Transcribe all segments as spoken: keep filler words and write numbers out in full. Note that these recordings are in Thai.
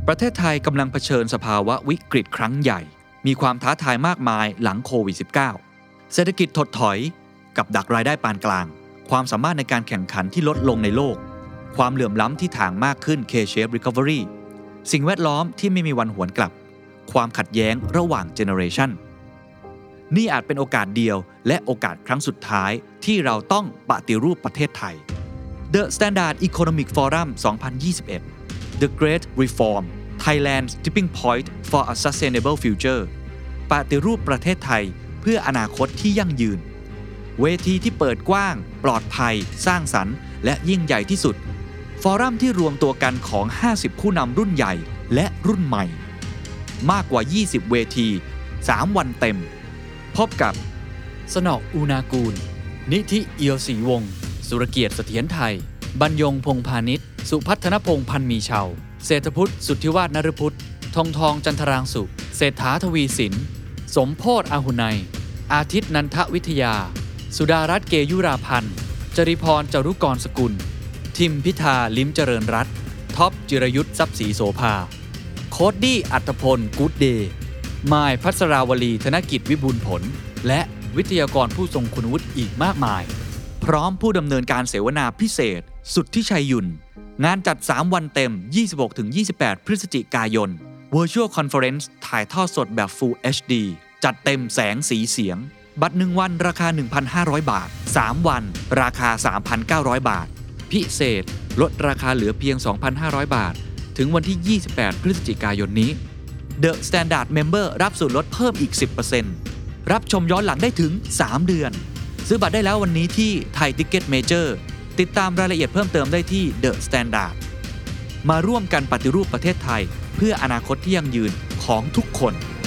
ประเทศไทยกำลังเผชิญสภาวะวิกฤตครั้งใหญ่มีความท้าทายมากมายหลังโควิด สิบเก้า เศรษฐกิจถดถอยกับดักรายได้ปานกลางความสามารถในการแข่งขันที่ลดลงในโลกความเหลื่อมล้ำที่ถ่างมากขึ้น K-shaped recovery สิ่งแวดล้อมที่ไม่มีวันหวนกลับความขัดแย้งระหว่างเจเนอเรชันนี่อาจเป็นโอกาสเดียวและโอกาสครั้งสุดท้ายที่เราต้องปฏิรูปประเทศไทย The Standard Economic Forum สองพันยี่สิบเอ็ด The Great Reform Thailand's Tipping Point for a Sustainable Future ปฏิรูปประเทศไทยเพื่ออนาคตที่ยั่งยืนเวทีที่เปิดกว้างปลอดภัยสร้างสรรค์และยิ่งใหญ่ที่สุดฟอรัมที่รวมตัวกันของห้าสิบผู้นำรุ่นใหญ่และรุ่นใหม่มากกว่ายี่สิบเวทีสามวันเต็มพบกับสนอกอูนากูลนิธิเอียวศรีวงศ์สุรเกียรติเสถียรไทยบรรยงพงษ์พาณิชย์สุพัฒนพงษ์พันมีเชาเศรษฐพุทธสุทธิวาฒนฤพุทธทองทองจันทรางสุเศรษฐาทวีสินสมโพธิ์อาหุไนอาทิตย์นันทวิทยาสุดารัตน์เกยุราพันธ์จริพรจารุกรสกุลทิมพิธาลิ้มเจริญรัตน์ท็อปจิรยุทธทรัพย์ศรีโสภาโคดดี้อัตพลกู๊ดเดย์มายพัสราวลีธนกิจวิบูลย์ผลและวิทยากรผู้ทรงคุณวุฒิอีกมากมายพร้อมผู้ดำเนินการเสวนาพิเศษสุทธิชัยยุนงานจัดสามวันเต็ม ยี่สิบหกถึงยี่สิบแปด พฤศจิกายน Virtual Conference ถ่ายทอดสดแบบ Full เอช ดี จัดเต็มแสงสีเสียงบัตรหนึ่งวันราคา หนึ่งพันห้าร้อย บาทสามวันราคา สามพันเก้าร้อย บาทพิเศษลดราคาเหลือเพียง สองพันห้าร้อย บาทถึงวันที่ยี่สิบแปดพฤศจิกายนนี้ The Standard Member รับส่วนลดเพิ่มอีก สิบเปอร์เซ็นต์ รับชมย้อนหลังได้ถึงสามเดือนซื้อบัตรได้แล้ววันนี้ที่ Thai Ticket Major ติดตามรายละเอียดเพิ่มเติมได้ที่ The Standard มาร่วมกันปฏิรูปประเทศไทยเพื่ออนาคตที่ยั่งยืนของทุกคน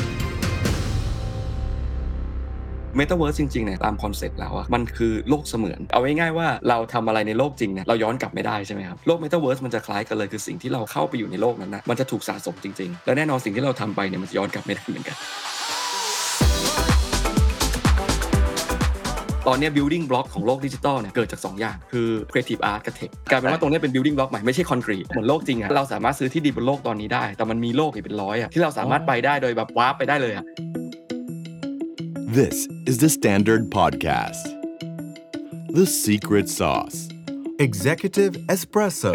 Metaverse จริงๆเนี่ยตามคอนเซ็ปต์แล้วอะมันคือโลกเสมือนเอาง่ายๆว่าเราทำอะไรในโลกจริงเนี่ยเราย้อนกลับไม่ได้ใช่ไหมครับโลก Metaverse มันจะคล้ายกันเลยคือสิ่งที่เราเข้าไปอยู่ในโลกนั้นนะมันจะถูกสะสมจริงๆและแน่นอนสิ่งที่เราทำไปเนี่ยมันจะย้อนกลับไม่ได้เหมือนกันตอนนี้ building block ของโลกดิจิตอลเนี่ยเกิดจากสองอย่างคือ creative art กับ tech กลายเป็นว่าตรงนี้เป็น building block ใหม่ไม่ใช่ concrete เหมือนโลกจริงอะเราสามารถซื้อที่ดินบนโลกตอนนี้ได้แต่มันมีโลกอีกเป็นร้อยอะที่เราสามารถไปได้โดยแบบวาร์ปไปได้เลยอะ This is the Standard Podcast. The Secret Sauce. Executive Espresso.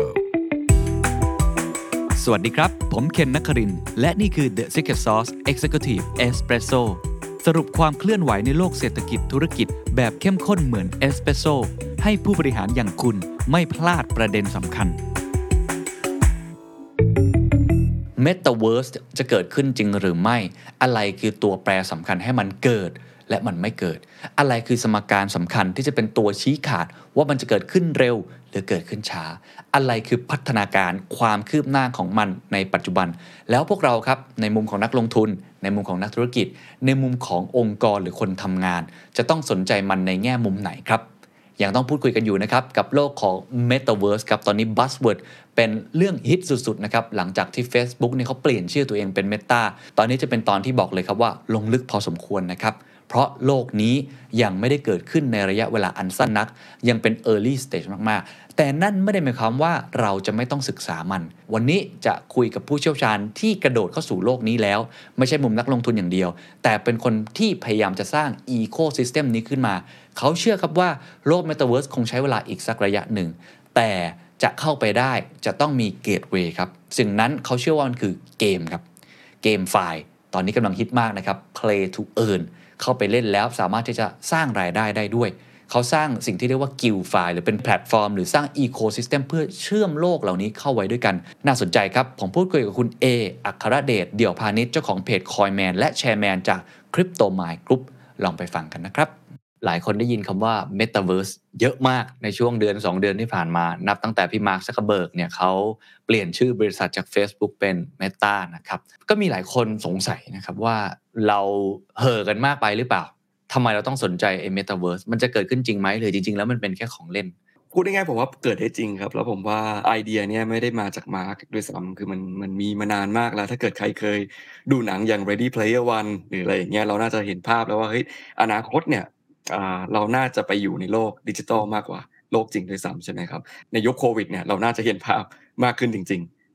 สวัสดีครับผมเคนนครินทร์และนี่คือ The Secret Sauce Executive Espresso สรุปความเคลื่อนไหวในโลกเศรษฐกิจธุรกิจแบบเข้มข้นเหมือนเอสเปรสโซ่ให้ผู้บริหารอย่างคุณไม่พลาดประเด็นสำคัญ Metaverse จะเกิดขึ้นจริงหรือไม่อะไรคือตัวแปรสำคัญให้มันเกิดและมันไม่เกิดอะไรคือสมการสำคัญที่จะเป็นตัวชี้ขาดว่ามันจะเกิดขึ้นเร็วหรือเกิดขึ้นช้าอะไรคือพัฒนาการความคืบหน้าของมันในปัจจุบันแล้วพวกเราครับในมุมของนักลงทุนในมุมของนักธุรกิจในมุมขององค์กรหรือคนทำงานจะต้องสนใจมันในแง่มุมไหนครับยังต้องพูดคุยกันอยู่นะครับกับโลกของ Metaverse ครับตอนนี้ Buzzword เป็นเรื่องฮิตสุดๆนะครับหลังจากที่ Facebook นี่เขาเปลี่ยนชื่อตัวเองเป็น Meta ตอนนี้จะเป็นตอนที่บอกเลยครับว่าลงลึกพอสมควรนะครับเพราะโลกนี้ยังไม่ได้เกิดขึ้นในระยะเวลาอันสั้นนักยังเป็น early stage มากๆแต่นั่นไม่ได้หมายความว่าเราจะไม่ต้องศึกษามันวันนี้จะคุยกับผู้เชี่ยวชาญที่กระโดดเข้าสู่โลกนี้แล้วไม่ใช่มุมนักลงทุนอย่างเดียวแต่เป็นคนที่พยายามจะสร้าง ecosystem นี้ขึ้นมาเขาเชื่อครับว่าโลก Metaverse คงใช้เวลาอีกสักระยะหนึ่งแต่จะเข้าไปได้จะต้องมี gateway ครับสิ่งนั้นเขาเชื่อว่ามันคือเกมครับเกมไฟล์ตอนนี้กำลังฮิตมากนะครับ play to earnเข้าไปเล่นแล้วสามารถที่จะสร้างรายได้ได้ด้วยเขาสร้างสิ่งที่เรียกว่า Guild File หรือเป็นแพลตฟอร์มหรือสร้าง Ecosystem เพื่อเชื่อมโลกเหล่านี้เข้าไว้ด้วยกันน่าสนใจครับผมพูดคุยกับคุณเออัครเดชเดี่ยวพาณิชย์เจ้าของเพจ Coinman และแชร์แมนจาก CryptoMine Group ลองไปฟังกันนะครับหลายคนได้ยินคำว่า Metaverse เยอะมากในช่วงเดือนสองเดือนที่ผ่านมานับตั้งแต่พี่มาร์ค ซักเคอร์เบิร์กเนี่ยเขาเปลี่ยนชื่อบริษัทจาก Facebook เป็น Meta นะครับก็มีหลายคนสงสัยนะครับว่าเราเห่อกันมากไปหรือเปล่าทำไมเราต้องสนใจไอ้ Metaverse มันจะเกิดขึ้นจริงไหมหรือจริงๆแล้วมันเป็นแค่ของเล่นพูดง่ายๆผมว่าเกิดได้จริงครับแล้วผมว่าไอเดียเนี่ยไม่ได้มาจากมาร์คด้วยซ้ำคือมันมันมีมานานมากแล้วถ้าเกิดใครเคยดูหนังอย่าง Ready Player One หรืออะไรอย่างเงี้ยเราน่าจะเห็นภาพแล้วว่าเฮ้ยอนาคตเนี่ยอ่าเราน่าจะไปอยู่ในโลกดิจิทัลมากกว่าโลกจริงด้วยซ้ำใช่ไหมครับในยุคโควิดเนี่ยเราน่าจะเห็นภาพมากขึ้นจริง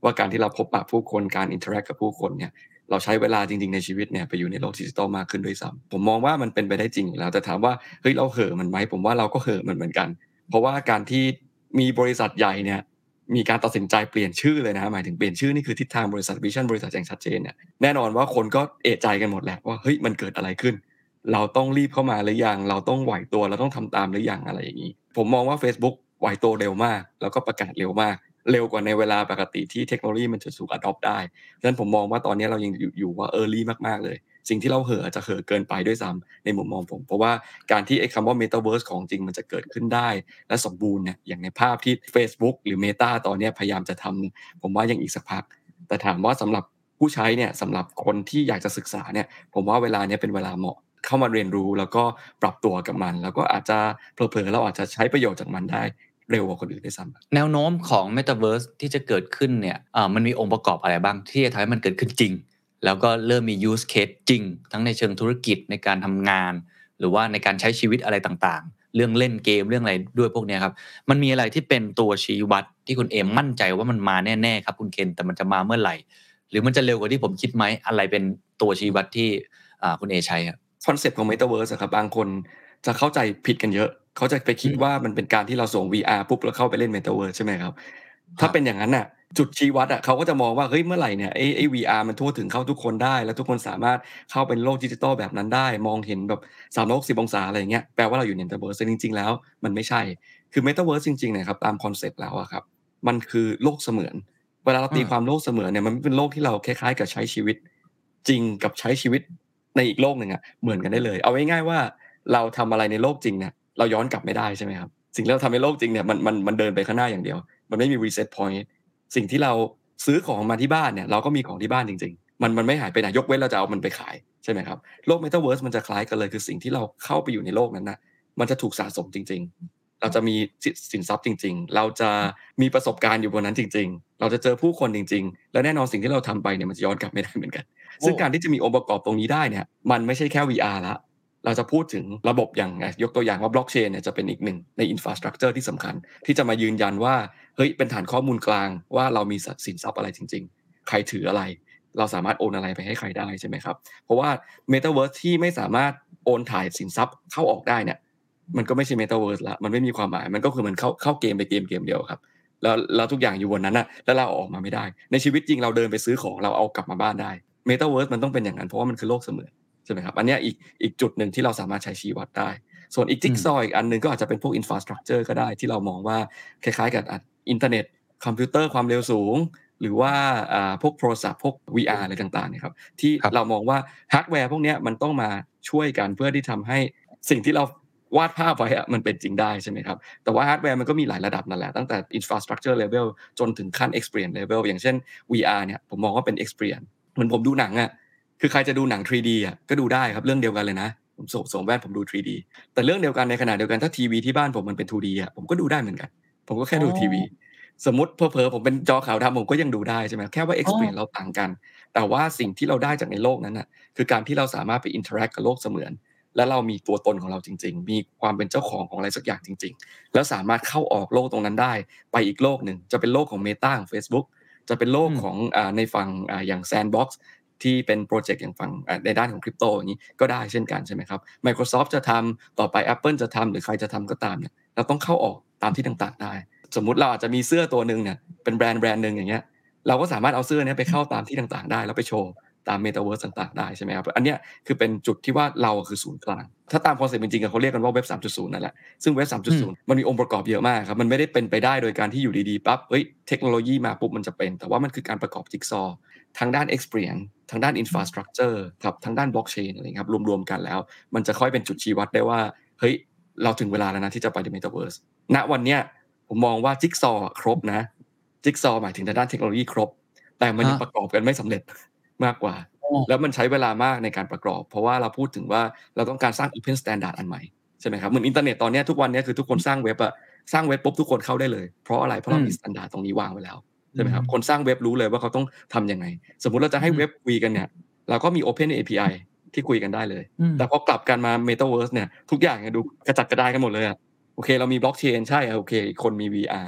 ว่าการที่เราพบปะผู้คนการ interact กับผู้คนเนี่ยเราใช้เวลาจริงๆในชีวิตเนี่ยไปอยู่ในโลกดิจิทัลมากขึ้นด้วยซ้ำผมมองว่ามันเป็นไปได้จริงอยู่แล้วแต่ถามว่าเฮ้ยเราเห่อมันไหมผมว่าเราก็เห่อมันเหมือนกันเพราะว่าการที่มีบริษัทใหญ่เนี่ยมีการตัดสินใจเปลี่ยนชื่อเลยนะหมายถึงเปลี่ยนชื่อนี่คือทิศทางบริษัทวิชั่นบริษัทอย่างชัดเจนเนี่ยแน่นอนว่าคนก็เอะใจกันหมดแหละว่าเฮ้ยมันเกิดอะไรขึ้นเราต้องรีบเข้ามาหรือยังเราต้องไหวตัวเราต้องทำตามหรือยังอะไรอย่างงี้ผมมองว่าเฟซบุ๊กไหวตัวเร็วมากแล้วก็ประกาศเร็วมากเร็วกว่าในเวลาปกติที่เทคโนโลยีมันจะถูก adopt ได้ฉะนั้นผมมองว่าตอนนี้เรายังอยู่อยู่ว่า early มากๆเลยสิ่งที่เราเห่ออาจจะเห่อเกินไปด้วยซ้ำในมุมมองผมเพราะว่าการที่ไอ้คำว่า Metaverse ของจริงมันจะเกิดขึ้นได้และสมบูรณ์เนี่ยอย่างในภาพที่ Facebook หรือ Meta ตอนนี้พยายามจะทำผมว่ายังอีกสักพักแต่ถามว่าสำหรับผู้ใช้เนี่ยสำหรับคนที่อยากจะศึกษาเนี่ยผมว่าเวลานี้เป็นเวลาเหมาะเข้ามาเรียนรู้แล้วก็ปรับตัวกับมันแล้วก็อาจจะเผลอๆเราอาจจะใช้ประโยชน์จากมันได้เร็วกว่าคนอื่นด้วยซ้ำแนวโน้มของ Metaverse ที่จะเกิดขึ้นเนี่ยเอ่อมันมีองค์ประกอบอะไรบ้างที่จะทำให้มันเกิดขึ้นจริงแล้วก็เริ่มมี use case จริงทั้งในเชิงธุรกิจในการทำงานหรือว่าในการใช้ชีวิตอะไรต่างๆเรื่องเล่นเกมเรื่องอะไรด้วยพวกเนี้ยครับมันมีอะไรที่เป็นตัวชี้วัดที่คุณเอมมั่นใจว่ามันมาแน่ๆครับคุณเคนแต่มันจะมาเมื่อไหร่หรือมันจะเร็วกว่าที่ผมคิดไหมอะไรเป็นตัวชี้วัดที่อ่าคุณเอใช้ครับคอนเซปต์ของ Metaverse อะครับบางคนจะเข้าใจผิดกันเยอะเขาจะไปคิดว่ามันเป็นการที่เราส่ง วี อาร์ ปุ๊บแล้วเข้าไปเล่น Metaverse ใช่ไหมครับถ้าเป็นอย่างนั้นน่ะจุดชี้วัดอะเขาก็จะมองว่าเฮ้ยเมื่อไหร่เนี่ยไอ้ไอ้ วี อาร์ มันทั่วถึงเข้าทุกคนได้แล้วทุกคนสามารถเข้าเป็นโลกดิจิทัลแบบนั้นได้มองเห็นแบบสามร้อยหกสิบองศาอะไรอย่างเงี้ยแปลว่าเราอยู่ใน Metaverse แต่จริงๆแล้วมันไม่ใช่คือ Metaverse จริงๆเนี่ยครับตามคอนเซปต์แล้วอะครับมันคือโลกเสมือนเวลาเราตีความโลกเสมือนเนี่ยมันเป็นโลกที่เราคล้ายๆกับใช้ชีวิตจริงกับใช้ชีวิตในอีกโลกหนึ่งอะเหมือนกันได้เลยเอาง่ายๆว่าเราทำอะไรในโลกจริงเนี่ยเราย้อนกลับไม่ได้ใช่ไหมครับสิ่งที่เราทำในโลกจริงเนี่ยมันมันมันเดินไปข้างหน้าอย่างเดียวมันไม่มี reset point สิ่งที่เราซื้อของมาที่บ้านเนี่ยเราก็มีของที่บ้านจริงๆมันมันไม่หายไปไหนยกเว้นเราจะเอามันไปขายใช่ไหมครับโลก Metaverse มันจะคล้ายกันเลยคือสิ่งที่เราเข้าไปอยู่ในโลกนั้นน่ะมันจะถูกสะสมจริงๆเราจะมีสิสินทรัพย์จริงๆเราจะมีประสบการณ์อยู่บนนั้นจริงๆเราจะเจอผู้คนจริงๆและแน่นอนสิ่งที่เราทำไปเนี่ยมันจะย้อนกลับไม่ได้เหมือนกันซึ่งการที่จะมีองค์ประกอบตรงนี้ได้เนี่ยมันไม่ใช่แค่ วี อาร์ แล้วเราจะพูดถึงระบบอย่างยกตัวอย่างว่า Blockchain เนี่ยจะเป็นอีกหนึ่งใน Infrastructure ที่สำคัญที่จะมายืนยันว่าเฮ้ยเป็นฐานข้อมูลกลางว่าเรามีสินทรัพย์อะไรจริงๆใครถืออะไรเราสามารถโอนอะไรไปให้ใครได้ใช่ไหมครับเพราะว่า Metaverse ที่ไม่สามารถโอนถ่ายสินทรัพย์เข้าออกได้เนี่ยมันก็ไม่ใช่ Metaverse แล้วมันไม่มีความหมายมันก็คือมันเข้าเข้าเกมไปเกมเกมเดียวครับแล้วแล้วทุกอย่างอยู่บนนั้นน่ะแล้วเราเอาออกมาไม่ได้ในชีวิตจริงเราเดินไปซื้อของเราเอากลับมาบ้านได้ Metaverse มันต้องเป็นอย่างนั้นเพราะว่ามันคือโลกเสมือนใช่ไหมครับอันเนี้ยอีกอีกจุดหนึ่งที่เราสามารถใช้ชี้วัดได้ส่วนอีกจิ๊กซอว์อีกอันหนึ่งก็อาจจะเป็นพวก Infrastructure ก็ได้ที่เรามองว่าคล้ายๆกับอ่ะอินเทอร์เน็ตคอมพิวเตอร์ความเร็วสูงหรือว่าอ่าพวกโทรศัพท์พวก วี อาร์ อะไรต่างๆเนี่ยครับที่ครับเรามองว่าฮาร์ดแวร์พวกเนี้ยมันต้องมาช่วยกันเพื่อที่ทำให้สิ่งที่เราวาดภาพไว้อะมันเป็นจริงได้ใช่ไหมครับแต่ว่าฮาร์ดแวร์มันก็มีหลายระดับนั่นแหละตั้งแต่ Infrastructure level จนถึงขั้น Experience level อย่างเช่น วี อาร์ เนี่ยผมมองว่าเป็น Experience เหมือนผมดูหนังอะคือใครจะดูหนัง ทรี ดี อะก็ดูได้ครับเรื่องเดียวกันเลยนะผมสวมสวมแว่นผมดู ทรี ดี แต่เรื่องเดียวกันในขณะเดียวกันถ้าทีวีที่บ้านผมมันเป็น ทู ดี อะผมก็ดูได้เหมือนกันผมก็แค่ดูทีวีสมมุติเผลอๆผมเป็นจอขาวดำผมก็ยังดูได้ใช่ไหมแค่ว่าอ๋อ Experience เราต่างกันแต่ว่าสิ่งที่เราได้จากในโลกนั้นน่ะคือการที่เราสามารถไป interact กับโลกเสมือนและเรามีตัวตนของเราจริงๆมีความเป็นเจ้าของของอะไรสักอย่างจริงๆแล้วสามารถเข้าออกโลกตรงนั้นได้ไปอีกโลกหนึ่งจะเป็นโลกของ Meta ของ Facebook จะเป็นโลกของอ่าในฝั่งอ่าอย่าง Sandbox ที่เป็นโพรเจกต์อย่างฝั่งอ่าในด้านของคริปโตอย่างงี้ก็ได้เช่นกันใช่ไหมครับ Microsoft จะทำต่อไป Apple จะทำหรือใครจะทำก็ตามเนี่ยเราต้องเข้าออกตามที่ต่างๆได้สมมุติเราอาจจะมีเสื้อตัวหนึ่งเนี่ยเป็นแบรนด์แบรนด์หนึ่งอย่างเงี้ยเราก็สามารถเอาเสื้อเนี้ยไปเข้าตามที่ต่างๆได้แล้วไปโชว์ตาม Metaverse ต่างๆได้ใช่ไหมครับอันเนี้ยคือเป็นจุดที่ว่าเราคือศูนย์กลางถ้าตามคอนเซ็ปต์จริงๆเขาเรียกกันว่าเว็บ สามจุดศูนย์ นั่นแหละซึ่งเว็บ สามจุดศูนย์ มันมีองค์ประกอบเยอะมากครับมันไม่ได้เป็นไปได้โดยการที่อยู่ดีๆปั๊บเฮ้ยเทคโนโลยีมาปุ๊บมันจะเป็นแต่ว่ามันคือการประกอบจิ๊กซอว์ทางด้าน experience ทางด้าน infrastructure กับทางด้าน blockchain อะไรครับรวมๆกันแล้วมันจะค่อยเป็นจุดชี้วัดได้ว่าเฮ้ยเราถึงเวลาแล้วนะที่จะไปใน Metaverse ณวันเนี้ยผมมองว่าจิ๊กซอว์ครบนะจิ๊กซอว์หมายถึงทางด้านเทคโนโลยีครบแต่มันยังประกอบกันไม่สำเร็จมากกว่าแล้วมันใช้เวลามากในการประกอบเพราะว่าเราพูดถึงว่าเราต้องการสร้าง Open Standard อันใหม่ใช่ไหมครับเหมือนอินเทอร์เน็ตตอนนี้ทุกวันนี้คือทุกคนสร้างเว็บอะสร้างเว็บปุ๊บทุกคนเข้าได้เลยเพราะอะไรเพราะเรามี Standard ตรงนี้วางไว้แล้วใช่ไหมครับคนสร้างเว็บรู้เลยว่าเขาต้องทำยังไงสมมุติเราจะให้เว็บคุยกันเนี่ยเราก็มี Open เอ พี ไอ ที่คุยกันได้เลยแต่พอกลับกันมา Metaverse เนี่ยทุกอย่างดูกระจัดกระจายกันหมดเลยอะโอเคเรามี Blockchain ใช่โอเคอีกคนมี วี อาร์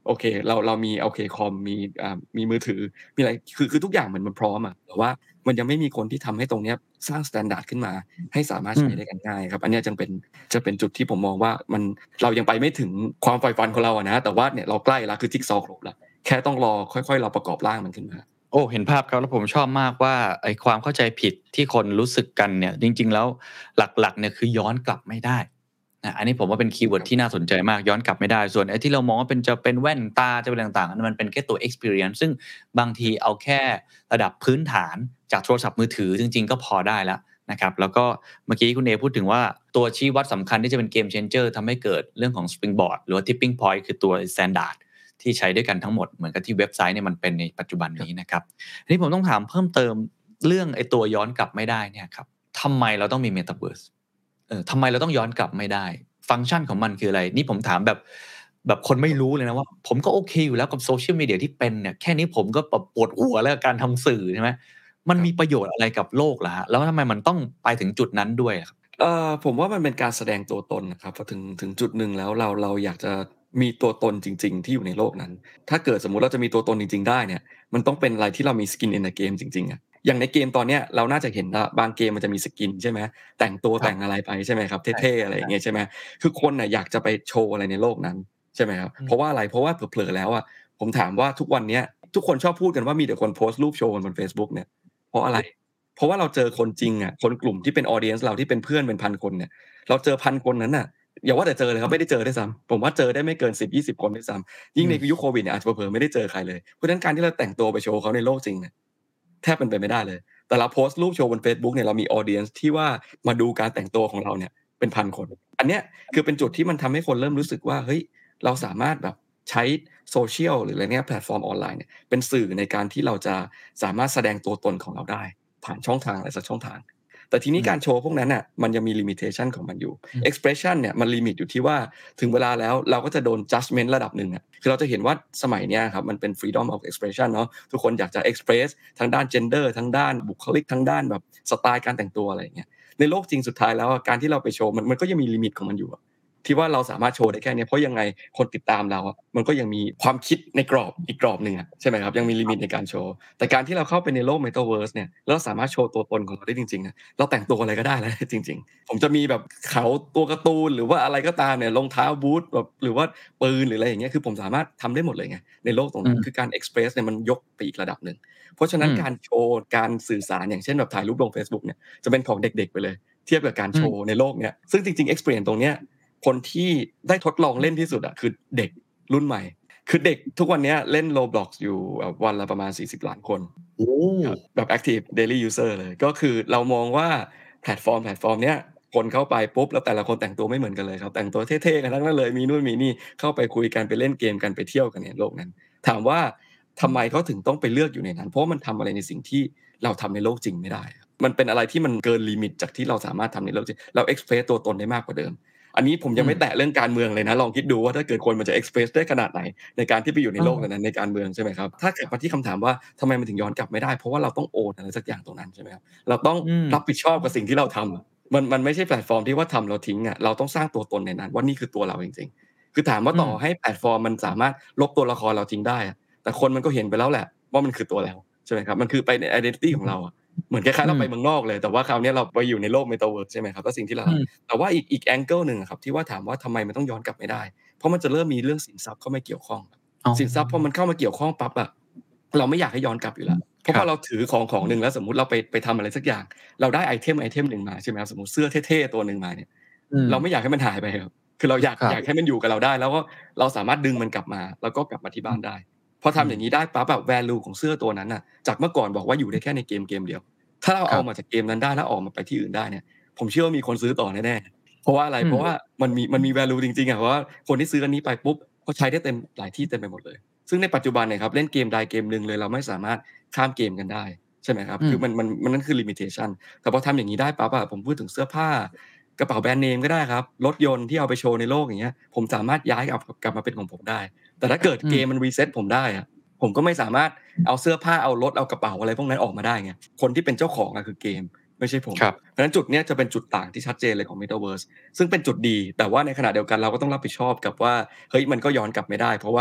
โอเคเราเรามีโอเคคอมมีอ่ามีมือถือมีอะไรคือคือทุกอย่างเหมือนมันพร้อมอะแต่ว่ามันยังไม่มีคนที่ทำให้ตรงเนี้ยสร้างสแตนดาร์ดขึ้นมาให้สามารถอืมใช้ได้กันง่ายครับอันเนี้ยจึงเป็นจะเป็นจุดที่ผมมองว่ามันเรายังไปไม่ถึงความใฝ่ฝันของเราอะนะแต่ว่าเนี่ยเราใกล้แล้วคือจิ๊กซอว์ครบแล้วแค่ต้องรอค่อยๆเราประกอบร่างมันขึ้นมาโอ้เห็นภาพครับแล้วผมชอบมากว่าไอ้ความเข้าใจผิดที่คนรู้สึกกันเนี่ยจริงๆแล้วหลักๆเนี่ยคือย้อนกลับไม่ได้นะอันนี้ผมว่าเป็นคีย์เวิร์ดที่น่าสนใจมากย้อนกลับไม่ได้ส่วนไอ้ที่เรามองว่าเป็นจะเป็นแว่นตาจะเป็นต่างๆอันนั้นมันเป็นแค่ตัว experience ซึ่งบางทีเอาแค่ระดับพื้นฐานจากโทรศัพท์มือถือจริงๆก็พอได้แล้วนะครับแล้วก็เมื่อกี้คุณเอพูดถึงว่าตัวชี้วัดสำคัญที่จะเป็น game changer ทำให้เกิดเรื่องของ springboard หรือว่า tipping point คือตัว standard ที่ใช้ด้วยกันทั้งหมดเหมือนกับที่เว็บไซต์เนี่ยมันเป็นในปัจจุบันนี้นะครับทีนี้ผมต้องถามเพิ่มเติมเรื่องไอ้ตัวย้อนกลับไม่ได้เนี่ยครับทำไมเราต้องมี Metaverse เออทำไมเราต้องย้อนกลับไม่ได้ฟังก์ชันของมันคืออะไรนี่ผมถามแบบแบบคนไม่รู้เลยนะว่าผมก็โอเคอยู่แล้วกับโซเชียลมีเดียที่เป็นเนี่ยแค่นี้ผมก็แบบปวดหัวแล้วกับการทำสื่อใช่ไหมมันครับมีประโยชน์อะไรกับโลกล่ะฮะแล้วทำไมมันต้องไปถึงจุดนั้นด้วยอะครับเอ่อผมว่ามันเป็นการแสดงตัวตนนะครับพอถึงถึงจุดหนึ่งแล้วเราเราอยากจะมีตัวตนจริงๆที่อยู่ในโลกนั้นถ้าเกิดสมมุติเราจะมีตัวตนจริงๆได้เนี่ยมันต้องเป็นอะไรที่เรามี skin in the game จริงๆอะอย่างในเกมตอนเนี้ยเราน่าจะเห็นว่าบางเกมมันจะมี skin ใช่ไหมแต่งตัวแต่งครับอะไรไปใช่ไหมครับใช่เท่ๆอะไรอย่างเงี้ยใช่ไหมคือคนน่ะอยากจะไปโชว์อะไรในโลกนั้นใช่ไหมครับอืมเพราะว่าอะไรเพราะว่าเผลอๆแล้วอะผมถามว่าทุกวันเนี้ยทุกคนชอบพูดกันว่ามีแต่คนโพสต์รูปโชว์กันบนเฟซบุ๊กเนี่ยเพราะอะไรเพราะว่าเราเจอคนจริงอะคนกลุ่มที่เป็น audience เราที่เป็นเพื่อนเป็นพันคนเนี่ย เราเจอพันคนนั้นน่ะอย่าว่าแต่เจอเลยครับไม่ได้เจอด้วยซ้ำผมว่าเจอได้ไม่เกินสิบถึงยี่สิบคนด้วยซ้ำยิ่งในอืมยุคโควิดเนี่ยอาจจะเผลอๆไม่ได้เจอใครเลยเพราะฉะนั้นการที่เราแต่งตัวไปโชว์เขาในโลกจริงเนี่ยแทบเป็นไปไม่ได้เลยแต่เราโพสต์รูปโชว์บนเฟซบุ๊กเนี่ยเรามี audience ที่ว่ามาดูการแต่งตัวของเราเนี่ยเป็นพันคนอันเนี้ยคือเป็นจุดที่มันทำให้คนเริ่มรู้สึกว่าเฮ้ยเราสามารถแบบใช้ social หรืออะไรเนี่ยแพลตฟอร์มออนไลน์เนี่ยเป็นสื่อในการที่เราจะสามารถแสดงตัวตนของเราได้ผ่านช่องทางอะไรสักช่องทาง แต่ทีนี้อืมการโชว์พวกนั้นน่ะมันยังมี limitation ของมันอยู่อืม expression เนี่ยมันลิมิตอยู่ที่ว่าถึงเวลาแล้วเราก็จะโดน judgment ระดับหนึ่งอะคือเราจะเห็นว่าสมัยเนี้ยครับมันเป็น freedom of expression เนาะทุกคนอยากจะ express ทั้งด้าน gender ทั้งด้านบุคลิกทั้งด้านแบบสไตล์การแต่งตัวอะไรอย่างเงี้ยในโลกจริงสุดท้ายแล้วอะการที่เราไปโชว์มันมันก็ยังมีลิมิตของมันอยู่อะที่ว่าเราสามารถโชว์ได้แค่เนี้ยเพราะยังไงคนติดตามเราอะมันก็ยังมีความคิดในกรอบอีกกรอบหนึ่งอะใช่ไหมครับยังมีลิมิตในการโชว์แต่การที่เราเข้าไปในโลก Metaverse เนี่ยแล้วเราสามารถโชว์ตัวตนของเราได้จริงๆอะ เราแต่งตัวอะไรก็ได้แล้ว จริงๆผมจะมีแบบเขาตัวการ์ตูนหรือว่าอะไรก็ตามเนี่ยรองเท้าบูตแบบหรือว่าปืนหรืออะไรอย่างเงี้ยคือผมสามารถทำได้หมดเลยไงในโลกตรงนั้นคืออืมการเอ็กซ์เพรสเนี่ยมันยกไปอีกระดับหนึ่งเพราะฉะนั้นอืมการโชว์การสื่อสารอย่างเช่นแบบถ่ายรูปลงเฟซบุ๊กเนี่ยจะเป็นของเด็กๆไปเลยเทียบกับการอืมโชว์ในโลกเนี้ยซึ่งจริงๆ experience ตรงเนี้ยคนที่ได้ทดลองเล่นที่สุดอะคือเด็กรุ่นใหม่คือเด็กทุกวันเนี้ยเล่น Roblox อยู่แบบวันละประมาณสี่สิบล้านคนโอ้ครับแบบ Active Daily User เลยก็คือเรามองว่าแพลตฟอร์มแพลตฟอร์มเนี้ยคนเข้าไปปุ๊บแล้วแต่ละคนแต่งตัวไม่เหมือนกันเลยครับแต่งตัวเท่ๆกันทั้งนั้นเลยมีนู่นมีนี่เข้าไปคุยกันไปเล่นเกมกันไปเที่ยวกันในโลกนั้นถามว่าทำไมเขาถึงต้องไปเลือกอยู่ในนั้นเพราะว่ามันทำอะไรในสิ่งที่เราทำในโลกจริงไม่ได้ครับมันเป็นอะไรที่มันเกินลิมิตจากที่เราสามารถทำในโลกจริงเรา express ตัวตนได้มากกว่าเดิมอันนี้ผมยังไม่อืมแตะเรื่องการเมืองเลยนะลองคิดดูว่าถ้าเกิดคนมันจะ express ได้ขนาดไหน ในการที่ไปอยู่ในเออโลกนั้นๆในการเมืองใช่ไหมครับถ้ากลับมาที่คำถามว่าทำไมมันถึงย้อนกลับไม่ได้เพราะว่าเราต้องโอนอะไรสักอย่างตรงนั้นใช่ไหมครับเราต้องอืมรับผิดชอบกับสิ่งที่เราทำอะมันมันไม่ใช่แพลตฟอร์มที่ว่าทำแล้วทิ้งอะเราต้องสร้างตัวตนในนั้นว่านี่คือตัวเราจริงๆคือถามว่าอืมต่อให้แพลตฟอร์มมันสามารถลบตัวละครเราทิ้งได้อะแต่คนมันก็เห็นไปแล้วแหละว่ามันคือตัวเราใช่ไหมครับมันคือไปใน identity ของเราอะเหมือนคล้ายๆเราไปเมืองนอกเลยแต่ว่าคราวเนี้ยเราไปอยู่ในโลก Metaverse ใช่ไหมครับแล้วสิ่งที่เราอืมแต่ว่าอีกอีก angle หนึ่งอะครับที่ว่าถามว่าทำไมมันต้องย้อนกลับไม่ได้เพราะมันจะเริ่มมีเรื่องสินทรัพย์เข้ามาเกี่ยวข้องอ๋อสินทรัพย์พอมันเข้ามาเกี่ยวข้องปั๊บอะเราไม่อยากให้ย้อนกลับอยู่แล้วเพคราะพรับอเราถือของของหนึ่งแล้วสมมุติเราไปไปทำอะไรสักอย่างเราได้ไอเทมไอเทมหนึ่งมาใช่ไหมครับสมมุติเสื้อเท่ๆตัวหนึ่งมาเนี่ยอืมเราไม่อยากให้มันหายไปครับคือเราอยากครับอยากให้มันอยู่กับเราได้แล้วก็เราสามารถดึงมันกลับมาแล้วก็กลับมาที่อืมบ้านได้พออืมทำอย่างงี้ได้ปั๊บอะ value ของเสื้อตัวนั้นน่ะจากเมื่อก่อนบอกว่าอยู่ได้แค่ในเกมเกมเดียวถ้าเราเอามาครับจากเกมนั้นได้แล้วออกมาไปที่อื่นได้เนี่ยผมเชื่อว่ามีคนซื้อต่อแน่ๆเพราะว่าอะไรอืมเพราะว่ามันมีมันมี value จริงๆอะเพราะว่าคนที่ซื้ออันนี้ไปปุ๊บเขาใช้ได้เต็มหลายที่เต็มไปหมดเลย ซึ่งในปัจจุบันเนี่ยครับเล่นเกมใดเกมหนึ่งเลยเราไม่สามารถข้ามเกมกันได้ใช่ไหมครับอืมคือมันมันมันนั่นคือ limitation แต่พอทำอย่างงี้ได้ปั๊บอะผมพูดถึงเสื้อผ้ากระเป๋าแบรนด์เนมก็ได้ครับรถยนต์ที่เอาไปโชว์ในโลกอย่างเงี้ยผมสามารถย้ายกลับกลับมาเป็นของผมได้แต่ถ้าเกิดอืมเกมมัน reset ผมได้อะผมก็ไม่สามารถเอาเสื้อผ้าเอารถเอากระเป๋าอะไรพวกนั้นออกมาได้ไงคนที่เป็นเจ้าของอะคือเกมไม่ใช่ผมครับเพราะฉะนั้นจุดเนี้ยจะเป็นจุดต่างที่ชัดเจนเลยของ Metaverse ซึ่งเป็นจุดดีแต่ว่าในขณะเดียวกันเราก็ต้องรับผิดชอบกับว่าเฮ้ยมันก็ย้อนกลับไม่ได้เพราะว่า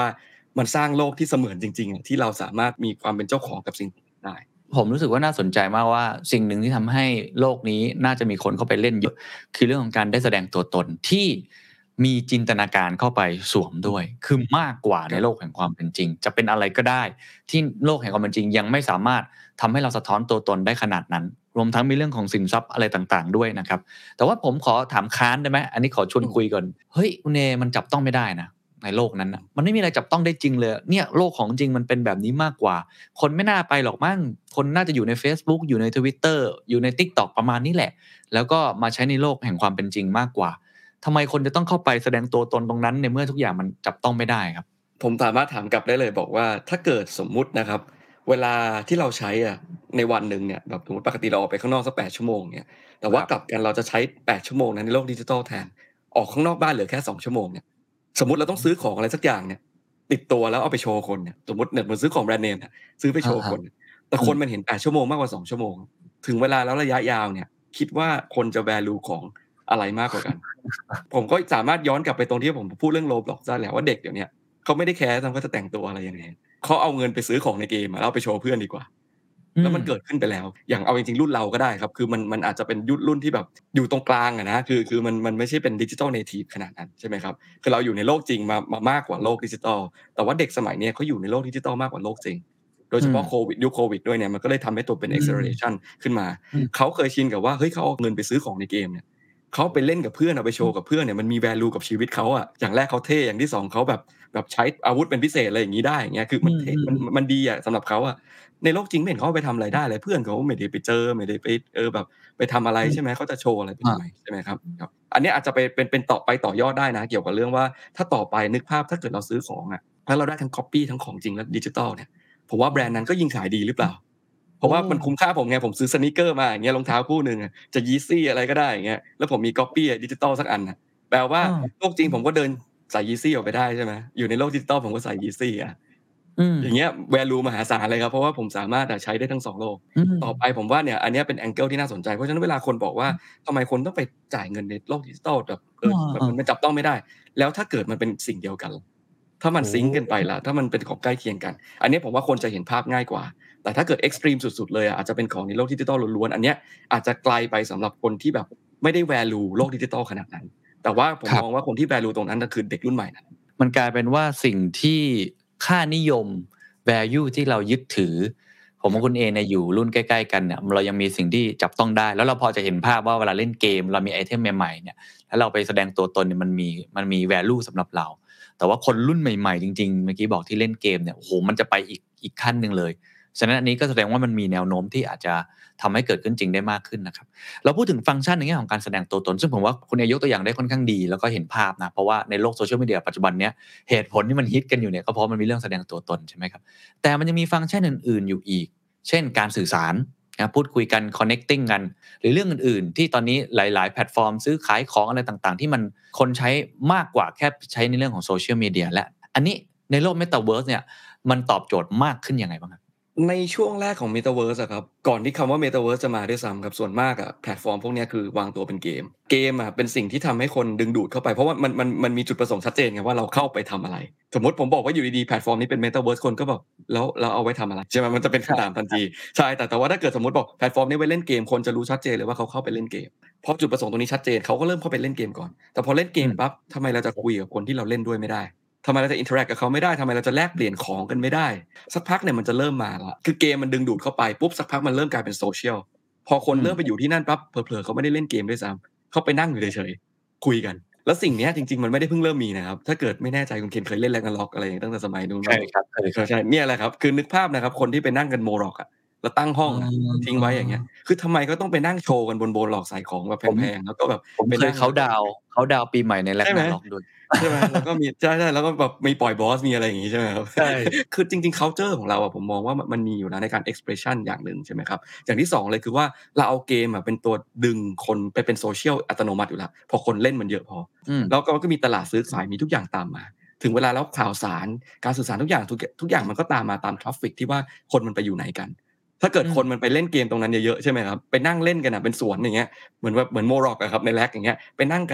มันสร้างโลกที่เสมือนจริงๆที่เราสามารถมีความเป็นเจ้าของกับสิ่งได้ผมรู้สึกว่าน่าสนใจมากว่าสิ่งหนึ่งที่ทำให้โลกนี้น่าจะมีคนเข้าไปเล่นเยอะคือเรื่องของการได้แสดงตัวตนที่มีจินตนาการเข้าไปสวมด้วยคือมากกว่าในโลกแห่งความเป็นจริงจะเป็นอะไรก็ได้ที่โลกแห่งความเป็นจริงยังไม่สามารถทำให้เราสะท้อนตัวตนได้ขนาดนั้นรวมทั้งมีเรื่องของสินทรัพย์อะไรต่างๆด้วยนะครับแต่ว่าผมขอถามค้านได้ไหมอันนี้ขอชวนคุยก่อนเฮ้ยคุณเอมันจับต้องไม่ได้นะในโลกนั้นนะมันไม่มีอะไรจับต้องได้จริงเลยเนี่ยโลกของจริงมันเป็นแบบนี้มากกว่าคนไม่น่าไปหรอกมั้งคนน่าจะอยู่ใน Facebook อยู่ใน Twitter อยู่ใน TikTok ประมาณนี้แหละแล้วก็มาใช้ในโลกแห่งความเป็นจริงมากกว่าทำไมคนจะต้องเข้าไปแสดงตัวตนตรงนั้นในเมื่อทุกอย่างมันจับต้องไม่ได้ครับผมสามารถถามกลับได้เลยบอกว่าถ้าเกิดสมมุตินะครับเวลาที่เราใช้อะในวันหนึ่งเนี่ยแบบสมมุติปกติเราออกไปข้างนอกสักแปดชั่วโมงเนี่ยแต่ว่ากลับกันเราจะใช้แปดชั่วโมงนั้นในโลกดิจิทัลแทนออกข้างนอกบ้านเหลือแค่สองชั่วโมงเนี่ยสมมุติเราต้องซื้อของอะไรสักอย่างเนี่ยติดตัวแล้วเอาไปโชว์คนเนี่ยสมมุติเนี่ยเหมือนซื้อของแบรนด์เนมเนี่ยซื้อไปโชว์คนแต่คนมันเห็นแปดชั่วโมงมากกว่าสองชั่วโมงถึงเวลาแล้วระยะยาวเนี่ยคิดว่าคนจะ value ของอะไรมากกว่ากันผมก็สามารถย้อนกลับไปตรงที่ผมพูดเรื่อง Roblox ได้แหละว่าเด็กเดี๋ยวนี้เขาไม่ได้แคร์ว่าเขาจะแต่งตัวอะไรยังไงเขาเอาเงินไปซื้อของในเกมแล้วเอาไปโชว์เพื่อนดีกว่าแล้วมันเกิดขึ้นไปแล้วอย่างเอาจริงๆรุ่นเราก็ได้ครับคือมันมันอาจจะเป็นยุครุ่นที่แบบอยู่ตรงกลางอะนะคือคือมันมันไม่ใช่เป็น Digital Native ขนาดนั้นใช่ไหมครับคือเราอยู่ในโลกจริงมามามากกว่าโลกดิจิทัลแต่ว่าเด็กสมัยนี้เขาอยู่ในโลกดิจิทัลมากกว่าโลกจริงโดยเฉพาะโควิดยุคโควิดด้วยเนี่ยมันก็เลยทำให้ตัวเป็น acceleration ขึ้นมาเขาเคยชินกับว่าเฮ้ยเขาเอาเงินไปซื้อของในเกมเนี่ยเขาไปเล่นกับเพื่อนเอาไปโชว์กับเพื่อนเนี่ยมันมี value กับชีวิตเขาอะอย่างแรกเขาเท่อย่างที่สองเขาแบบแบบใช้อาวุธเป็นพิเศษอะไรอย่างงี้ได้อย่างเงี้ยคือมันเท่มันมันดีอะสำหรับเขาอะในโลกจริงไม่เห็นเขาเอาไปทำอะไรได้เลยเพื่อนเขาไม่ได้ไปเจอไม่ได้ไปเออแบบไปทำอะไรใช่ไหมเขาจะโชว์อะไรไปทำไมใช่ไหมครับครับอันนี้อาจจะไปเป็นเป็นต่อไปต่อยอดได้นะเกี่ยวกับเรื่องว่าถ้าต่อไปนึกภาพถ้าเกิดเราซื้อของอะแล้วเราได้ทั้ง copy ทั้งของจริงและดิจิทัลเนี่ยผมว่าแบรนด์นั้นก็ยิ่งขายดีหรือเปล่าเพราะว่ามันคุ้มค่าผมไงผมซื้อสนีกเกอร์มาอย่างเงี้ยรองเท้าคู่นึงอะจะ Yeezy อะไรก็ได้อย่างเงี้ยแล้วผมมี copy ดิจิทัลสักอันน่ะแปลว่าโลกจริงผมก็เดินใส่ Yeezy ออกไปได้ใช่ไหมอยู่ในโลกดิจิทัลผมก็ใส่ Yeezy อะอย่างเงี้ย value มหาศาลเลยครับเพราะว่าผมสามารถใช้ได้ทั้งสองโลกต่อไปผมว่าเนี่ยอันนี้เป็น angle ที่น่าสนใจเพราะฉะนั้นเวลาคนบอกว่าทำไมคนต้องไปจ่ายเงินในโลกดิจิทัลแบบเออแบบมันจับต้องไม่ได้แล้วถ้าเกิดมันเป็นสิ่งเดียวกันถ้ามันซิงค์กันไปล่ะถ้ามันเป็นของใกล้เคียงกันอันนี้ผมว่าคนจะเห็นภาพง่ายกว่าแต่ถ้าเกิด extreme สุดๆเลยอาจจะเป็นของในโลกดิจิทัลล้วนๆอันเนี้ยอาจจะไกลไปสำหรับคนที่แบบไม่ได้ value โลกดิจิทัลขนาดนั้นแต่ว่าผมมองว่าคนที่ value ตรงนั้นก็คือเด็กรุ่นใหม่นั้นมันกลายเป็นว่าสิ่งที่ค่านิยม value ที่เรายึดถือผมกับคุณเอเนี่ยอยู่รุ่นใกล้ๆกันเนี่ยเรายังมีสิ่งที่จับต้องได้แล้วเราพอจะเห็นภาพว่าเวลาเล่นเกมเรามีไอเทมใหม่ๆเนี่ยแล้วเราไปแสดงตัวตนเนี่ยมันมีมันมี value สำหรับเราแต่ว่าคนรุ่นใหม่ๆจริงๆเมื่อกี้บอกที่เล่นเกมเนี่ยโอ้โหมันจะไปอีกอีกขั้นนึงเลยฉะนั้นอันนี้ก็แสดงว่ามันมีแนวโน้มที่อาจจะทำให้เกิดขึ้นจริงได้มากขึ้นนะครับเราพูดถึงฟังก์ชันในแง่ของการแสดงตัวตนซึ่งผมว่าคุณเอยกตัวอย่างได้ค่อนข้างดีแล้วก็เห็นภาพนะเพราะว่าในโลกโซเชียลมีเดียปัจจุบันเนี้ยเหตุผลที่มันฮิตกันอยู่เนี่ยก็เพราะมันมีเรื่องแสดงตัวตนใช่ไหมครับแต่มันยังมีฟังก์ชันอื่นๆอยู่อีกเช่นการสื่อสารนะพูดคุยกัน connecting กันหรือเรื่องอื่นๆที่ตอนนี้หลายๆแพลตฟอร์มซื้อขายของอะไรต่างๆที่มันคนใช้มากกว่าแค่ใช้ในเรื่องของโซเชียลมีเดียและอันนี้ในโลก Metaverse เนี่ยมันตอบโจทย์มากขึ้นยังไงบ้างครับในช่วงแรกของ Metaverse อะครับก่อนที่คำว่า Metaverse จะมาด้วยซ้ำครับส่วนมากอะแพลตฟอร์มพวกนี้คือวางตัวเป็นเกมเกมอะเป็นสิ่งที่ทำให้คนดึงดูดเข้าไปเพราะว่ามันมันมันมีจุดประสงค์ชัดเจนไงว่าเราเข้าไปทำอะไรสมมติผมบอกว่าอยู่ดีๆแพลตฟอร์มนี้เป็น Metaverse คนก็แบบแล้วเราเอาไว้ทำอะไรใช่ไหมมันจะเป็นคำถามทันทีใช่แต่แต่ว่าถ้าเกิดสมมติบอกแพลตฟอร์มนี้ไว้เล่นเกมคนจะรู้ชัดเจนเลยว่าเขาเข้าไปเล่นเกมเพราะจุดประสงค์ตรงนี้ชัดเจนเขาก็เริ่มเข้าไปเล่นเกมก่อนแต่พอเล่นเกมปั๊บทำไมเราจะคุยกับคนที่เราเล่นด้วยไม่ได้ทำไมเราจะอินเทอร์แอคกับเขาไม่ได้ทำไมเราจะแลกเปลี่ยนของกันไม่ได้สักพักเนี่ยมันจะเริ่มมาละคือเกมมันดึงดูดเข้าไปปุ๊บสักพักมันเริ่มกลายเป็นโซเชียลพอคนเริ่มไปอยู่ที่นั่นปั๊บเผลอๆเขาไม่ได้เล่นเกมด้วยซ้ำเขาไปนั่งอยู่เฉยๆคุยกันแล้วสิ่งนี้จริงๆมันไม่ได้เพิ่งเริ่มมีนะครับถ้าเกิดไม่แน่ใจคุณเคนเคยเล่นแร็กนาร็อกอะไรตั้งแต่สมัยนู้นใช่ครับใช่ครับใช่เนี่ยแหละครับคือนึกภาพนะครับคนที่ไปนั่งกันโมร็อกอะแล้วตั้งห้องทิ้งไว้อย่างเงี้ยคือทำไมเขาต้องไปนั่งโชว์กันบนโบนหลอกใส่ของแบบแพงๆแล้วก็แบบผมเคยเขาดาวเขาดาวปีใหม่ในแร็กนาร็อกด้วยใช่ไหมแล้วก็มีใช่ๆแล้วก็แบบมีปล่อยบอสมีอะไรอย่างงี้ใช่ไหมครับใช่คือจริงๆ culture ของเราอะผมมองว่ามันมีอยู่แล้วในการ expression อย่างหนึ่งใช่ไหมครับอย่างที่สองเลยคือว่าเราเอาเกมอะเป็นตัวดึงคนไปเป็น social อัตโนมัติอยู่แล้วพอคนเล่นมันเยอะพอแล้วก็มีตลาดซื้อขายมีทุกอย่างตามมาถึงเวลาแล้วข่าวสารการสื่อสารทุกอย่างทุกทุกอย่างมันก็ตามมาตาม traffic ที่ว่าคนมันไปอยู่ไหนกันถ้าเกิดคนมันไปเล่นเกมตรงนั้นเยอะๆใช่ไหมครับไปนั่งเล่นกันอะเป็นสวนอย่างเงี้ยเหมือนแบบเหมือน Morock อะครับใน Rack อย่างเงี้ยไปนั่งกันอะ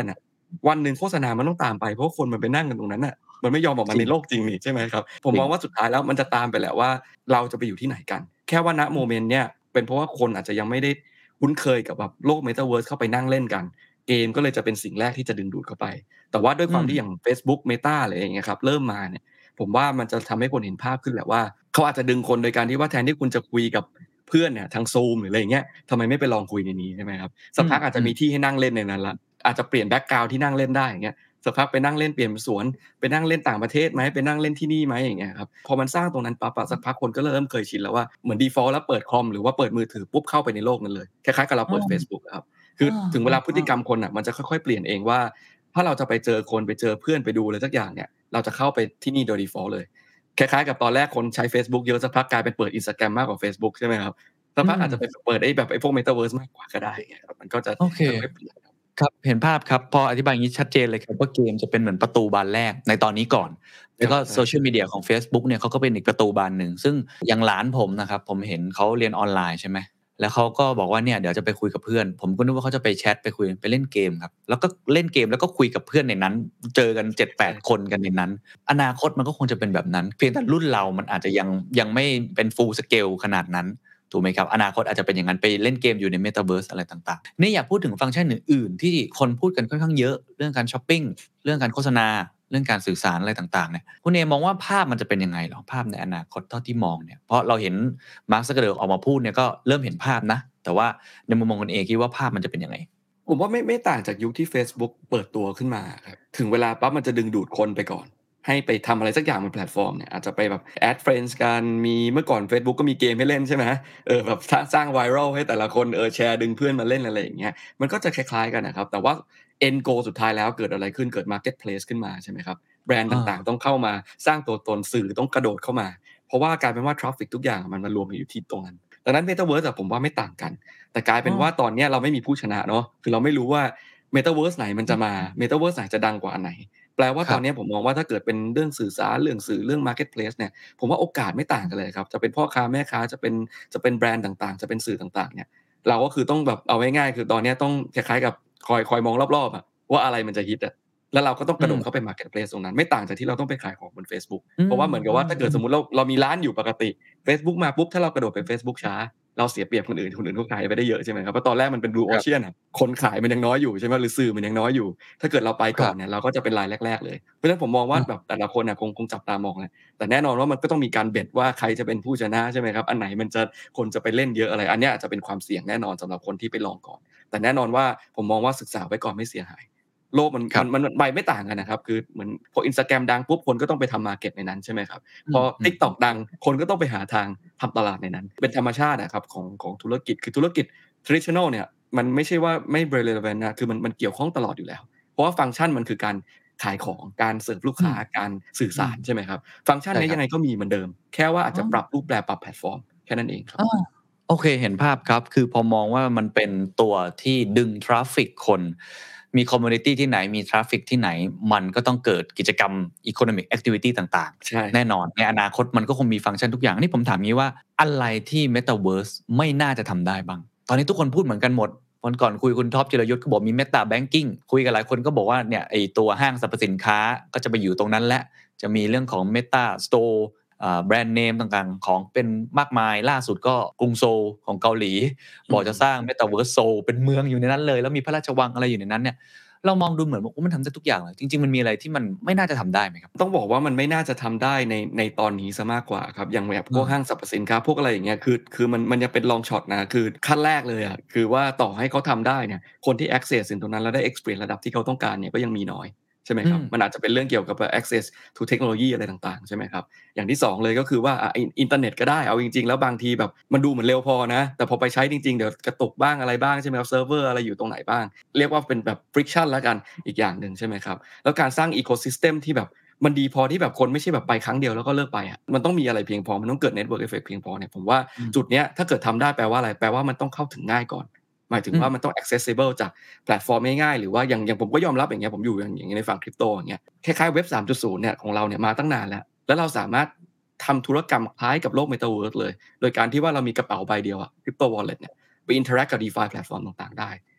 วันหนึ่งโฆษณามันต้องตามไปเพราะคนมันไปนั่งกันตรงนั้นน่ะมันไม่ยอมออกมาจริงในโลกจริงนี่ใช่ไหมครับผมจริงมองว่าสุดท้ายแล้วมันจะตามไปแหละว่าเราจะไปอยู่ที่ไหนกันแค่ว่าณโมเมนต์เนี้ยเป็นเพราะว่าคนอาจจะยังไม่ได้คุ้นเคยกับแบบโลก Metaverse เข้าไปนั่งเล่นกันเกมก็เลยจะเป็นสิ่งแรกที่จะดึงดูดเข้าไปแต่ว่าด้วยคอืมวามที่อย่างเฟซบุ๊ก Meta หรืออะไรอย่างเงี้ยครับเริ่มมาเนี่ยผมว่ามันจะทำให้คนเห็นภาพขึ้นแหละว่าเขาอาจจะดึงคนโดยการที่ว่าแทนที่คุณจะคุยกับเพื่อนเนี่ยทาง Zoom หรืออะไรอย่างเงี้ยทำไมไม่ไปลองคุยในนี้ใช่ไหมครับสักพักอาจจะมีที่ให้นั่งเล่นในนั้นแล้วอาจจะเปลี่ยนแบ็กกราวนด์ที่นั่งเล่นได้อย่างเงี้ย สักพักไปนั่งเล่นเปลี่ยนเป็นสวนไปนั่งเล่นต่างประเทศไหมไปนั่งเล่นที่นี่ไหมอย่างเงี้ยครับพอมันสร้างตรงนั้นปั๊บอะสักพักคนก็เริ่มเคยชินแล้วว่าเหมือน default แล้วเปิดคอมหรือว่าเปิดมือถือปุ๊บเข้าไปในโลกนั้นเลยคล้ายๆกับเราเปิดเฟซเออบุ๊กอะครับคือถึงเวลาพฤติกรรมคนน่ะมันจะค่อยๆเปลี่ยนเองว่าถ้าเราจะไปเจอคนไปเจอเพื่อนไปดูอะไรสักอย่างเนี่ยเราจะเข้าไปที่นี่โดย default เลยคล้ายๆกับตอนแรกคนใช้เฟซบุ๊กเยอะสักพักกลายเป็นเปิด Instagram มากกว่าเฟซบุ๊กใช่ไหมครับสักอืมพักอาจจะไปเปิดไอ้แบบไอ้พวก Metaverse มากกว่าก็ได้อย่างเงี้ยครับมันก็จะโอเคค่อยๆเปลี่ยนครับครับเห็นภาพครับพออธิบายอย่างนี้ชัดเจนเลยครับว่าเกมจะเป็นเหมือนประตูบานแรกในตอนนี้ก่อนแล้วก็ครับใช่โซเชียลมีเดียของเฟซบุ๊กเนี่ยเขาก็เป็นอีกประตูบานหนึ่งซึ่งอย่างหลานผมนะครับผมเห็นเขาเรียนออนไลน์ใช่ไหมแล้วเขาก็บอกว่าเนี่ยเดี๋ยวจะไปคุยกับเพื่อนผมก็นึกว่าเขาจะไปแชทไปคุยไปเล่นเกมครับแล้วก็เล่นเกมแล้วก็คุยกับเพื่อนในนั้นเจอกันเจ็ดแปดคใช่นกันในนั้นอนาคตมันก็คงจะเป็นแบบนั้นเพียงแต่รุ่นเรามันอาจจะยังยังไม่เป็น full scale ขนาดนั้น ถูกไหมครับอนาคตอาจจะเป็นอย่างนั้นไปเล่นเกมอยู่ใน Metaverse อะไรต่างๆนี่อยากพูดถึงฟังก์ชันอื่นๆที่คนพูดกันค่อนข้างเยอะเรื่องการช้อปปิ้งเรื่องการโฆษณาเรื่องการสื่อสารอะไรต่างๆเนี่ยคุณเอมองว่าภาพมันจะเป็นยังไงเหรอภาพในอนาคตเท่าที่มองเนี่ยเพราะเราเห็นมาร์คซักเคอร์เบิร์กออกมาพูดเนี่ยก็เริ่มเห็นภาพนะแต่ว่าในมุมมองคุณเอคิดว่าภาพมันจะเป็นยังไงผมว่าไม่ไม่ต่างจากยุคที่เฟซบุ๊กเปิดตัวขึ้นมาครับถึงเวลาปั๊บมันจะดึงดูดคนไปก่อนให้ไปทำอะไรสักอย่างบนแพลตฟอร์มเนี่ยอาจจะไปแบบ add friends กันมีเมื่อก่อนเฟซบุ๊กก็มีเกมให้เล่นใช่ไหมเออแบบสร้างสร้าง viral ให้แต่ละคนเออแชร์ดึงเพื่อนมาเล่นอะไรอย่างเงี้ยมันก็จะคล้ายๆกันนะครับแต่ว่า end goal สุดท้ายแล้วเกิดอะไรขึ้นเกิด marketplace ขึ้นมาใช่ไหมครับแบรนด์ต่างอาๆต้องเข้ามาสร้างตัวตนสื่อต้องกระโดดเข้ามาเพราะว่ากลายเป็นว่าทราฟฟิกทุกอย่างมันมารวมกันอยู่ที่ตรงนั้นดังนั้น Metaverse อะผมว่าไม่ต่างกัน แต่กลายเป็นอ้อว่าตอนเนี้ยเราไม่มีผู้ชนะเนาะคือเราไม่รู้ว่า Metaverse ไหนมันจะมา Metaverse ไหนจะดังกว่าอันไหนแปลว่าตอนเนี้ยครับผมมองว่าถ้าเกิดเป็นเรื่องสื่อสารเรื่องสื่อเรื่อง Marketplace เนี่ยผมว่าโอกาสไม่ต่างกันเลยครับจะเป็นพ่อค้าแม่ค้าจะเป็นจะเป็นแบรนด์ต่างๆจะเป็นสื่อต่างๆเนี่ยเราก็คือต้องแบบเอาง่ายๆคือตอนเนี้ยต้องคล้ายๆกับคอยคอยมองรอบๆอะว่าอะไรมันจะฮิตอะแล้วเราก็ต้องกระโดดเข้าอืมไป Marketplace ตรงนั้นไม่ต่างจากที่เราต้องไปขายของบนเฟซบุ๊กอืเพราะว่าเหมือนกับว่าถ้าเกิดสมมุติมเราเรามีร้านอยู่ปกติเฟซบุ๊กมาปุ๊บถ้าเรากระโดดไปเฟซบุ๊กช้า เราเสียเปรียบคนอื่นคนอื่นเขาขายไปได้เยอะใช่ไหมครับเพราะตอนแรกมันเป็น Blue ๆครับ Ocean อะคนขายมันยังน้อยอยู่ใช่ไหมหรือสื่อมันยังน้อยอยู่ถ้าเกิดเราไปก่อนเนี่ยครับเราก็จะเป็นรายแรกๆเลยเพราะฉะนั้นผมมองว่าอาแบบแต่ละคนน่ะคงคงจับตามองแหละแต่แน่นอนว่ามันก็ต้องมีการเบ็ตว่าใครจะเป็นผู้ชนะใช่ไหมครับอันไหนมันจะคนจะไปเล่นเยอะอะไรอันเนี้ยอาจจะเป็นความเสี่ยงแน่นอนสำหรับคนที่ไปลองก่อนแต่แน่นอนว่าผมมองว่าศึกษาไว้ก่อนไม่เสียหายโลกมันมันมันครับมันไปไม่ต่างกันนะครับคือเหมือนพอ Instagram ดังปุ๊บคนก็ต้องไปทำ market ในนั้นใช่ไหมครับอืพอ TikTok มดังคนก็ต้องไปหาทางทำตลาดในนั้นเป็นธรรมชาติอะครับของของธุรกิจคือธุรกิจ traditional เนี่ยมันไม่ใช่ว่าไม่ relevant นะคือมันมันเกี่ยวข้องตลอดอยู่แล้วเพราะว่าฟังก์ชันมันคือการขายของการเสิร์ฟลูกค้าๆอืมการสื่ออืมสารใช่ไหมครับฟังก์ชันใช่ครับเนี้ยยังไงก็มีเหมือนเดิมแค่ว่าอาจอ๋อจะปรับรูปแบบปรับแพลตฟอร์มแค่นั้นเองครับอาโอเคเห็นภาพครับคือพอมองว่ามันเป็นตัวที่ดึงทราฟฟิกคนมีคอมมิวนิตีที่ไหนมีทราฟฟิกที่ไหนมันก็ต้องเกิดกิจกรรม Economic Activity ต่างใช่ๆแน่นอนในอนาคตมันก็คงมีฟังก์ชันทุกอย่างนี่ผมถามงี้ว่าอะไรที่ Metaverse ไม่น่าจะทำได้บ้างตอนนี้ทุกคนพูดเหมือนกันหมดวันก่อนคุยคุณท็อปจิรยุทธ์ก็บอกมี Meta Banking คุยกับหลายคนก็บอกว่าเนี่ยไอ้ตัวห้างสรรพสินค้าก็จะไปอยู่ตรงนั้นแล้วจะมีเรื่องของ Meta Store อ่าแบรนด์เนมต่างๆของเป็นมากมายล่าสุดก็กรุงโซลของเกาหลีอืมบอกจะสร้าง Metaverse โซลเป็นเมืองอยู่ในนั้นเลยแล้วมีพระราชวังอะไรอยู่ในนั้นเนี่ยเรามองดูเหมือนว่าโอ้มันทำได้ทุกอย่างเลยจริงๆมันมีอะไรที่มันไม่น่าจะทำได้ไหมครับต้องบอกว่ามันไม่น่าจะทำได้ในในตอนนี้เสียมากกว่าครับอย่างแบบพวกห้างเออสรรพสินค้าพวกอะไรอย่างเงี้ยคือคือมันมันยังเป็น long shot นะคือขั้นแรกเลยอะคือว่าต่อให้เขาทำได้เนี่ยคนที่ access สิ่งตรงนั้นแล้วได้ experience ระดับที่เขาต้องการเนี่ยก็ยังมีน้อยใช่ไหมอืมครับมันอาจจะเป็นเรื่องเกี่ยวกับว่า access to เทคโนโลยีอะไรต่างๆใช่ไหมครับอย่างที่สองเลยก็คือว่าอ่าอินอินเทอร์เน็ตก็ได้เอาจริงๆแล้วบางทีแบบมันดูเหมือนเร็วพอนะแต่พอไปใช้จริงๆเดี๋ยวกระตุกบ้างอะไรบ้างใช่ไหมครับเซิร์ฟเวอร์อะไรอยู่ตรงไหนบ้างเรียกว่าเป็นแบบ friction แล้วกันอีกอย่างหนึ่งใช่ไหมครับแล้วการสร้าง ecosystem ที่แบบ มันดีพอที่แบบคนไม่ใช่แบบไปครั้งเดียวแล้วก็เลิกไปอะมันต้องมีอะไรเพียงพอมันต้องเกิด network effect เพียงพอเนี่ยผมว่าอืมจุดเนี้ยถ้าเกิดทำได้แปลว่าอะไรแปลว่ามันต้องเข้าถึงง่ายก่อนหมายถึงอืมว่ามันต้อง accessible จากแพลตฟอร์มง่ายๆหรือว่าอย่างอย่างผมก็ยอมรับอย่างเงี้ยผมอยู่อย่างอย่างในฝั่ง crypto อย่างเงี้ยคล้ายๆเว็บ สามจุดศูนย์ เนี่ยของเราเนี่ยมาตั้งนานแล้วแล้วเราสามารถทำธุรกรรมคล้ายกับโลก Metaverse เลยโดยการที่ว่าเรามีกระเป๋าใบเดียวอะ crypto wallet เนี่ยไป interact กับ DeFi แพลตฟอร์มต่างๆได้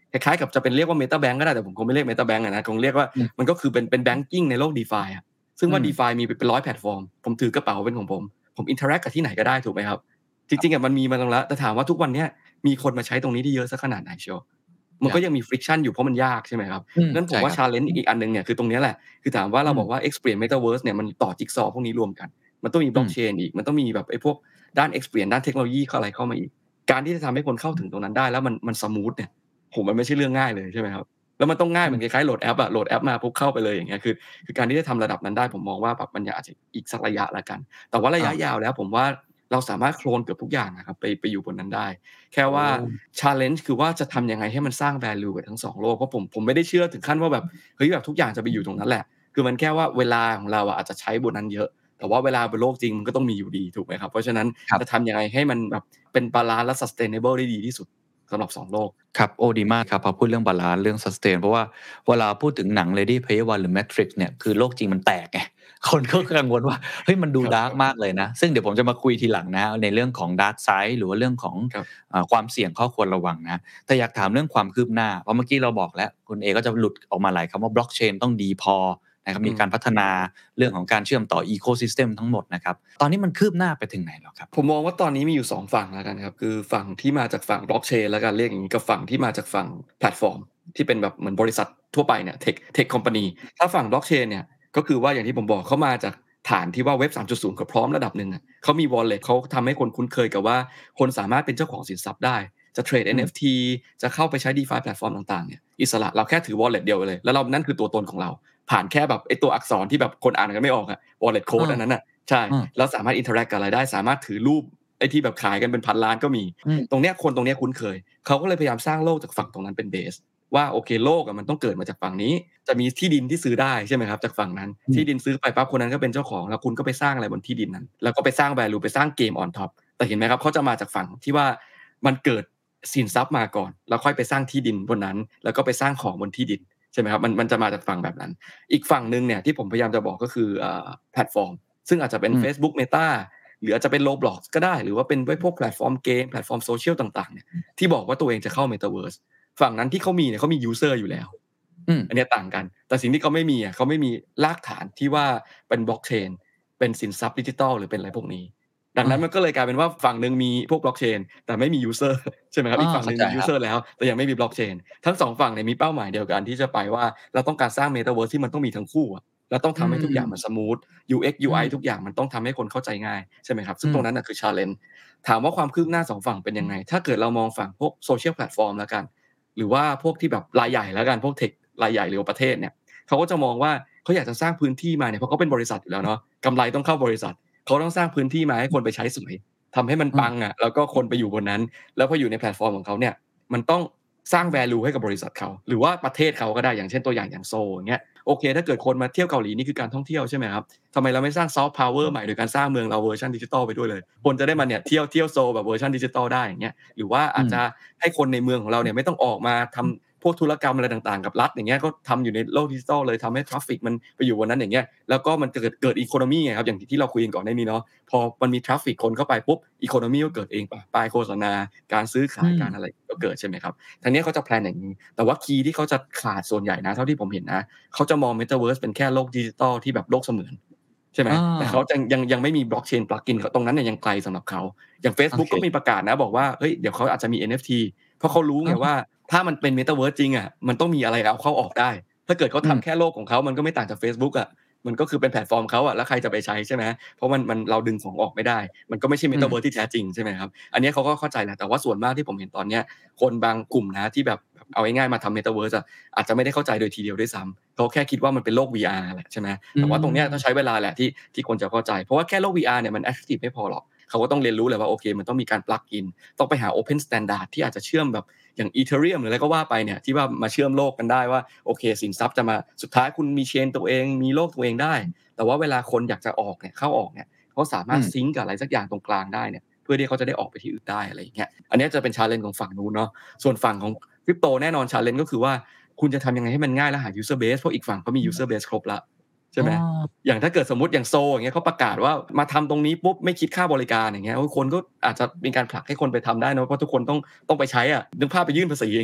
คล้ายๆกับจะเป็นเรียกว่า Meta Bank ก็ได้แต่ผมคงไม่เรียก Meta Bank อะนะคงเรียกว่าอืมมันก็คือเป็นเป็น banking ในโลก DeFi อะซึ่งว่าอืม DeFi มีเป็นร้อยแพลตฟอร์มผมถือกระเป๋าเป็นของผมผม interact กับที่ไหนก็ได้ถูกไหมครับจริงๆอะมันมีมาแล้วแต่ถามว่าทุกวันเนี้ยมีคนมาใช้ตรงนี้ได้เยอะสักขนาดไหนเชียวมันครับก็ยังมี friction อยู่เพราะมันยากใช่ไหมครับอืมนั้นผมว่าใช่ครับ challenge อีกอันหนึ่งเนี่ยคือตรงเนี้ยแหละคือถามว่าเราอืมบอกว่า experience Metaverse เนี่ยมันต่อจิ๊กซอว์พวกนี้รวมกันมันต้องมีอืม blockchain อีกมันต้องมีแบบไอ้พวกด้าน experience ด้านเทคโนโลยีเข้าอะไรเข้ามาอีกการที่จะทำให้คนเข้าถึงตรงนั้นได้แล้วมันมันสมูทเนี่ยโอ้โฮมันไม่ใช่เรื่องง่ายเลยใช่ไหมครับแล้วมันต้องง่ายเหมือนคล้ายๆโหลดแอปอะโหลดแอปมาปุ๊บเข้าไปเลยอย่างเงี้ยคือคือการที่จะทำระดับนั้นได้ผมมองว่าแบบมันอาจจะอีกสักระยะแล้วกันแต่ว่าระยะอายาวแล้วผมว่าเราสามารถโคลนเกือบทุกอย่างอะครับไปไปอยู่บนนั้นได้แค่โอ้ว่า challenge คือว่าจะทำยังไงให้มันสร้าง value กับทั้งสองโลกเพราะผมผมไม่ได้เชื่อถึงขั้นว่าแบบเฮ้ยแบบทุกอย่างจะไปอยู่ตรงนั้นแหละคือมันแค่ว่าเวลาของเราอะอาจจะใช้บนนั้นเยอะแต่ว่าเวลาบนโลกจริงมันก็ต้องมีอยู่ดีถูกไหมครับเพราะฉะนั้นครับจะทำยังไงให้มันแบบเป็นบาลันซ์และ sustainable ได้ดีที่สุดสำหรับสองโลกครับโอ้ดีมากครับพอพูดเรื่องบาลานซ์เรื่อง sustain เพราะว่าเวลาพูดถึงหนัง Ready Player One หรือ Matrix เนี่ยคือโลกจริงมันแตกไงคนก็กังวลว่าเฮ้ยมันดูคดาร์กรับมากเลยนะซึ่งเดี๋ยวผมจะมาคุยทีหลังนะในเรื่องของ Dark Side หรือว่าเรื่องของๆครับอ่าความเสี่ยงข้อควรระวังนะแต่อยากถามเรื่องความคืบหน้าเพราะเมื่อกี้เราบอกแล้วคุณเอก็จะหลุดออกมาหลายคำว่า Blockchain ต้องดีพอนะครับอืมมีการพัฒนาเรื่องของการเชื่อมต่อ Ecosystem ทั้งหมดนะครับตอนนี้มันคืบหน้าไปถึงไหนแล้วครับผมมองว่าตอนนี้มีอยู่สองฝั่งแล้วกันครับคือฝั่งที่มาจากฝั่ง Blockchain แล้วกันเรียกอย่างงี้กับฝั่งที่มาจากฝั่งแพลตฟอร์มที่เป็นแบบเหมือนบริษัททั่วไปเนี่ย Tech Tech Company ถ้าฝั่ง Blockchain เนี่ยก็คือว่าอย่างที่ผมบอกเขามาจากฐานที่ว่าเว็บ สามจุดศูนย์ เขาพร้อมระดับหนึ่งอะเขามี Wallet เขาทำให้คนคุ้นเคยกับว่าคนสามารถเป็นเจ้าของสินทรัพย์ได้จะเทรดอืเอ็น เอฟมที จะเข้าไปใช้ DeFi แพลตฟอร์มต่างๆเนี่ยอิสระเราแค่ถือ Wallet เดียวเลยแล้วเรานั่นคือตัวตนของเราผ่านแค่แบบไอ้ตัวอักษรที่แบบคนอ่านกันไม่ออกอะ Wallet เอ Code ออันนั้นน่ะใช่เออแล้วสามารถ interact กับอะไรได้สามารถถือรูป ไอ้ที่แบบขายกันเป็นพันล้านก็มีอืมตรงเนี้ยคนตรงเนี้ยคุ้นเคยเขาก็เลยพยายามสร้างโลกจากฝั่งตรงนั้นเป็นเบสว่าโอเคโลกอะมันต้องเกิดมาจากฝั่งนี้จะมีที่ดินที่ซื้อได้ใช่ไหมครับจากฝั่งนั้นอืมที่ดินซื้อไปปั๊บคนนั้นก็เป็นเจ้าของแล้วคุณก็ไปสร้างอะไรบนที่ดินนั้นแล้วก็ไปสร้าง value ไปสร้างเกม on top แต่เห็นไหมครับเขาจะมาจากฝั่งที่ว่ามันเกิดสินทรัพย์มาก่อนแล้วค่อยไปสร้างที่ดินบนนั้นแล้วก็ไปสร้างของบนที่ดินใช่ไหมครับมันมันจะมาจากฝั่งแบบนั้นอีกฝั่งหนึ่งเนี่ยที่ผมพยายามจะบอกก็คืออ่าแพลตฟอร์มซึ่งอาจจะเป็นอืมเฟซบุ๊ก Meta หรืออาจจะเป็น Roblox ก็ได้หรือว่าเป็นไว้พวกแพลตฟอร์มเกมแพลตฟอร์ม Social ต่างๆเนี่ยที่บอกว่าตัวเองจะเข้า Metaverse ฝั่งนั้นที่เขามีเนี่ยเขามี user อยู่แล้วอืมอันเนี้ยต่างกันแต่สิ่งที่เขาไม่มีอะเขาไม่มีรากฐานที่ว่าเป็น Blockchain เป็นสินทรัพย์ดิจิทัลหรือเป็นอะไรพวกนี้ดังนั้นมันก็เลยกลายเป็นว่าฝั่งหนึ่งมีพวก Blockchain แต่ไม่มี user ใช่ไหมครับอาอีกฝั่งหนึ่งมีเข้าใจครับ user แล้วแต่ยังไม่มี Blockchain ทั้งสองฝั่งเนี่ยมีเป้าหมายเดียวกันที่จะไปว่าเราต้องการสร้าง Metaverse ที่มันต้องมีทั้งคู่อะแล้วต้องอืทำให้ทุกอย่างมันมสมูท ยู เอ็กซ์ ยู ไออืมทุกอย่างมันต้องทำให้คนเข้าใจง่ายใช่ไหมครับซึ่อืมงตรงนั้นน่ะคือ challenge ถามว่าความคืบหน้าสองฝั่งเป็นยังไงถ้าเกิดเรามองฝั่งพวก social platform แล้วกันหรือว่าพวกที่แบบรายใหญ่แล้วกันพวกเทครายใหญ่หรือว่าประเทศเนี่ยเขาก็จะมองว่าเขาอยากจะสร้างพื้นที่มาเนี่ยเพราะเขาเป็นบริษัทอยู่แล้วเนาะกำไรต้องเข้าบริษัทเขาต้องสร้างพื้นที่มาให้คนไปใช้สอยทำให้มันอืมปังอะแล้วก็คนไปอยู่บนนั้นแล้วพออยู่ในแพลตฟอร์มของเขาเนี่ยมันต้องสร้าง value ให้กับบริษัทเขาหรือว่าประเทศเขาก็ได้อย่างเช่นตัวอย่างอย่างโซลอย่างเงี้ย โอเคถ้าเกิดคนมาเที่ยวเกาหลีนี่คือการท่องเที่ยวใช่ไหมครับทำไมเราไม่สร้างซอฟต์พาวเวอร์ใหม่โดยการสร้างเมืองเราเวอร์ชันดิจิทัลไปด้วยเลยคนจะได้มาเนี่ยเที่ยวเที่ยวโซลแบบเวอร์ชันดิจิทัลได้อย่างเงี้ยหรือว่าอาจจะอืมให้คนในเมืองของเราเนี่ยไม่ต้องออกมาทำพวกธุรกรรมอะไรต่างๆกับรัฐอย่างเงี้ยก็ทำอยู่ในโลกดิจิทัลเลยทำให้ทราฟฟิกมันไปอยู่บนนั้นอย่างเงี้ยแล้วก็มันเกิดเกิด economy ไงครับอย่างที่เราคุยกันก่อนหน้านี้เนาะพอมันมีทราฟฟิกคนเข้าไปปุ๊บ economy ก็เกิดเองปป้ายโฆษณาการซื้ออืขายมการอะไรก็เกิดใช่ไหมครับทางเนี้ยเขาจะแพลนอย่างงี้แต่ว่าคีย์ที่เขาจะขาดส่วนใหญ่นะเท่าที่ผมเห็นนะ เขาจะมอง Metaverse เป็นแค่โลกดิจิทัลที่แบบโลกเสมือนใช่ไหมอาแต่เขาจะยังยังไม่มี Blockchain Plugin เขาตรงนั้นเนี่ยยังไกลสำหรับเขาอย่างเฟซโอเคบุ๊กก็มีประกาศนะบอกว่าเฮ้ยเดี๋ยวเขาอาจจะมี เอ็น เอฟ ที เพราะเขารู้ไงอาว่าถ้ามันเป็น Metaverse จริงอะมันต้องมีอะไรเอาเข้าออกได้ถ้าเกิดเขาอืมทำแค่โลกของเขามันก็ไม่ต่างจากเฟซบุ๊กอะมันก็คือเป็นแพลตฟอร์มเขาอะแล้วใครจะไปใช้ใช่ไหมเพราะมันมันเราดึงของออกไม่ได้มันก็ไม่ใช่อืม Metaverse ที่แท้จริงใช่ไหมครับอันเนี้ยเขาก็เข้าใจแหละแต่ว่าส่วนมากที่ผมเห็นตอนเนี้ยคนบางกลุ่มนะที่แบบเอาง่ายๆมาทำ Metaverse อะ อาจจะไม่ได้เข้าใจโดยทีเดียวด้วยซ้ำเขาแค่คิดว่ามันเป็นโลก วี อาร์ แหละใช่ไหมอืแต่ว่าตรงเนี้ยต้องใช้มเวลาแหละที่ที่คนจะเข้าใจเพราะว่าแค่โลก วี อาร์ เนี่ยมัน effective ไม่พอหรอกเขาก็ต้องเรียนรู้แหละว่าโอเคมันต้องมีการ plug in ต้องไปหา open standard ที่อาจจะเชื่อมแบบอย่าง Ethereum หรืออะไรก็ว่าไปเนี่ยที่ว่ามาเชื่อมโลกกันได้ว่าโอเคสินทรัพย์จะมาสุดท้ายคุณมี chain ตัวเองมีโลกตัวเองได้แต่ว่าเวลาคนอยากจะออกเนี่ยเข้าออกเนี่ยเขาสามารถอืมซิงก์กับอะไรสักอย่างตรงกลางได้เนี่ยเพื่อที่เขาจะได้ออกไปที่อื่นได้อะไรอย่างเงี้ยอันเนี้ยจะเป็น challenge ของฝั่งนู้นเนาะส่วนฝั่งของ Crypto แน่นอน challenge ก็คือว่าคุณจะทำยังไงให้มันง่ายและหา user base เพราะอีกฝั่งเขามี user base ครบแล้วใช่อ้อไหมอย่างถ้าเกิดสมมุติอย่างโซอย่างเงี้ยเขาประกาศว่ามาทำตรงนี้ปุ๊บไม่คิดค่าบริการอย่างเงี้ยโอ้คนก็อาจจะมีการผลักให้คนไปทำได้เนาะเพราะทุกคนต้องต้องไปใช้อะนึกภาพไปยื่นภาษีอย่างเงี้ย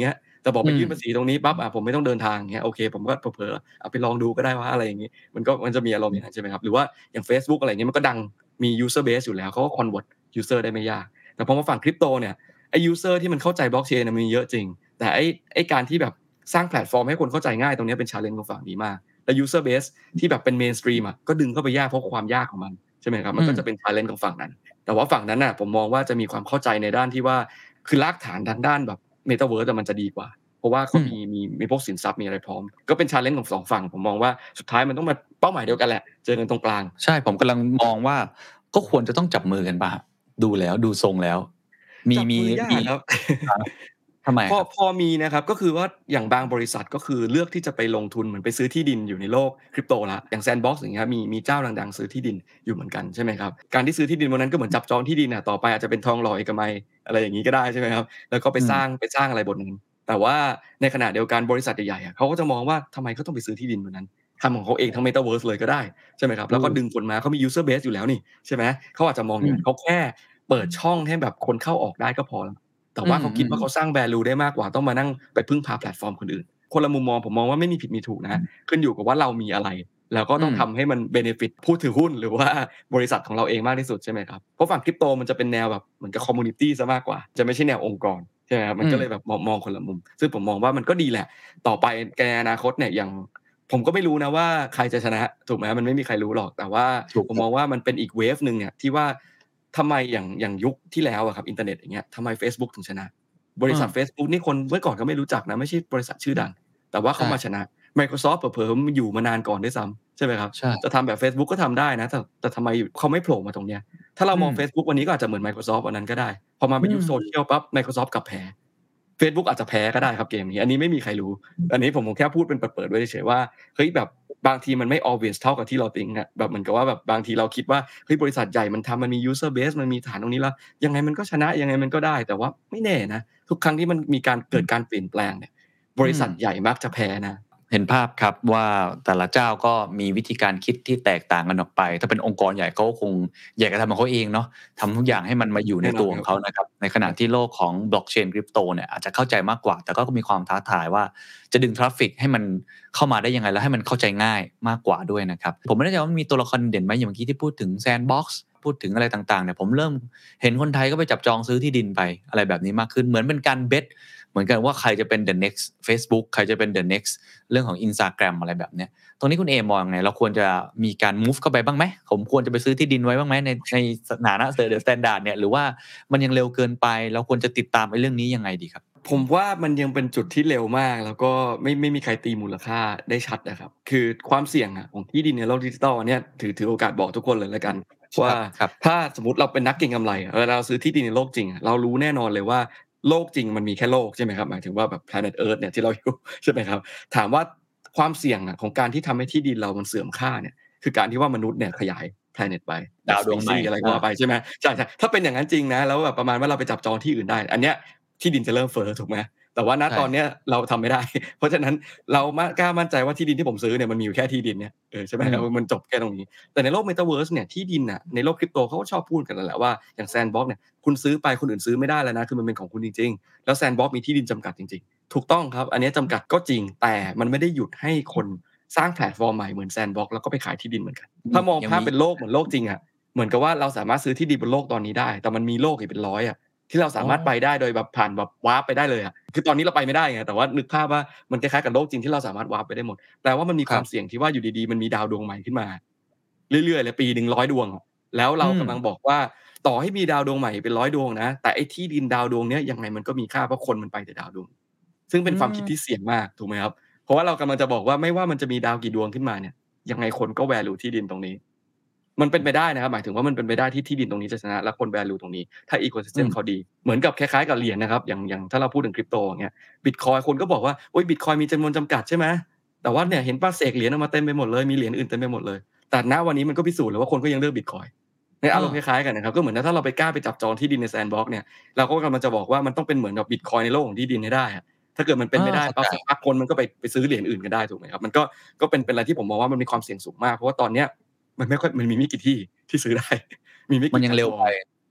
แต่บอกอืมไปยื่นภาษีตรงนี้ปั๊บอ่ะผมไม่ต้องเดินทางเงี้ยโอเคผมก็เผลอๆเอาไปลองดูก็ได้ว่าอะไรอย่างงี้มันก็มันจะมีอารมณ์อย่างนั้นใช่ไหมครับหรือว่าอย่าง Facebook อะไรเงี้ยมันก็ดังมี user base อยู่แล้วเขาก็ convert user ได้ไม่ยากแต่พอมาฝั่งคริปโตเนี่ยไอ้ user ที่มันเข้าใจ blockchain น่ะมีเยอะจริงแต่ไอ้ไอ้การที่แบบสร้างแพลตฟอร์มให้คนเข้าใจง่ายตรงนี้เป็น challenge ของฝั่งนี้มากและ user base ที่แบบเป็น mainstream อะก็ดึงเข้าไปยากเพราะความยากของมันใช่ไหมครับมันก็จะเป็น challenge ของฝั่งนั้นแต่ว่าฝั่งนั้นน่ะผมมองว่าจะมีความเข้าใจในด้านที่ว่าคือรากฐานทางด้านแบบ Metaverse อะมันจะดีกว่าเพราะว่าเขามีมีมีพวกสินทรัพย์มีอะไรพร้อมก็เป็น challenge ของสองฝั่งผมมองว่าสุดท้ายมันต้องมาเป้าหมายเดียวกันแหละเจอกันตรงกลางใช่ผมกำลังมองว่าก็ควรจะต้องจับมือกันป่ะครับดูแล้วดูทรงแล้วมีจับมีมือยามีกครับครับทำไมพอครับพอมีนะครับก็คือว่าอย่างบางบริษัทก็คือเลือกที่จะไปลงทุนเหมือนไปซื้อที่ดินอยู่ในโลกคริปโตแล้วอย่าง Sandbox อย่างเงี้ยมีมีเจ้าดังๆซื้อที่ดินอยู่เหมือนกันใช่ไหมครับการที่ซื้อที่ดินวันนั้นก็เหมือนจับจองที่ดินน่ะต่อไปอาจจะเป็นทองหล่อเอกมัยอะไรอย่างงี้ก็ได้ใช่ไหมครับแล้วก็ไปอืมสร้างไปสร้างอะไรบนนั้นแต่ว่าในขณะเดียวกันบริษัทใหญ่ๆอะเขาก็จะมองว่าทำไมเขาต้องไปซื้อที่ดินบนนั้นทำของเขาเองทั้ง Metaverse เลยก็ได้ใช่ไหมครับแล้วก็ดึงคนมาเขามี user base อยู่แล้วนี่ใช่ไหมเขาอาจจะมองอย่างนั้นเขาแค่เปิดช่องให้แบบคนเข้าออกได้ก็พอแล้ว แต่อืว่าเขาคิดว่าเขามสร้าง value ได้มากกว่าต้องมานั่งไปพึ่งพาแพลตฟอร์มคนอื่นคนละมุมมองผมมองว่าไม่มีผิดมีถูกนะขึ้นอยู่กับว่าเรามีอะไรแล้วก็อืมต้องทำให้มัน benefit ผู้ถือหุ้นหรือว่าบริษัทของเราเองมากที่สุดใช่ไหมครับเพราะฝั่ง Crypto มันจะเป็นแนวแบบเหมือนกับ community เสียมากกว่าจะไม่ใช่แนวองค์กรใช่ไหมครับมันอืมก็เลยแบบมองมองคนละมุมซึ่งผมมองว่ามันก็ดีแหละต่อไปในอนาคตเนี่ยอย่างผมก็ไม่รู้นะว่าใครจะชนะถูกไหมมันไม่มีใครรู้หรอกแต่ว่าถูกครับผมมองว่ามันเป็นอีกเวฟหนึ่งเนี่ยที่ว่าทำไมอย่างอย่างยุคที่แล้วอะครับอินเทอร์เน็ตอย่างเงี้ยทำไมเฟซบุ๊กถึงชนะ บเออริษัทเฟซบุ๊กนี่คนเมื่อก่อนก็ไม่รู้จักนะไม่ใช่บริษัทชื่อดังแต่ว่าเขาใช่มาชนะ Microsoft เผลอๆอยู่มานานก่อนด้วยซ้ำใช่ไหมครับใช่จะทำแบบเฟซบุ๊กก็ทำได้นะแต่แต่ทำไมเขาไม่โผล่มาตรงเนี้ยถ้าเรามองอืมเฟซบุ๊กวันนี้ก็อาจจะเหมือน Microsoft วันนั้นก็ได้พอมาอืเป็นยุคม Social ปั๊บ Microsoft กลับแพ้เฟซบุ๊กอาจจะแพ้ก็ได้ครับเกมนี้อันนี้ไม่มีใครรู้อันนี้ผมผมแค่พูดเป็นเปิดๆไว้เฉยๆว่าเฮ้ยแบบบางทีมันไม่ obvious เท่ากับที่เรา think อะแบบเหมือนกับว่าแบบบางทีเราคิดว่าเฮ้ยบริษัทใหญ่มันทำมันมี user base มันมีฐานตรงนี้แล้วยังไงมันก็ชนะยังไงมันก็ได้แต่ว่าไม่แน่นะ ทุกครั้งที่มันมีการเกิดการเปลี่ยนแปลงเนี่ยบอืมริษัทใหญ่มักจะแพ้นะเห็นภาพครับว่าแต่ละเจ้าก็มีวิธีการคิดที่แตกต่างกันออกไปถ้าเป็นองค์กรใหญ่เขาก็คงอยากจะทำของเขาเองเนาะทำทุกอย่างให้มันมาอยู่ในแน่นอนครับตัวของเขานะครับในขณะที่โลกของบล็อกเชนคริปโตเนี่ยอาจจะเข้าใจมากกว่าแต่ก็มีความท้าทายว่าจะดึงทราฟฟิกให้มันเข้ามาได้ยังไงแล้วให้มันเข้าใจง่ายมากกว่าด้วยนะครับผมไม่แน่ใจว่ามีตัวละครเด่นไหมอย่างเมื่อกี้ที่พูดถึงแซนด์บ็อกซ์พูดถึงอะไรต่างๆเนี่ยผมเริ่มเห็นคนไทยก็ไปจับจองซื้อที่ดินไปอะไรแบบนี้มากขึ้นเหมือนเป็นการเบทเหมือนกันว่าใครจะเป็น the next Facebook ใครจะเป็น the next เรื่องของ Instagram อะไรแบบเนี้ยตรงนี้คุณเอมองไงเราควรจะมีการ move เข้าไปบ้างไหมผมควรจะไปซื้อที่ดินไว้บ้างไหมในในสถานะเซอร์เดอร์สแตนดาร์ดเนี่ยหรือว่ามันยังเร็วเกินไปเราควรจะติดตามไอ้เรื่องนี้ยังไงดีครับผมว่ามันยังเป็นจุดที่เร็วมากแล้วก็ไม่ไม่มีใครตีมูลค่าได้ชัดนะครับคือความเสี่ยงอะของที่ดินในโลกดิจิทัลอันเนี้ยถือถือโอกาสบอกทุกคนเลยแล้วกันคว่ารับครับถ้าสมมุติเราเป็นนักเก็งกำไรอะเวลาเราซื้อที่ดินในโลกจริงอะเรารู้แน่นอนเลยว่าโลกจริงมันมีแค่โลกใช่ไหมครับหมายถึงว่าแบบ planet Earth เนี่ยที่เราอยู่ใช่ไหมครับถามว่าความเสี่ยงอะของการที่ทำให้ที่ดินเรามันเสื่อมค่าเนี่ยคือการที่ว่ามนุษย์เนี่ยขยาย planet ไปแบบดาวดวงใหม่ species อะไรก็อาว่าไปใช่ไหมใช่ๆถ้าเป็นอย่างนั้นจริงนะแล้วแบบประมาณว่าเราไปจับจองที่อื่นได้อันเนี้ยที่ดินจะเริ่มเฟ้อถูกไหม แต่ว่าณใช่ตอนเนี้ยเราทำไม่ได้ เพราะฉะนั้นเรามากล้ามั่นใจว่าที่ดินที่ผมซื้อเนี่ยมันมีอยู่แค่ที่ดินเนี่ยเออใช่ไหมอืมครับมันจบแค่ตรงนี้แต่ในโลก Metaverse เนี่ยที่ดินน่ะในโลก Crypto เขาก็ชอบพูดกันนั่นแหละว่าอย่าง Sandbox เนี่ยคุณซื้อไปคนอื่นซื้อไม่ได้แล้วนะคือมันเป็นของคุณจริงๆแล้ว Sandbox มีที่ดินจำกัดจริงๆถูกต้องครับอันเนี้ยจำกัดก็จริงแต่มันไม่ได้หยุดให้คนสร้างแพลตฟอร์มใหม่เหมือน Sandbox แล้วก็ไปขายที่ดินเหมือนกันอืมถ้ามองยังมีภาพเป็นโลกเหมือนโลกจริงอะเหมือนกับว่าเราสามารถซื้อที่ดินบนโลกตอนนี้ได้แต่มันมีโลกอีกเป็นร้อยอะ ที่เราอ๋อสามารถไปได้โดยแบบผ่านแบบวาร์ปไปได้เลยอะคือตอนนี้เราไปไม่ได้ไงแต่ว่านึกภาพว่ามันคล้ายๆกับโลกจริงที่เราสามารถวาร์ปไปได้หมดแปลว่ามันมีครับความเสี่ยงที่ว่าอยู่ดีๆมันมีดาวดวงใหม่ขึ้นมาเรื่อยๆเลยปีหนึ่งร้อยดวงอะแล้วเราอืมกำลังบอกว่าต่อให้มีดาวดวงใหม่เป็นร้อยดวงนะแต่ไอ้ที่ดินดาวดวงเนี้ยยังไงมันก็มีค่าเพราะคนมันไปแต่ดาวดวงซึ่งอืเป็นความคิดที่มเสี่ยงมากถูกไหมครับเพราะว่าเรากำลังจะบอกว่าไม่ว่ามันจะมีดาวกี่ดวงขึ้นมาเนี่ยยังไงคนก็ value ที่ดินตรงนี้ มันเป็นไปได้นะครับหมายถึงว่ามันเป็นไปได้ที่ที่ดินตรงนี้จะชนะและคน value ตรงนี้ถ้าอื ecosystem มเขาดีเหมือนกับคล้ายๆกับเหรียญนะครับอย่างอย่างถ้าเราพูดถึง Crypto อย่างเงี้ยบิตคอยน์คนก็บอกว่าโอ๊ยบิตคอยน์มีจำนวนจำกัดใช่ไหมแต่ว่าเนี่ยเห็นเปล่าเสกเหรียญออกมาเต็มไปหมดเลยมีเหรียญอื่นเต็มไปหมดเลยแต่ณวันนี้มันก็พิสูจน์แล้วว่าคนก็ยังเลือกบิตคอยน์ในเอออารมณ์คล้ายๆกันนะครับก็เหมือนถ้าเราไปกล้าไปจับจองที่ดินใน Sandbox เนี่ยเราก็กำลังจะบอกว่ามันต้องเป็นเหมือนกับบิตคอยน์ในโลกของที่ดินให้ได้อะถ้าเกิดมันเอเป็นไม่ได้อเข้าใจปั๊บสักพักคนมันก็ไปไปซื้อเหรียญอื่นกันได้ถูกไหมครับมันก็ก็เป็นเป็นอะไรที่ผมมองว่ามันมีความเสี่ยงสูงมากเพราะว่าตอนเนี้ยมันไม่ค่อยมันมีไม่กี่ที่ที่ซื้อได้ มีไม่มันยังเร็วไปกี่แพลตฟอร์ม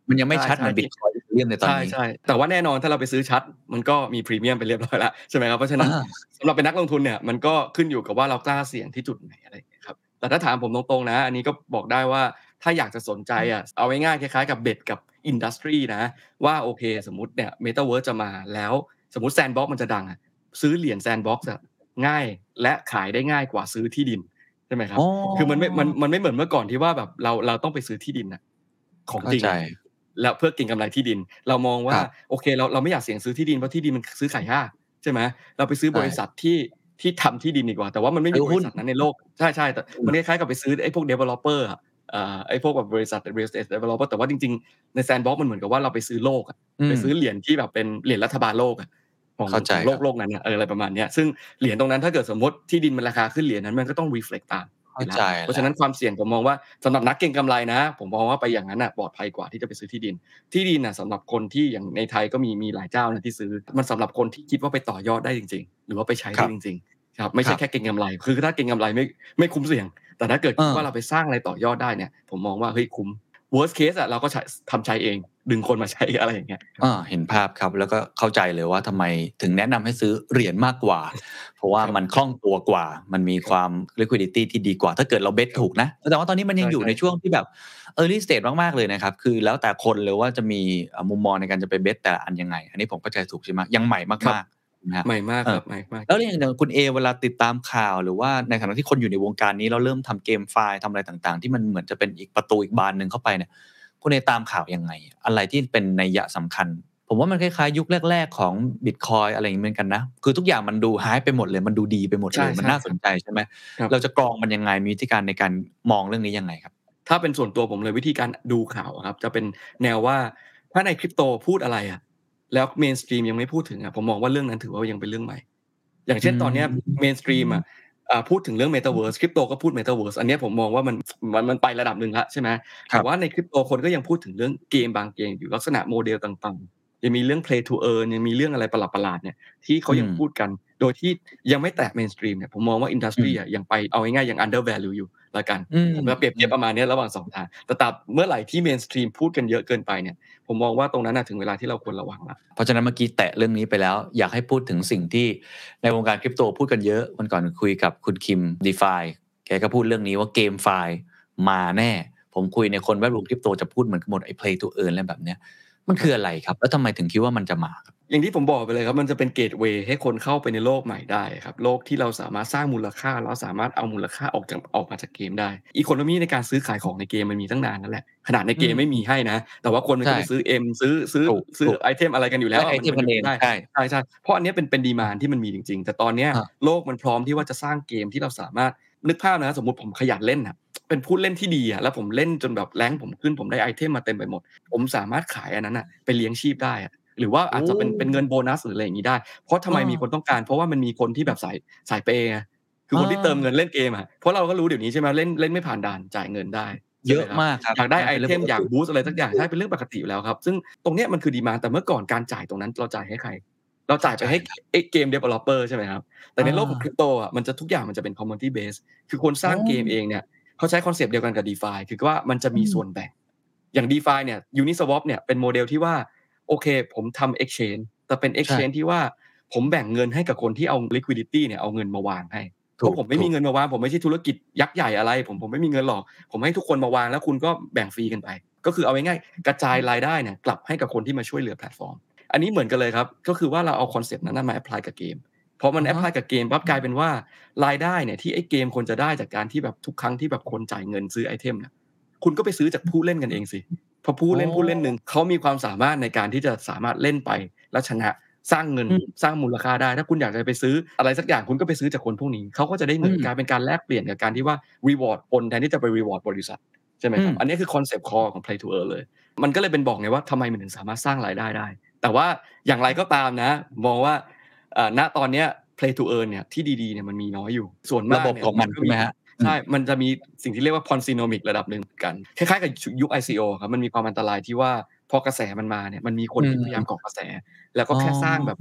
มันยังไม่ชัดใช่เหมือนๆ Bitcoin Ethereum ในตอนนี้ใช่ๆแต่ว่าแน่นอนถ้าเราไปซื้อชัดมันก็มีพรีเมียมไปเรียบร้อยแล้วใช่ไหมครับเพราะฉะนั้นอาสำหรับเป็นนักลงทุนเนี่ยมันก็ขึ้นอยู่กับว่าเรากล้าเสี่ยงที่จุดไหนอะไรอย่างเงี้ยครับแต่ถ้าถามผมตรงๆนะอันนี้ก็บอกได้ว่าถ้าอยากจะสนใจอะเอาง่ายๆคล้ายๆกับเบ็ดกับอินดัสทรีนะว่าโอเคสมมุติเนี่ย Metaverse จะมาแล้วสมมุติ Sandbox มันจะดังอะซื้อเหรียญ Sandbox อะง่ายและขายได้ง่ายกว่าซื้อที่ดินใช่ไหมครัอ๋บคือมันไม่อมันมันไม่เหมือนเมื่อก่อนที่ว่าแบบเราเราต้องไปซื้อที่ดินน่ะของเข้าใจจริงอะ แล้วเพื่อเก็งกำไรที่ดินเรามองคว่ารับโอเคเราเราไม่อยากเสี่ยงซื้อที่ดินเพราะที่ดินมันซื้อขายยากใช่ไหมเราไปซื้อบริษัทใช่ที่ที่ทำที่ดินดีกว่าแต่ว่ามันไม่มีซื้อหุ้นบริษัทนั้นในโลกใช่ๆแต่มันคล้ายๆกับไปซื้อไอ้พวก developer อะอ่าไอ้พวกแบบบริษัท real estate developer แต่ว่าจริงๆใน Sandbox มันเหมือนกับว่าเราไปซื้อโลกอะอืมไปซื้อเหรียญที่แบบเป็นเหรียญรัฐบาลโลกอะของเข้าใจของโลครับกโลกนั้นน่ะเอออะไรประมาณเนี้ยซึ่งเหรียญตรงนั้นถ้าเกิดสมมุติที่ดินมันราคาขึ้นเหรียญนั้นมันก็ต้อง reflect ตามอยู่แล้วเข้าใจแล้วเพราะฉะนั้นความเสี่ยงผมมองว่าสำหรับนักเก็งกำไรนะผมมองว่าไปอย่างนั้นน่ะปลอดภัยกว่าที่จะไปซื้อที่ดิน ที่ดินน่ะสำหรับคนที่อย่างในไทยก็มีมีหลายเจ้านะที่ซื้อมันสำหรับคนที่คิดว่าไปต่อยอดได้จริงๆหรือว่าไปใช้ครับได้จริงๆครับไม่ครับใช่แค่เก็งกำไรคือถ้าเก็งกำไรไม่ไม่คุ้มเสี่ยงแต่ถ้าเกิดเออคิดว่าเราไปสร้างอะไรต่อยอดได้เนี่ยผมมองว่าเฮ้ยคุ้ม worst case อะเราก็ใช้ทำใช้เองดึงคนมาใช้อะไรอย่างเงี้ยครับอาเห็นภาพครับแล้วก็เข้าใจเลยว่าทำไมถึงแนะนำให้ซื้อเหรียญมากกว่าเพราะว่าครับมันคล่องตัวกว่ามันมีความครับ liquidity ที่ดีกว่าถ้าเกิดเราเบ็ตครับถูกนะแต่ว่าตอนนี้มันยังอยู่ใช่ในช่วงที่แบบ early stage มากๆเลยนะครับคือแล้วแต่คนเลยว่าจะมีอ่ามุมมองในการจะไปเบ็ตแต่ละอันยังไงอันนี้ผมเข้าใจถูกใช่ไหมยังใหม่ๆครับมากๆถูกไหมครับใหม่มากเออครับใหม่มากแล้วอย่างอย่างคุณเอเวลาติดตามข่าวหรือว่าในฐานะที่คนอยู่ในวงการนี้แล้วเริ่มทำเกมไฟล์ทำอะไรต่างๆที่มันเหมือนจะเป็นอีกประตูอีกบานหนึ่งเข้าไปเนี่ยคุณเอตามข่าวยังไงอะไรที่เป็นนัยยะสำคัญ ผมว่ามันคล้ายๆยุคแรกๆของบิตคอยน์อะไรอย่างงี้เหมือนกันนะคือทุกอย่างมันดู hype ไปหมดเลยมันดูดีไปหมดใเลยมันช่ๆครับน่าสนใจใช่ไหมครับเราจะกรองมันยังไงมีวิธีการในการมองเรื่องนี้ยังไงครับถ้าเป็นส่วนตัวผมเลยวิธีการดูข่าวอะครับจะเป็นแนวว่าถ้าใน Crypto พูดอะไรอะแล้ว Mainstream ยังไม่พูดถึงอะผมมองว่าเรื่องนั้นถือว่ายังเป็นเรื่องใหม่อย่างอืเช่นตอนเนี้ย Mainstream มอะอ่าพูดถึงเรื่อง Metaverse Crypto ก็พูด Metaverse อันเนี้ยผมมองว่ามันมันมันไประดับหนึ่งแล้วใช่ไหมครับแต่ว่าใน Crypto คนก็ยังพูดถึงเรื่องเกมบางเกมอยู่ลักษณะโมเดลต่างๆยังมีเรื่อง Play to Earn ยังมีเรื่องอะไรประหลาดๆเนี่ยที่เขาอืมยังพูดกันโดยที่ยังไม่แตะ Mainstream เนี่ยผมมองว่าอื Industry มอะยังไปเอาง่ายๆยัง under value อยู่แล้วกันอืมผมจะเปรียบอืมเทียบประมาณเนี้ยระหว่างสองทางแต่ตราบเมื่อไหร่ที่ Mainstream พูดกันเยอะเกินไปเนี่ยผมมองว่าตรงนั้นน่ะถึงเวลาที่เราควรระวังแล้วเพราะฉะนั้นเมื่อกี้แตะเรื่องนี้ไปแล้วอยากให้พูดถึงสิ่งที่ในวงการ Crypto พูดกันเยอะวันก่อนคุยกับคุณคิม DeFi แกก็พูดเรื่องนี้ว่า GameFi มาแน่ผมคุยในคนแวดวง Crypto จะพูดเหมือนกันหมดไอ้ Play to Earn อะไรแบบเนี้ยมันครับคืออะไรครับแล้วทำไมถึงคิดว่ามันจะมาครับอย่างที่ผมบอกไปเลยครับมันจะเป็นเกตเวย์ให้คนเข้าไปในโลกใหม่ได้ครับโลกที่เราสามารถสร้างมูลค่าแล้วสามารถเอามูลค่าออกจากออกมาจากเกมได้ economy ในการซื้อขายของในเกมมันมีตั้งนานแล้วแหละขนาดในเกมไม่มีอืมให้นะแต่ว่าคนมันก็ไปซื้อใช่ M ซื้อซื้อถูกซื้อถูกไอเทมอะไรกันอยู่แล้แลวอะมันกไอเทมกันมันอยู่ไม่ได้เองใช่ใช่ๆเพราะอันเนี้ยเป็นเป็น demand ที่มันมีจริงๆแต่ตอนเนี้ยอาโลกมันพร้อมที่ว่าจะสร้างเกมที่เราสามารถนึกภาพนะสมมุติผมขยันเล่นน่ะเป็นผู้เล่นที่ดีอะแล้วผมเล่นจนแบบ rank ผมขึ้นผมได้ไอเทมมาเต็มไปหมดผมสามารถขายอันนั้นน่ะไปเลี้ยงชีพได้อะ หรือว่าอาจโอ้จะเป็นเป็นเงินโบนัสหรืออะไรอย่างงี้ได้เพราะทำเอไมมีอคนต้องการเพราะว่ามันมีคนที่แบบสายสายเปย์ไงคือเอคนที่เติมเงินอเล่นเกมอะเพราะเราก็รู้เดี๋ยวนี้ใช่ไหมเล่นเล่นไม่ผ่านด่านจ่ายเงินได้ใช่เยอะไหมครับมากครับอยากได้ใช่เป็นเรื่ไอเทมอยากองปกติบูสต์อะไรสักอย่างถูกใช่เป็นเรื่องปกติอยู่แล้วครับซึ่งตรงเนี้ยมันคือ demand แต่เมื่อก่อนการจ่ายตรงนั้นเราจ่ายให้ใครเราเข้าใจจ่ายไปให้แล้วไอ้เกม developer ใช่ไหมครับแต่เอในโลกของอ Crypto อะมันจะทุกอย่างมันจะเป็น community base คือคนสอ๋อร้างเกมเองเนี่ยเขาใช้คอนเซปต์เดียวกันกับ DeFi คือว่ามันจะมีอืมส่วนแบ่งอย่าง DeFi เนี่ย Uniswap เนี่ยเป็นโมเดลที่ว่า โอเคผมทำ exchange แต่เป็นใช่ exchange ที่ว่าผมแบ่งเงินให้กับคนที่เอา liquidity เนี่ยเอาเงินมาวางให้เพถูกราะผมไม่ถูกมีเงินมาวางผมไม่ใช่ธุรกิจยักษ์ใหญ่อะไรผมผมไม่มีเงินหรอกผมให้ทุกคนมาวางแล้วคุณก็แบ่งฟรีกันไปก็คือเอาง่ายๆกระจายรายได้เนี่ยกลับให้กับคนที่มาช่วยเหลือแพลตฟอร์มอันนี้เหมือนกันเลยครับก็คือว่าเราเอาคอนเซปต์นั้นน่ะมาแอปพลายกับเกมพอมันอะฮะแอปพลายกับเกมปั๊บกลายเป็นว่ารายได้เนี่ยที่ไอ้เกมควรจะได้จากการที่แบบทุกครั้งที่แบบคนจ่ายเงินซื้อไอเทมเนี่ยคุณก็ไปซื้อจากผู้เล่นกันเองสิ พอผู้อ๋อเล่นผู้เล่นหนึ่งเขามีความสามารถในการที่จะสามารถเล่นไปแล้วชนะสร้างเงินอืมสร้างมูลค่าได้ถ้าคุณอยากจะไปซื้ออะไรสักอย่างคุณก็ไปซื้อจากคนพวกนี้เขาก็จะได้อืเงินกลายมเป็นการแลกเปลี่ยนกับการที่ว่า reward คนแทนที่จะไป reward บริษัทใช่ไหมอืมครับอันนี้คือคอนเซปต์ core ของ Play to Earn เลยมันก็เลยเป็นบอกไงว่าทำไมมันถึงสามารถสร้างรายได้ได้แต่ว่าอย่างไรก็ตามนะมองว่าเอ่อณตอนเนี้ย Play to Earn เนี่ยที่ดีๆเนี่ยมันมีน้อยอยู่ส่วนมากเนี่ยระบบของมัมันก็มีนใช่ไหมครับอืมใช่ มันจะมีสิ่งที่เรียกว่า Ponzinomics ระดับหนึ่งเหมือนกัน คล้ายๆกับชยุค ไอ ซี โอ ครับ มันมีความอันตรายที่ว่าพอกระแสมันมาเนี่ยมันมีคนอืที่พยายามมเกาะกระแสแล้วก็อ๋อแค่สร้างแบบ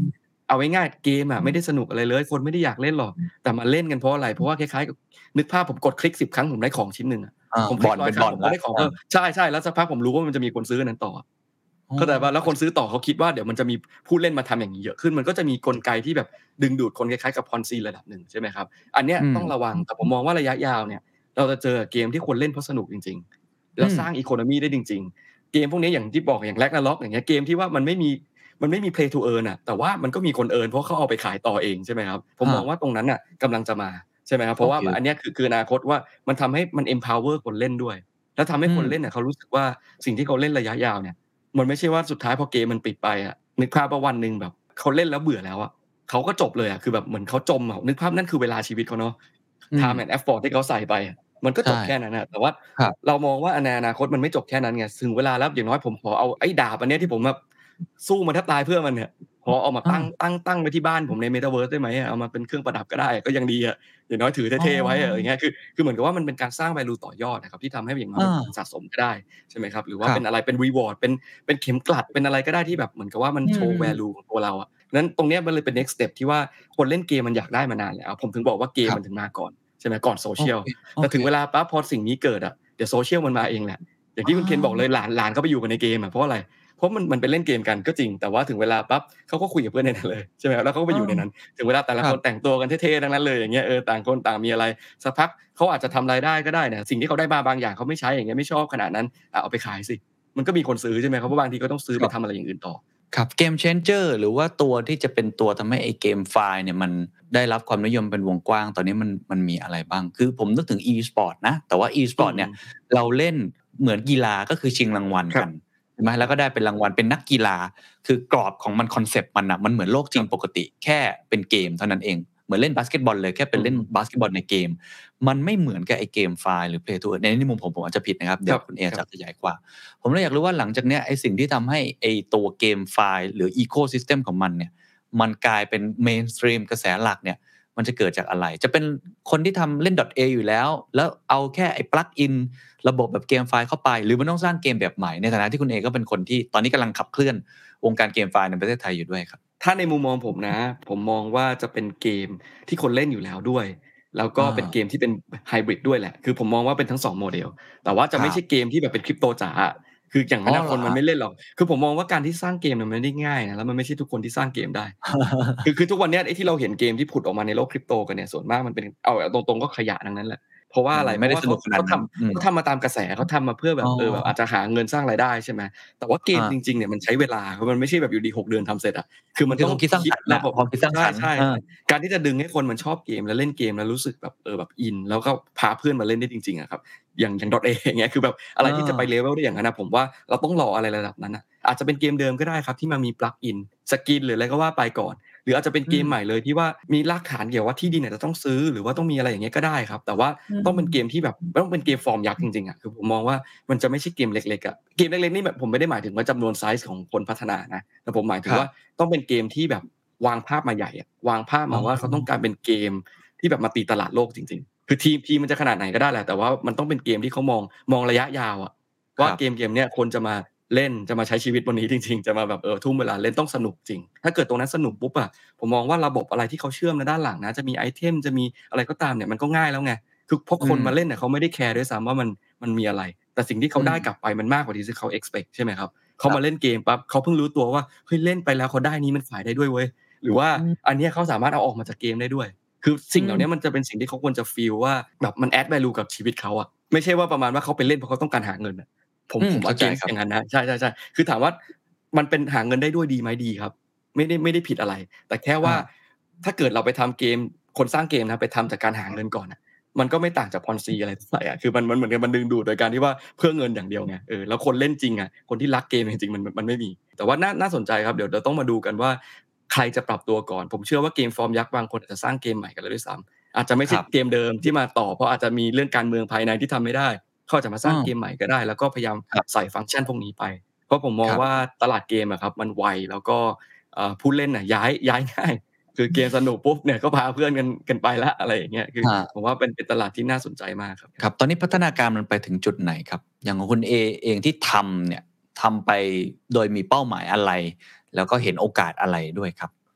เอาง่ายๆเกมอะไม่ได้สนุกอะไรเลยคนไม่ได้อยากเล่นหรอกแต่มาเล่นกันเพราะอะไรเพราะว่าคล้ายๆกับนึกภาพผมกดคลิกสิบครั้งผมได้ของชิ้นหนึ่งอะอาผมคลิกบ่อนเป็นร้อยครั้งผมก็บ่อนแล้วอาได้ของเพิ่มใช่ๆแล้วสักพักผมรู้ว่ามันจะมีคนซื้ออันนั้นต่ออ๋อเข้าใจเปล่าแล้วคนซื้อต่อเขาคิดว่าเดี๋ยวมันจะมีผู้เล่นมาทำอย่างงี้เยอะขึ้นมันก็จะมีกลไกที่แบบดึงดูดคนคล้ายๆกับ Ponzi ระดับหนึ่งใช่ไหมครับอันเนี้ยอืมต้องระวังแต่ผมมองว่าระยะยาวเนี่ยเราจะเจอเกมที่คนเล่นเพราะสนุกจริงๆแล้วอืมสร้าง economy ได้จริงๆเกมพวกนี้อย่างที่บอกอย่าง Ragnarok อย่างเงี้ยเกมที่ว่ามันไม่มี มันไม่มี play to earn อะแต่ว่ามันก็มีคน earn เพราะเขาเอาไปขายต่อเองใช่ไหมครับผมมอาองว่าตรงนั้นน่ะกำลังจะมาใช่ไหมครับเพราะว่าโอเคอันเนี้ยคือคืออนาคตว่ามันทำให้มัน empower คนเล่นด้วยแล้วทำให้อืมคนเล่นน่ะเขารู้สึกว่าสิ่งที่เขาเล่นระยะยาวเนี่ยมันไม่ใช่ว่าสุดท้ายพอเกมมันปิดไปอะนึกภาพว่าวันหนึ่งแบบเขาเล่นแล้วเบื่อแล้วอะเขาก็จบเลยอะคือแบบเหมือนเขาจมอะนึกภาพนั่นคือเวลาชีวิตเขาเนาะอืม time and effort ที่เขาใส่ไปอะมันก็จใช่บแค่นั้นน่ะแต่ว่าครับเรามองว่าในอนาคตมันไม่จบแค่นั้นไงถึงเวลาแล้วอย่างน้อยผมขอเอาไอ้ดาบอันเนี้ยที่ผมแบบสู้มาแทบตายเพื่อมันเนี่ยขอเอามาอาตั้งตั้งตั้งไว้ที่บ้านผมใน Metaverse ได้ไหมอะเอามาเป็นเครื่องประดับก็ได้ก็ยังดีอะอย่างน้อยถืออ๋เท่ๆไว้อะอย่างอเงี้ยคือคือเหมือนกับว่ามันเป็นการสร้าง value ต่อยอดอะครับที่ทำให้อย่างน้อยอาเป็นของสะสมก็ได้ใช่ไหมครับหรือคว่ารับเป็นอะไรเป็น reward เป็นเป็นเข็มกลัดเป็นอะไรก็ได้ที่แบบเหมือนกับว่ามันอืโชว์ value มของตัวเราอะนั้นตรงเนี้ยมันเลยเป็น next step ที่ว่าคนเล่นเกมมันอยากได้มานานแล้วผมถึงบอกว่าเกมมันถึงครับมาก่อนใช่ไหมก่อนโอ social เคโอเคแต่ถึงเวลาปั๊บพอสิ่งนี้เกิดอะเดี๋ยว social มันมาเองแหละอย่างอาที่คุณเคนบอกเลยหลานหลานเขาไปอยู่กันในเกมอะเพราะอะไรเพราะมันมันไปเล่นเกมกันก็จริงแต่ว่าถึงเวลาปั๊บเขาก็คุยกับเพื่อนในนั้นเลยใช่ไหมครับแล้วเขาก็ไปเอออยู่ในนั้นถึงเวลาแต่ละครับคนแต่งตัวกันเท่ๆทั้งนั้นเลยอย่างเงี้ยเออต่างคนต่างมีอะไรสักพักเขาอาจจะทำรายได้ก็ได้เนี่ยสิ่งที่เขาได้มาบางอย่างเขาไม่ใช้อย่างเงี้ยไม่ชอบขนาดนั้นอาเอาไปขายสิมันก็มีคนซื้อใช่ไหมครับเพราะบางทีก็ต้องซื้อครับไปทำอะไรอย่างอื่นต่อครับ Game Changer หรือว่าตัวที่จะเป็นตัวทำให้ไอ้เกมไฟล์เนี่ยมันได้รับความนิยมเป็นวงกว้างตอนนี้มันมันมีอะไรบ้างคือผมนึกถึง e-sport นะแต่ว่าอื e-sport เนี่ยมเราเล่นเหมือนกีฬาก็คือชิงรางวัลๆครับกันใช่ไหมแล้วก็ได้เป็นรางวัลเป็นนักกีฬาคือกรอบของมันคอนเซปต์มันน่ะมันเหมือนโลกจครับริงปกติแค่เป็นเกมเท่านั้นเองเหมือนเล่นบาสเกตบอลเลยแค่เป็อืนเล่นบามสเกตบอลในเกมมันไม่เหมือนกับไอ้เกมไฟล์หรือ Play to Earn ในในมุมผมผมอาจจะผิดนะครับคเดี๋ยวรับคุณเอครับจะขยายกว่า ผมเลยอยากรู้ว่าหลังจากเนี้ยไอ้สิ่งที่ทำให้ไอ้ตัวเกมไฟล์หรือ ecosystem ของมันเนี่ยมันกลายเป็น mainstream กระแสหลักเนี่ยมันจะเกิดจากอะไรจะเป็นคนที่ทำเล่น .a อยู่แล้วแล้วเอาแค่ไอ้ plug in ระบบแบบเกมไฟล์เข้าไปหรือมันต้องสร้างเกมแบบใหม่ในฐานะที่คุณเอก็เป็นคนที่ตอนนี้กำลังขับเคลื่อนวงการเกมไฟล์ในประเทศไทยอยู่ด้วยครับถ้าในมุมมองผมนะผมมองว่าจะเป็นเกมที่คนเล่นอยู่แล้วด้วยแล้วก็อาเป็นเกมที่เป็นไฮบริดด้วยแหละคือผมมองว่าเป็นทั้งสองโมเดลแต่ว่าจะไม่ใช่เกครับมที่แบบเป็น Crypto จ๋าอะคืออย่างนั้นน่ะคนมันอ๋อเหรอครับไม่เล่นหรอกคือผมมองว่าการที่สร้างเกมเนี่ยมันไม่ได้ง่ายนะแล้วมันไม่ใช่ทุกคนที่สร้างเกมได้คือคือทุกวันเนี้ยไอ้ที่เราเห็นเกมที่ผุดออกมาในโลก Crypto กันเนี่ยส่วนมากมันเป็นเอาเอาตรงๆก็ขยะทั้งนั้นแหละเพราะว่าอะไรเพราะว่าเขาอืมไม่ได้สนุกขนาเขาทดนั้นอืำมเขาทำมาตามกระแสเขาทำมาเพื่อแบอ๋อบเออแบบอาจจะหาเงินสร้างรายได้ใช่ไหมแต่ว่าเกมอาจริงๆเนี่ยมันใช้เวลาครับมันไม่ใช่แบบอยู่ดีหกเดือนทำเสร็จอะ คือมันคือมันต้องความคิดสร้างสคิดรรค์น่ะระบบความคิดสร้างสรรค์ใช่เออๆการที่จะดึงให้คนมันชอบเกมแล้วเล่นเกมแล้วรู้สึกแบบเออแบบอินแล้วก็พาเพื่อนมาเล่นได้จริงๆอะครับอย่างอย่าง .A อย่างเงี้ยคือแบบอะไรที่จะไปเออ level ได้อย่างนั้นน่ะผมว่าเราต้องรออะไรระดับนั้นน่ะอาจจะเป็นเกมเดิมก็ได้ครับที่มันมี plug in สกินหรืออะไรก็ว่าไปก่อนหรืออาจจะเป็นอืมเกมใหม่เลยที่ว่ามีรากฐานเกี่ยวว่าที่ดินอาจจะต้องซื้อหรือว่าต้องมีอะไรอย่างเงี้ยก็ได้ครับแต่ว่าอืต้องเป็นเกมมที่แบบต้องเป็นเกมฟอร์มยักษ์จริงๆอะคือผมมองว่ามันจะไม่ใช่เกมเล็กๆอะเกมเล็กๆนี่แบบผมไม่ได้หมายถึงว่าจำนวนไซซ์ของคนพัฒนานะแต่ผมหมายถึงว่าครับต้องเป็นเกมที่แบบวางภาพมาใหญ่อะวางภาพอ๋มาว่าเขาต้องการอเป็นเกมที่แบบมาตีตลาดโลกจริงๆคือทีมทีมมันจะขนาดไหนก็ได้แหละแต่ว่ามันต้องเป็นเกมที่เขามองมองระยะยาวอะว่าครับเกมเกมเนี้ยคนจะมาเล่นจะมาใช้ชีวิตบนนี้จริงๆจะมาแบบเออทุ่มเวลาเล่นต้องสนุกจริงถ้าเกิดตรงนั้นสนุกปุ๊บอะผมมองว่าระบบอะไรที่เขาเชื่อมในด้านหลังนะจะมีไอเทมจะมีอะไรก็ตามเนี่ยมันก็ง่ายแล้วไงคือเพราะอืมคนมาเล่นเนี่ยเขาไม่ได้แคร์ด้วยซ้ำว่ามันมันมีอะไรแต่สิ่งที่เขาอืมได้กลับไปมันมากกว่าที่ที่เขา expect ใช่ไหมครับคเขารับมาเล่นเกมปั๊บเขาเพิ่งรู้ตัวว่าเฮ้ยเล่นไปแล้วเขาได้นี้มันขายได้ด้วยเว้ย หรือว่าอืมอันเนี้ยเขาสามารถเอาออกมาจากเกมได้ด้วย คืออืสิ่งเหล่ามเนี้ยมันจะเป็นสิ่งที่เขาควรจะฟีลว่าแบบมัน add value กับชีวิตเขาอะไม่ใช่ว่าประมาณว่าเขาไปเล่นเพราะเขาต้องการหาเงินอะผมอืมผมเข้าใจค against รับอย่างงั้นนะใช่ๆๆคือถามว่ามันเป็นหาเงินได้ด้วยดีไหมดีครับไม่ได้ไม่ได้ผิดอะไรแต่แค่ว่าอาถ้าเกิดเราไปทำเกมคนสร้างเกมนะไปทำจากการหาเงินก่อนน่ะมันก็ไม่ต่างจาก Ponzi อะไรเท่าไรอะคือมันมันเหมือนกับมันดึงดูดโดยการที่ว่าเพื่อเงินอย่างเดียวไงเออแล้วคนเล่นจริงอะคนที่รักเกมจริงๆมันมันไม่มีแต่ว่าน่าน่าสนใจครับเดี๋ยวเดี๋ยวต้องมาดูกันว่า ใครจะปรับตัวก่อนผมเชื่อว่าเกมฟอร์มยักษ์บางคนอาจจะสร้างเกมใหม่กันแล้วด้วยซ้ำอาจจะไม่คใช่รับเกมเดิมที่มาต่อเพราะอาจจะมีเรื่องการเมืองภายในที่ทำไม่ได้เขาอาจจะมาสร้างเกมเออใหม่ก็ได้แล้วก็พยายามครับใส่ฟังก์ชันพวกนี้ไปเพราะผมมองว่าครับตลาดเกมอะครับมันไวแล้วก็เอ่อผู้เล่นน่ะย้ายย้ายง่ายคือเกมสนุกปุ๊บเนี่ยก็พาเพื่อนกันกันไปแล้วอะไรอย่างเงี้ยคือครับผมว่าเป็นเป็นตลาดที่น่าสนใจมากครับครับตอนนี้พัฒนาการมันไปถึงจุดไหนครับอย่างของคุณเอเองที่ทำเนี่ยทำไปโดยมีเป้าหมายอะไรแล้วก็เห็นโอกาสอะไรด้วยครับ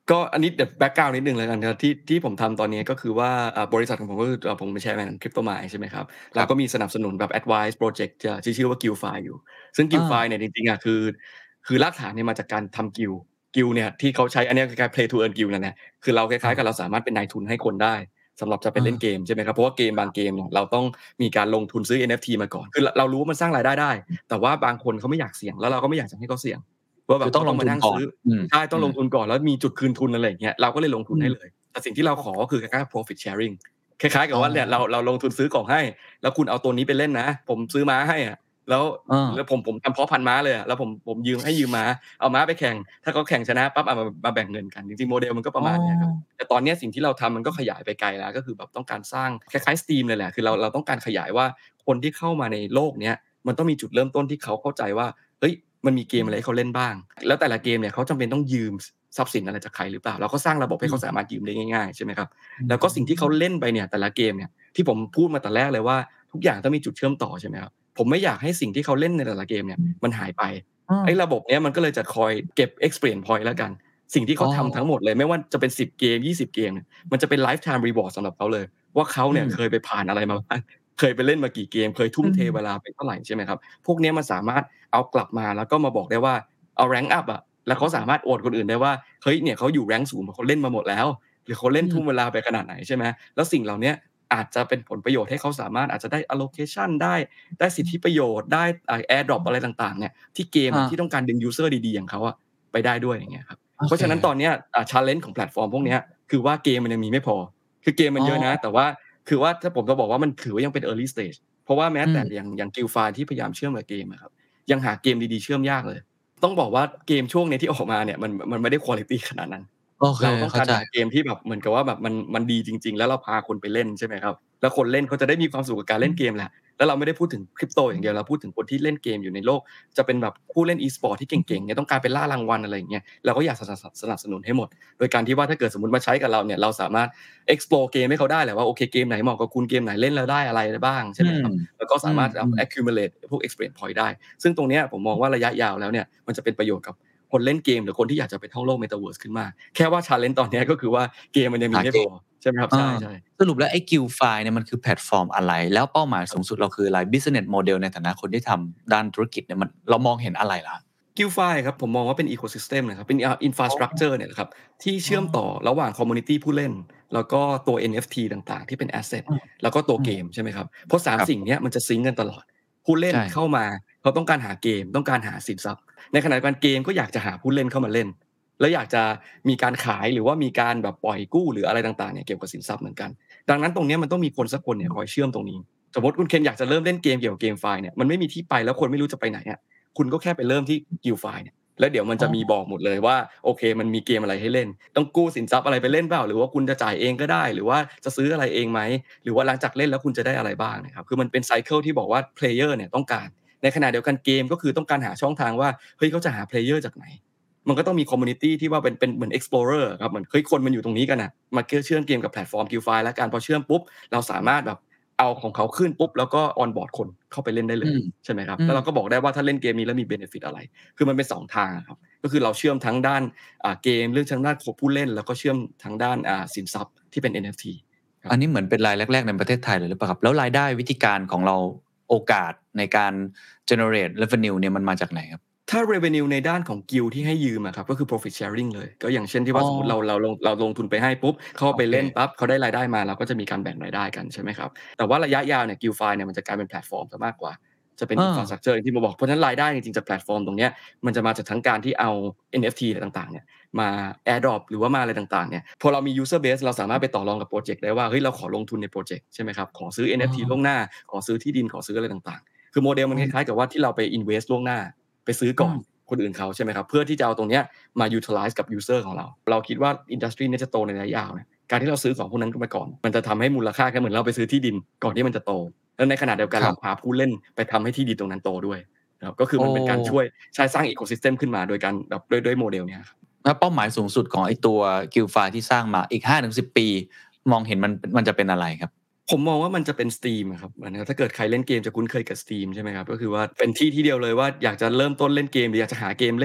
ก็อันนี้เดี๋ยวแบ็กกราวด์นิดนึงแล้วกันครับที่ที่ผมทำตอนนี้ก็คือว่าอ่าบริษัทของผมก็คืออ่าผมเป็นแชร์แมน CryptoMine ใช่ไหมครับเราก็มีสนับสนุนแบบ Advice Project จะที่ชื่อว่า Guildfy อยู่ซึ่งอา Guildfy เนี่ยจริงๆอะคือคือรากฐานเนี่ยมาจากการทำ Guild Guild เนี่ยที่เขาใช้อันเนี้ยคือการ Play to Earn Guild นั่นแหละคือเราคล้ายๆกับเราสามารถเป็นนายทุนให้คนได้สำหรับจะไปเล่นเกมใช่ไหมครับเพราะว่าเกมบางเกมเนี่ยเราต้องมีการลงทุนซื้อ เอ็น เอฟ ที มาก่อนคือเราเรารู้ว่ามันสร้างรายได้ได้แต่ว่าบางคนเขาไม่อยากเสี่ยงแล้วเราก็ไม่อยากจะให้เขาเสี่ยงว่าแบคือต้องบเขาต้องมาลงทุนก่อนนั่งซื้ออืมใช่ต้องอืมลงทุนก่อนแล้วมีจุดคืนทุนอะไรอย่างเงี้ยเราก็เลยลงทุนอืมให้เลยแต่สิ่งที่เราขอก็คือคล้ายๆ profit sharing คล้ายๆกัอ๋อบว่าเนี่ยเราเราลงทุนซื้อกล่องให้แล้วคุณเอาตัวนี้ไปเล่นนะผมซื้อม้าให้อะแล้วอาแล้วผมผมทำเพาะพันธุ์ม้าเลยอะแล้วผมผมยืมให้ยืมม้าเอาม้าไปแข่งถ้าเขาแข่งชนะปั๊บเอามามาแบ่งเงินกันจริงๆ model มันก็ปอ๋อระมาณเนี้ยครับแต่ตอนเนี้ยสิ่งที่เราทำมันก็ขยายไปไกลแล้วก็คือแบบต้องการสร้างคล้ายๆ Steam เลยแหละคือเราเราต้องการขยายว่าคนที่เข้ามาในโลกเนี้ยมันต้องมีจุดเริ่มต้นที่เขาเข้าใจว่าเฮ้ยมันมีเกมอะไรให้เขาเล่นบ้างแล้วแต่ละเกมเนี่ยเขาจำเป็นต้องยืมทรัพย์สินอะไรจากใครหรือเปล่าเราก็สร้างระบบให้เขาสามารถยืมได้ง่ายๆใช่ไหมครับอืแล้วก็สิ่งที่เขามเล่นไปเนี่ยแต่ละเกมเนี่ยที่ผมพูดมาแต่แรกเลยว่าทุกอย่างต้องมีจุดเชื่อมต่อใช่ไหมครับผมไม่อยากให้สิ่งที่เขาเล่นในแต่ละเกมเนี่ยมันหายไปอาไอ้ระบบเนี้ยมันก็เลยจะคอยเก็บ experience point แล้วกันสิ่งที่อ๋เขาอทำทั้งหมดเลยไม่ว่าจะเป็นสิบเกมยี่สิบเกมเนี่ยมันจะเป็น lifetime reward สำหรับเขาเลยว่าเขาอืมเนี่ยเคยไปผ่านอะไรมาบ้างเคยไปเล่นมากี่เกมเคยทุ่อืมเทเวลามไปเท่าไรใช่ไหมครับพวกเนี้ยมันสามารถเอากลับมาแล้วก็มาบอกได้ว่าเอา rank up อะแล้วเขาสามารถอวดคนอื่นได้ว่าเฮ้ยเนี่ยเขาอยู่ rank ศูนย์เพราะเขาเล่นมาหมดแล้วหรือเขาเล่นทุ่มเวอืมลาไปขนาดไหนใช่ไหมแล้วสิ่งเหล่าเนี้ยอาจจะเป็นผลประโยชน์ให้เขาสามารถอาจจะได้ allocation ได้ได้สิทธิประโยชน์ได้อ่า airdrop อะไรต่างๆเนี่ยที่เกมอะอาที่ต้องการดึงยูสเซอร์ดีๆอย่างเขาอะไปได้ด้วยอย่างเงี้ยครับโอเคเพราะฉะนั้นตอนเนี้ยอ่า challenge ของแพลตฟอร์มพวกเนี้ยคือว่าเกมมันยังมีไม่พอคือเกมมันอ๋อเยอะนะแต่ว่าคือว่าถ้าผมจะบอกว่ามันถือว่ายังเป็น early stage เพราะว่าแม้แต่ออืมย่างอย่าง Guildfire ที่พยายามเชื่อมกับเกมอะครับยังหาเกมดีๆเชื่อมยากเลยต้องบอกว่าเกมช่วงนี้ที่ออกมาเนี่ยมันมันไม่ได้ควอลิตีขนาดนั้นโอเคเราต้องเข้าใจการหาเกมที่แบบเหมือนกับว่าแบบมันมันดีจริงๆแล้วเราพาคนไปเล่นใช่ไหมครับแล้วคนเล่นเขาจะได้มีความสุขกับการอืมเล่นเกมแหละแล้วเราไม่ได้พูดถึง Crypto อย่างเดียวเราพูดถึงคนที่เล่นเกมอยู่ในโลกจะเป็นแบบผู้เล่น E-sport ที่อือฮึเก่งๆเนี่ยต้องการไปล่ารางวัลอะไรอย่างเงี้ยเราก็อยากสนับสนับสนุนให้หมดโดยการที่ว่าถ้าเกิดสมมุติมาใช้กับเราเนี่ยเราสามารถ explore เกมให้เขาได้แหละว่าโอเคเกมไหนเหมาะกับคุณเกมไหนเล่นแล้วได้อะไรบ้างใช่ไหมอืมครับแล้วก็อืสามารถอ่ามๆ accumulate พวก experience point ได้ซึ่งตรงเนี้ยผมมองว่าระยะยาวแล้วเนี่ยมันจะเป็นประโยชน์กับคนเล่นเกมหรือคนที่อยากจะไปท่องโลก Metaverse ขึ้นมาแค่ว่า challenge ตอนเนี้ยก็คือว่าเกมมันยังมีหาเกมไม่พอใช่ไหมครับเออใช่ๆสรุปแล้วไอ้ Guildfy เนี่ยมันคือแพลตฟอร์มอะไร แล้วเป้าหมายสูงสุดเราคืออะไร Business Model ในฐานะคนที่ทำด้านธุรกิจเนี่ยมันเรามองเห็นอะไรเหรอครับ Guildfy ครับผมมองว่าเป็น ecosystem นะครับเป็นอ่าอ๋อ infrastructure เนี่ยแหละครับที่อ๋อเชื่อมต่อระหว่าง community ผู้เล่นแล้วก็ตัว เอ็น เอฟ ที ต่างๆที่เป็น asset อืมแล้วก็ตัวอืมเกมใช่ไหมครับเพราะสามสิ่งครับเนี้ยมันจะซิงก์กันตลอดผู้เล่นใช่เข้ามาเขาต้องการหาเกมต้องการหาสินทรัพย์ในขณะเดียวกันเกมก็อยากจะหาผู้เล่นเข้ามาเล่นแล้วอยากจะมีการขายหรือว่ามีการแบบปล่อยกู้หรืออะไรต่างๆเนี่ยเกี่ยวกับสินทรัพย์เหมือนกันดังนั้นตรงเนี้ยมันต้องมีคนสักคนเนี่ยคอยเชื่อมตรงนี้สมมติคุณเคนอยากจะเริ่มเล่นเกมเกี่ยวกับ GameFi เนี่ยมันไม่มีที่ไปแล้วคนไม่รู้จะไปไหนอะคุณก็แค่ไปเริ่มที่ Guildfy เนี่ย แล้วเดี๋ยวมันอ๋อจะมีบอกหมดเลยว่าโอเคมันมีเกมอะไรให้เล่นต้องกู้สินทรัพย์อะไรไปเล่นเปล่าหรือว่าคุณจะจ่ายเองก็ได้หรือว่าจะซื้ออะไรเองไหมหรือว่าหลังจากเล่นแล้วคุณจะได้อะไรบ้างนะครับคือมันเป็นไซเกิลที่บอกว่าเพลเยอร์เนี่ยต้องการในขณะเดียวกันเกมก็คือต้องการหาช่องทางว่าเฮ้ยเขาจะหาเพลเยอร์จากไหนมันก็ต้องมีคอมมิวนิตีที่ว่าเป็นเป็นเหมือน explorer อะครับเหมือนเฮ้ยคนมันอยู่ตรงนี้กันน่ะมาเชื่อเชื่อมเกมกับแพลตฟอร์ม Guildfy แล้วกันพอเชื่อมปุ๊บเราสามารถแบบเอาของเขาขึ้นปุ๊บแล้วก็ onboard คนเข้าไปเล่นได้เลยอืมใช่ไหมครับอืมแล้วเราก็บอกได้ว่าถ้าเล่นเกมนี้แล้วมี benefit อะไรคือมันเป็นสองทางอะครับ ก็คือเราเชื่อมทั้งด้านอ่าเกมเรื่องทางด้านของผู้เล่นแล้วก็เชื่อมทางด้านอ่าสินทรัพย์ที่เป็น เอ็น เอฟ ที ครับอันนี้เหมือนเป็นรายแรกๆในประเทศไทยเลยหรือเปล่าครับแล้วรายได้วิธีการของเราโอกาสในการ generate revenue เนี่ยมันมาจากไหนครับถ้า revenue ในด้านของ Guild ที่ให้ยืมอะครับก็คือ profit sharing เลยก็อย่างเช่นที่อ๋อว่าสมมุติเราเราลงเราลงทุนไปให้ปุ๊บเขาโอเคเอาไปเล่นปั๊บเขาได้รายได้มาเราก็จะมีการแบ่งรายได้กันใช่ไหมครับแต่ว่าระยะยาวเนี่ย Guildfy เนี่ยมันจะกลายเป็นแพลตฟอร์มเสียมากกว่าจะเป็นเออ infrastructure อย่างที่ผมบอกเพราะฉะนั้นรายได้จริงๆจากแพลตฟอร์มตรงเนี้ยมันจะมาจากทั้งการที่เอา เอ็น เอฟ ที อะไรต่างๆเนี่ยมา airdrop หรือว่ามาอะไรต่างๆเนี่ยพอเรามี user base เราสามารถไปต่อรองกับพรอเจกต์ได้ว่าเฮ้ยเราขอลงทุนในพรอเจกต์ใช่ไหมครับขอซื้ออ๋อเอ็น เอฟ ที ล่วงหน้าขอซื้อที่ดินขอซื้ออะไรต่างๆคือโมเดลมันคล้ายๆกับว่าที่เราไป invest ล่วงหน้าไปซื้อก่อนอืมคนอื่นเขาใช่ไหมครับเพื่อที่จะเอาตรงเนี้ยมา utilize กับ user ของเราเราคิดว่า industry เนี้ยจะโตในระยะยาวเนี่ยการที่เราซื้อของพวกนั้นไปก่อนมันจะทำให้มูลค่าแค่เหมือนเราไปซื้อที่ดินก่อนที่มันจะโตแล้วในขณะเดียวกันเราพาครับผู้เล่นไปทำให้ที่ดินตรงนั้นโตด้วยนะครับก็คือโอ้มันเป็นการช่วยใช่สร้าง ecosystem ขึ้นมาโดยการแบบด้วยด้วยโมเดลเนี้ยครับแล้วเป้าหมายสูงสุดของไอ้ตัว Guildfy ที่สร้างมาอีก ห้าถึงสิบ ปีมองเห็นมันมันจะเป็นอะไรครับผมมองว่ามันจะเป็น Steam อะครับเหมือนกับถ้าเกิดใครเล่นเกมจะคุ้นเคยกับ Steam ใช่ไหมครับก็คือว่าเป็นที่ที่เดียวเลยว่าอยากจะเริ่มต้นเล่นเกมหรืออยากจะหาเกมเล่นน่ะ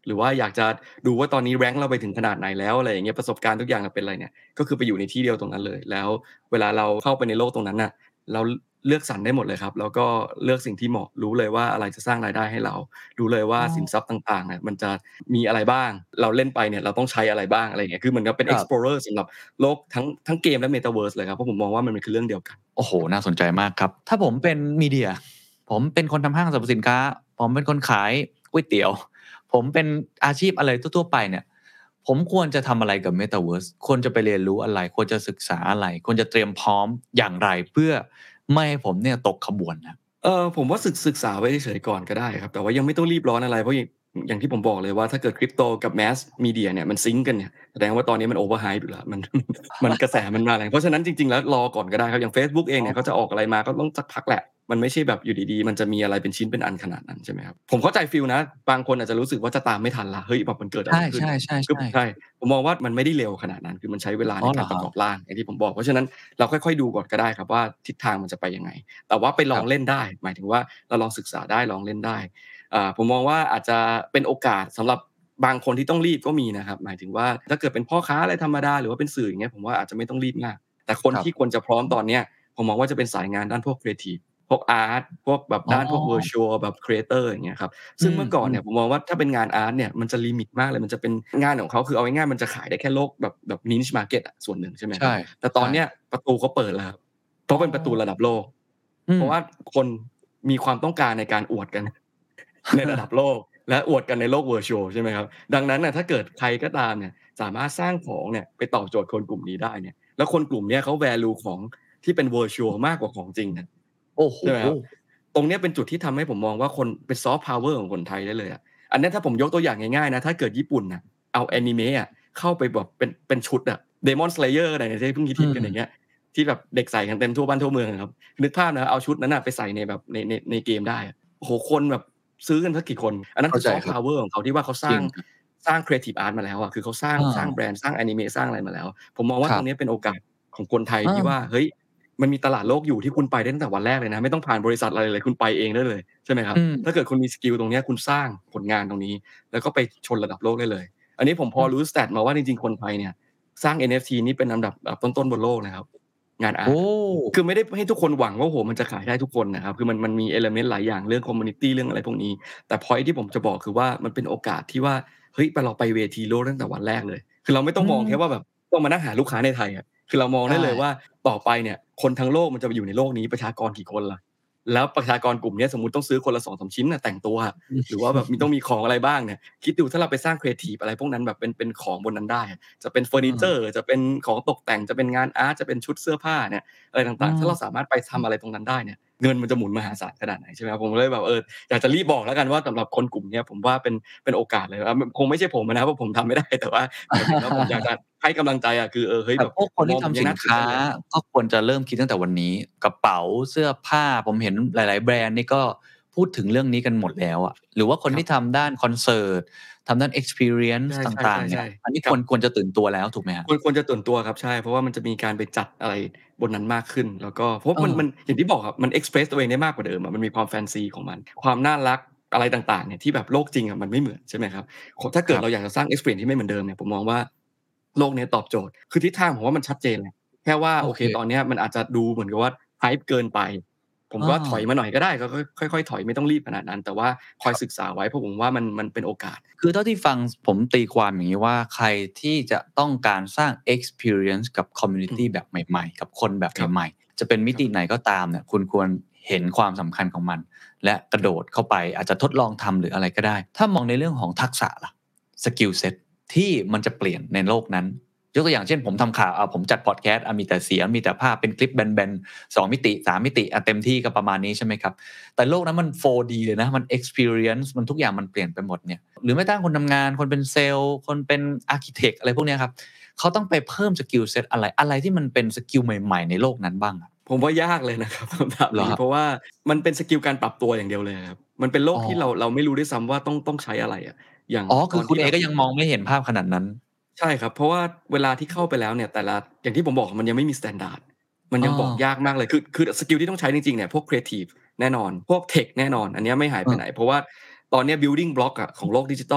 หรือว่าอยากจะดูว่าตอนนี้ rank เราไปถึงขนาดไหนแล้วอะไรอย่างเงี้ยประสบการณ์ทุกอย่างเป็นอะไรเนี่ยก็คือไปอยู่ในที่เดียวตรงนั้นเลยแล้วเวลาเราเข้าไปในโลกตรงนั้นน่ะเราเลือกสรรได้หมดเลยครับแล้วก็เลือกสิ่งที่เหมาะรู้เลยว่าอะไรจะสร้างรายได้ให้เรารู้เลยว่าอ๋อสินทรัพย์ต่างๆเนี่ยมันจะมีอะไรบ้างเราเล่นไปเนี่ยเราต้องใช้อะไรบ้างอะไรอย่างเงี้ยคือเหมือนกับเป็นครับ explorer สำหรับโลกทั้งทั้งเกมและ Metaverse เลยครับเพราะผมมองว่ามันมันคือเรื่องเดียวกันโอ้โฮน่าสนใจมากครับถ้าผมเป็นมีเดียผมเป็นคนทำห้างสรรพสินค้าผมเป็นคนขายก๋วยเตี๋ยวผมเป็นอาชีพอะไรทั่วๆไปเนี่ยผมควรจะทำอะไรกับ Metaverse ควรจะไปเรียนรู้อะไรควรจะศึกษาอะไรควรจะเตรียมพร้อมอย่างไรเพื่อไม่ให้ผมเนี่ยตกขบวนครับเออผมว่าศึกศึกษาไว้เฉยๆก่อนก็ได้ครับแต่ว่ายังไม่ต้องรีบร้อนอะไรเพราะอย่างอย่างที่ผมบอกเลยว่าถ้าเกิด Crypto กับ Mass Media เนี่ยมันซิงก์กันเนี่ยแสดงว่าตอนนี้มัน overhype อยู่แล้วมันมันกระแสมันมาแรงเพราะฉะนั้นจริงๆแล้วรอก่อนก็ได้ครับอย่างเฟซบุ๊กเองเนี่ยเขาจะออกอะไรมาก็ต้องสักพักแหละมันไม่ใช่แบบอยู่ดีๆมันจะมีอะไรเป็นชิ้นเป็นอันขนาดนั้นใช่ไหมครับผมเข้าใจฟีลนะบางคนอาจจะรู้สึกว่าจะตามไม่ทันแล้วเฮ้ยแบบมันเกิดใอะไรขึ้นคือช่ๆๆๆใช่ผมมองว่ามันไม่ได้เร็วขนาดนั้นคือมันใช้เวลาอ๋อเหรอครับในการประกอบร่างอย่างที่ผมบอกเพราะฉะนั้นเราค่อยๆดูก่อนก็ได้ครับว่าทิศทางมันจะไปยังไง แต่ว่าไปลครับองเล่นได้หมายถึงว่าเราลองศึกษาได้ลองเล่นได้อ่าผมมองว่าอาจจะเป็นโอกาสสำหรับบางคนที่ต้องรีบก็มีนะครับหมายถึงว่าถ้าเกิดเป็นพ่อค้าอะไรธรรมดาหรือว่าเป็นสื่ออย่างเงี้ยผมว่าอาจจะไม่ต้องรีบมากแต่คนครับที่ควรจะพร้อมตอนเนี้ยผมมองว่าจะเป็นสายงานด้านพวกครีเอทิฟพวกอาร์ตพวกแบบอ๋อด้านพวก Virtual แบบครีเอเตอร์อย่างเงี้ยครับอืซึ่งเมื่อก่อนมเนี่ยผมมองว่าถ้าเป็นงานอาร์ตเนี่ยมันจะลิมิตมากเลยมันจะเป็นงานของเขาคือเอาง่ายๆมันจะขายได้แค่โลกแบบแบบ niche market อะส่วนหนึ่งใช่ไหมๆใครับแต่ตอนเนี้ยช่ๆประตูเขาเปิดแล้วครับเพอ๋อราะเป็นประตูระดับโลกอืมเพราะว่าคนมีความต้องการในการอวดกันในระดับโลกและอวดกันในโลก virtual ใช่ไหมครับดังนั้นน่ะถ้าเกิดใครก็ตามเนี่ยสามารถสร้างของเนี่ยไปตอบโจทย์คนกลุ่มนี้ได้เนี่ยแล้วคนกลุ่มเนี้ยเขา value ของที่เป็น virtual มากกว่าของจริงเนี่ยโอ้โฮใช่ไหมครับตรงเนี้ยเป็นจุดที่ทำให้ผมมองว่าคนเป็น soft power ของคนไทยได้เลยอะอันเนี้ยถ้าผมยกตัวอย่างง่ายๆนะถ้าเกิดญี่ปุ่นน่ะเอาอานิเมะอะเข้าไปแบบเป็นเป็นชุดอะ Demon Slayer อะไรเนี่ยที่เพิ่งอืฮิตๆกันอย่างเงี้ยมที่แบบเด็กใส่กันเต็มทั่วบ้านทั่วเมืองอะครับนึกภาพนะเอาชุดนั้นน่ะไปใส่ในแบบในในในเกมได้อะโอ้โฮคนแบบซื้อกันสักกี่คนอันนั้นคือเข้าใจ Soft ครับ Power ของเขาที่ว่าเขาสร้างจริงครับสร้าง Creative Art มาแล้วอะคือเขาสร้างอาสร้างแบรนด์สร้างอานิเมะสร้างอะไรมาแล้วผมมองว่าตรงนี้ครับเป็นโอกาสของคนไทยอาที่ว่าเฮ้ยมันมีตลาดโลกอยู่ที่คุณไปได้ตั้งแต่วันแรกเลยนะไม่ต้องผ่านบริษัทอะไรเลยคุณไปเองได้เลยใช่ไหมครับอืมถ้าเกิดคุณมีสกิลตรงเนี้ยคุณสร้างผลงานตรงนี้แล้วก็ไปชนระดับโลกได้เลยอันนี้ผมพอืมอรู้ stat มาว่าจริงๆคนไทยเนี่ยสร้าง เอ็น เอฟ ที นี่เป็นอันดับแบบต้นๆบนโลกนะครับ งานอาร์โอ้ตอะคือไม่ได้ให้ทุกคนหวังว่าโอ้โฮมันจะขายได้ทุกคนนะครับคือมันมันมี element หลายอย่างเรื่องคอมมิวนิตีเรื่องอะไรพวกนี้แต่พ็อยนต์ที่ผมจะบอกคือว่ามันเป็นโอกาสที่ว่าเฮ้ยไปเราไปเวทีโลกตั้งแต่วันแรกเลยคือเราไม่ต้อืองมองแค่ว่ามแบบต้องมานั่งหาลูกค้าในไทยอะคือเรามองได้ใช่เลยว่าต่อไปเนี่ยคนทั้งโลกมันจะมาอยู่ในโลกนี้ประชากรกี่คนล่ะแล้วประชากรกลุ่มเนี้ยสมมุติต้องซื้อคนละสองถึงสามชิ้นน่ะแต่งตัวอะอืหรือว่าแบบมีต้องมีของอะไรบ้างเนี่ยคิดดูถ้าเราไปสร้างครีเอทิฟอะไรพวกนั้นแบบเป็นเป็นของบนนั้นได้อะจะเป็นเฟอร์นิเจอร์มจะเป็นของตกแต่งจะเป็นงานอาร์ตจะเป็นชุดเสื้อผ้าเนี่ย อะไรอืต่างๆ ถ้าเรามสามารถไปทำอะไรตรงนั้นได้เนี่ยเงินมันจะหมุนมหาศาลขนาดไหนใช่ไหมครับผมก็เลยแบบเอออยากจะรีบบอกแล้วกันว่าสำหรับคนกลุ่มเนี้ยผมว่าเป็นเป็นโอกาสเลยอ่ามันคงไม่ใช่ผมอะนะครับเพราะผมทำไม่ได้แต่ว่าหมายถึงว่าผมอยากจะให้กำลังใจอะคือเออเฮ้ยแบบแต่พวกคนผมมองผมที่ทำสินยังน่าตื่นค้าเต้นเลยก็ควรจะเริ่มคิดตั้งแต่วันนี้กระเป๋าเสื้อผ้าผมเห็นหลายๆแบรนด์นี่ก็พูดถึงเรื่องนี้กันหมดแล้วอะหรือว่าคนครับที่ทำด้านคอนเสิร์ตทำด้าน experience ใชต่างๆเนี่่ยอันๆๆๆครับนี้ควรควรจะตื่นตัวแล้วถูกไหมครับควรควรจะตื่นตัวครับใช่เพราะว่ามันจะมีการไปจัดอะไรบนนั้นมากขึ้นแล้วก็เพราะเออมันมันอย่างที่บอกครับมันเอ็กซ์เพรสตัวเองได้มากกว่าเดิมอะมันมีความแฟนซีของมันความน่ารักอะไรต่างๆเนี่ยที่แบบโลกจริงอะมันไม่เหมือนใช่ไหมครับขถ้าคเกิดรับเราอยากจะสร้าง experience ที่ไม่เหมือนเดิมเนี่ยผมมองว่าโลกเนี้ยตอบโจทย์คือทิศทางผมว่ามันชัดเจนแหละแค่ว่าโอเคโอเคตอนเนี้ยมันอาจจะดูเหมือนกับว่า hype เกินไปผมเอว่าถอยอมาหน่อยก็ได้ก็ค่อยค่อยๆถอยไม่ต้องรีบขนาดนั้นแต่ว่าคอยครับศึกษาไว้เพราะผมว่ามันมันเป็นโอกาสคือเท่าที่ฟังผมตีความอย่างนี้ว่าใครที่จะต้องการสร้าง experience กับคอมมิวนิอืมตีแบบใหม่ๆกับคนแบบครับใหม่ๆจะเป็นมิครับติไหนก็ตามเนี่ยคุณควรเห็นความสำคัญของมันและกระโดดเข้าไปอาจจะทดลองทำหรืออะไรก็ได้ถ้ามองในเรื่องของทักษะล่ะสกิลเซ็ตที่มันจะเปลี่ยนในโลกนั้นยกตัวอย่างเช่นผมทำข่าวอ่าผมจัดพอดแคสต์อ่ามีแต่เสียงมีแต่ภาพเป็นคลิปแบนๆสองมิติสามมิติอ่ะเต็มที่ก็ประมาณนี้ใช่ไหมครับ แต่โลกนั้นมัน โฟร์ ดี เลยนะมัน experience มันทุกอย่างมันเปลี่ยนไปหมดเนี่ยหรือแม้กระทั่งคนทำงานคนเป็นเซลล์คนเป็น architect อะไรพวกเนี้ยครับเขาต้องไปเพิ่มสกิลเซ็ตอะไรอะไรที่มันเป็นสกิลใหม่ๆในโลกนั้นบ้างอะผมว่ายากเลยนะครับคำถามเหรอครับนี้เพราะว่ามันเป็นสกิลการปรับตัวอย่างเดียวเลยครับมันเป็นโลอ๋อกที่เราเราไม่รู้ด้วยซ้ำว่าต้องต้องใช้อะไรอะอย่างอ๋อคือคุณเอตอนที่แบบก็ยังมองไม่เห็นภาพขนาดนั้นใช่ครับเพราะว่าเวลาที่เข้าไปแล้วเนี่ยแต่ละอย่างที่ผมบอกมันยังไม่มีสแตนดาร์ดมันอ้อยังบอกยากมากเลยคือคือสกิลที่ต้องใช้จริงๆเนี่ยพวกครีเอทิฟแน่นอนพวกเทคแน่นอนอันเนี้ยไม่หายไปไหนเพราะว่าตอนเนี้ย building block อะของโลกดิจิทัลเนี่ย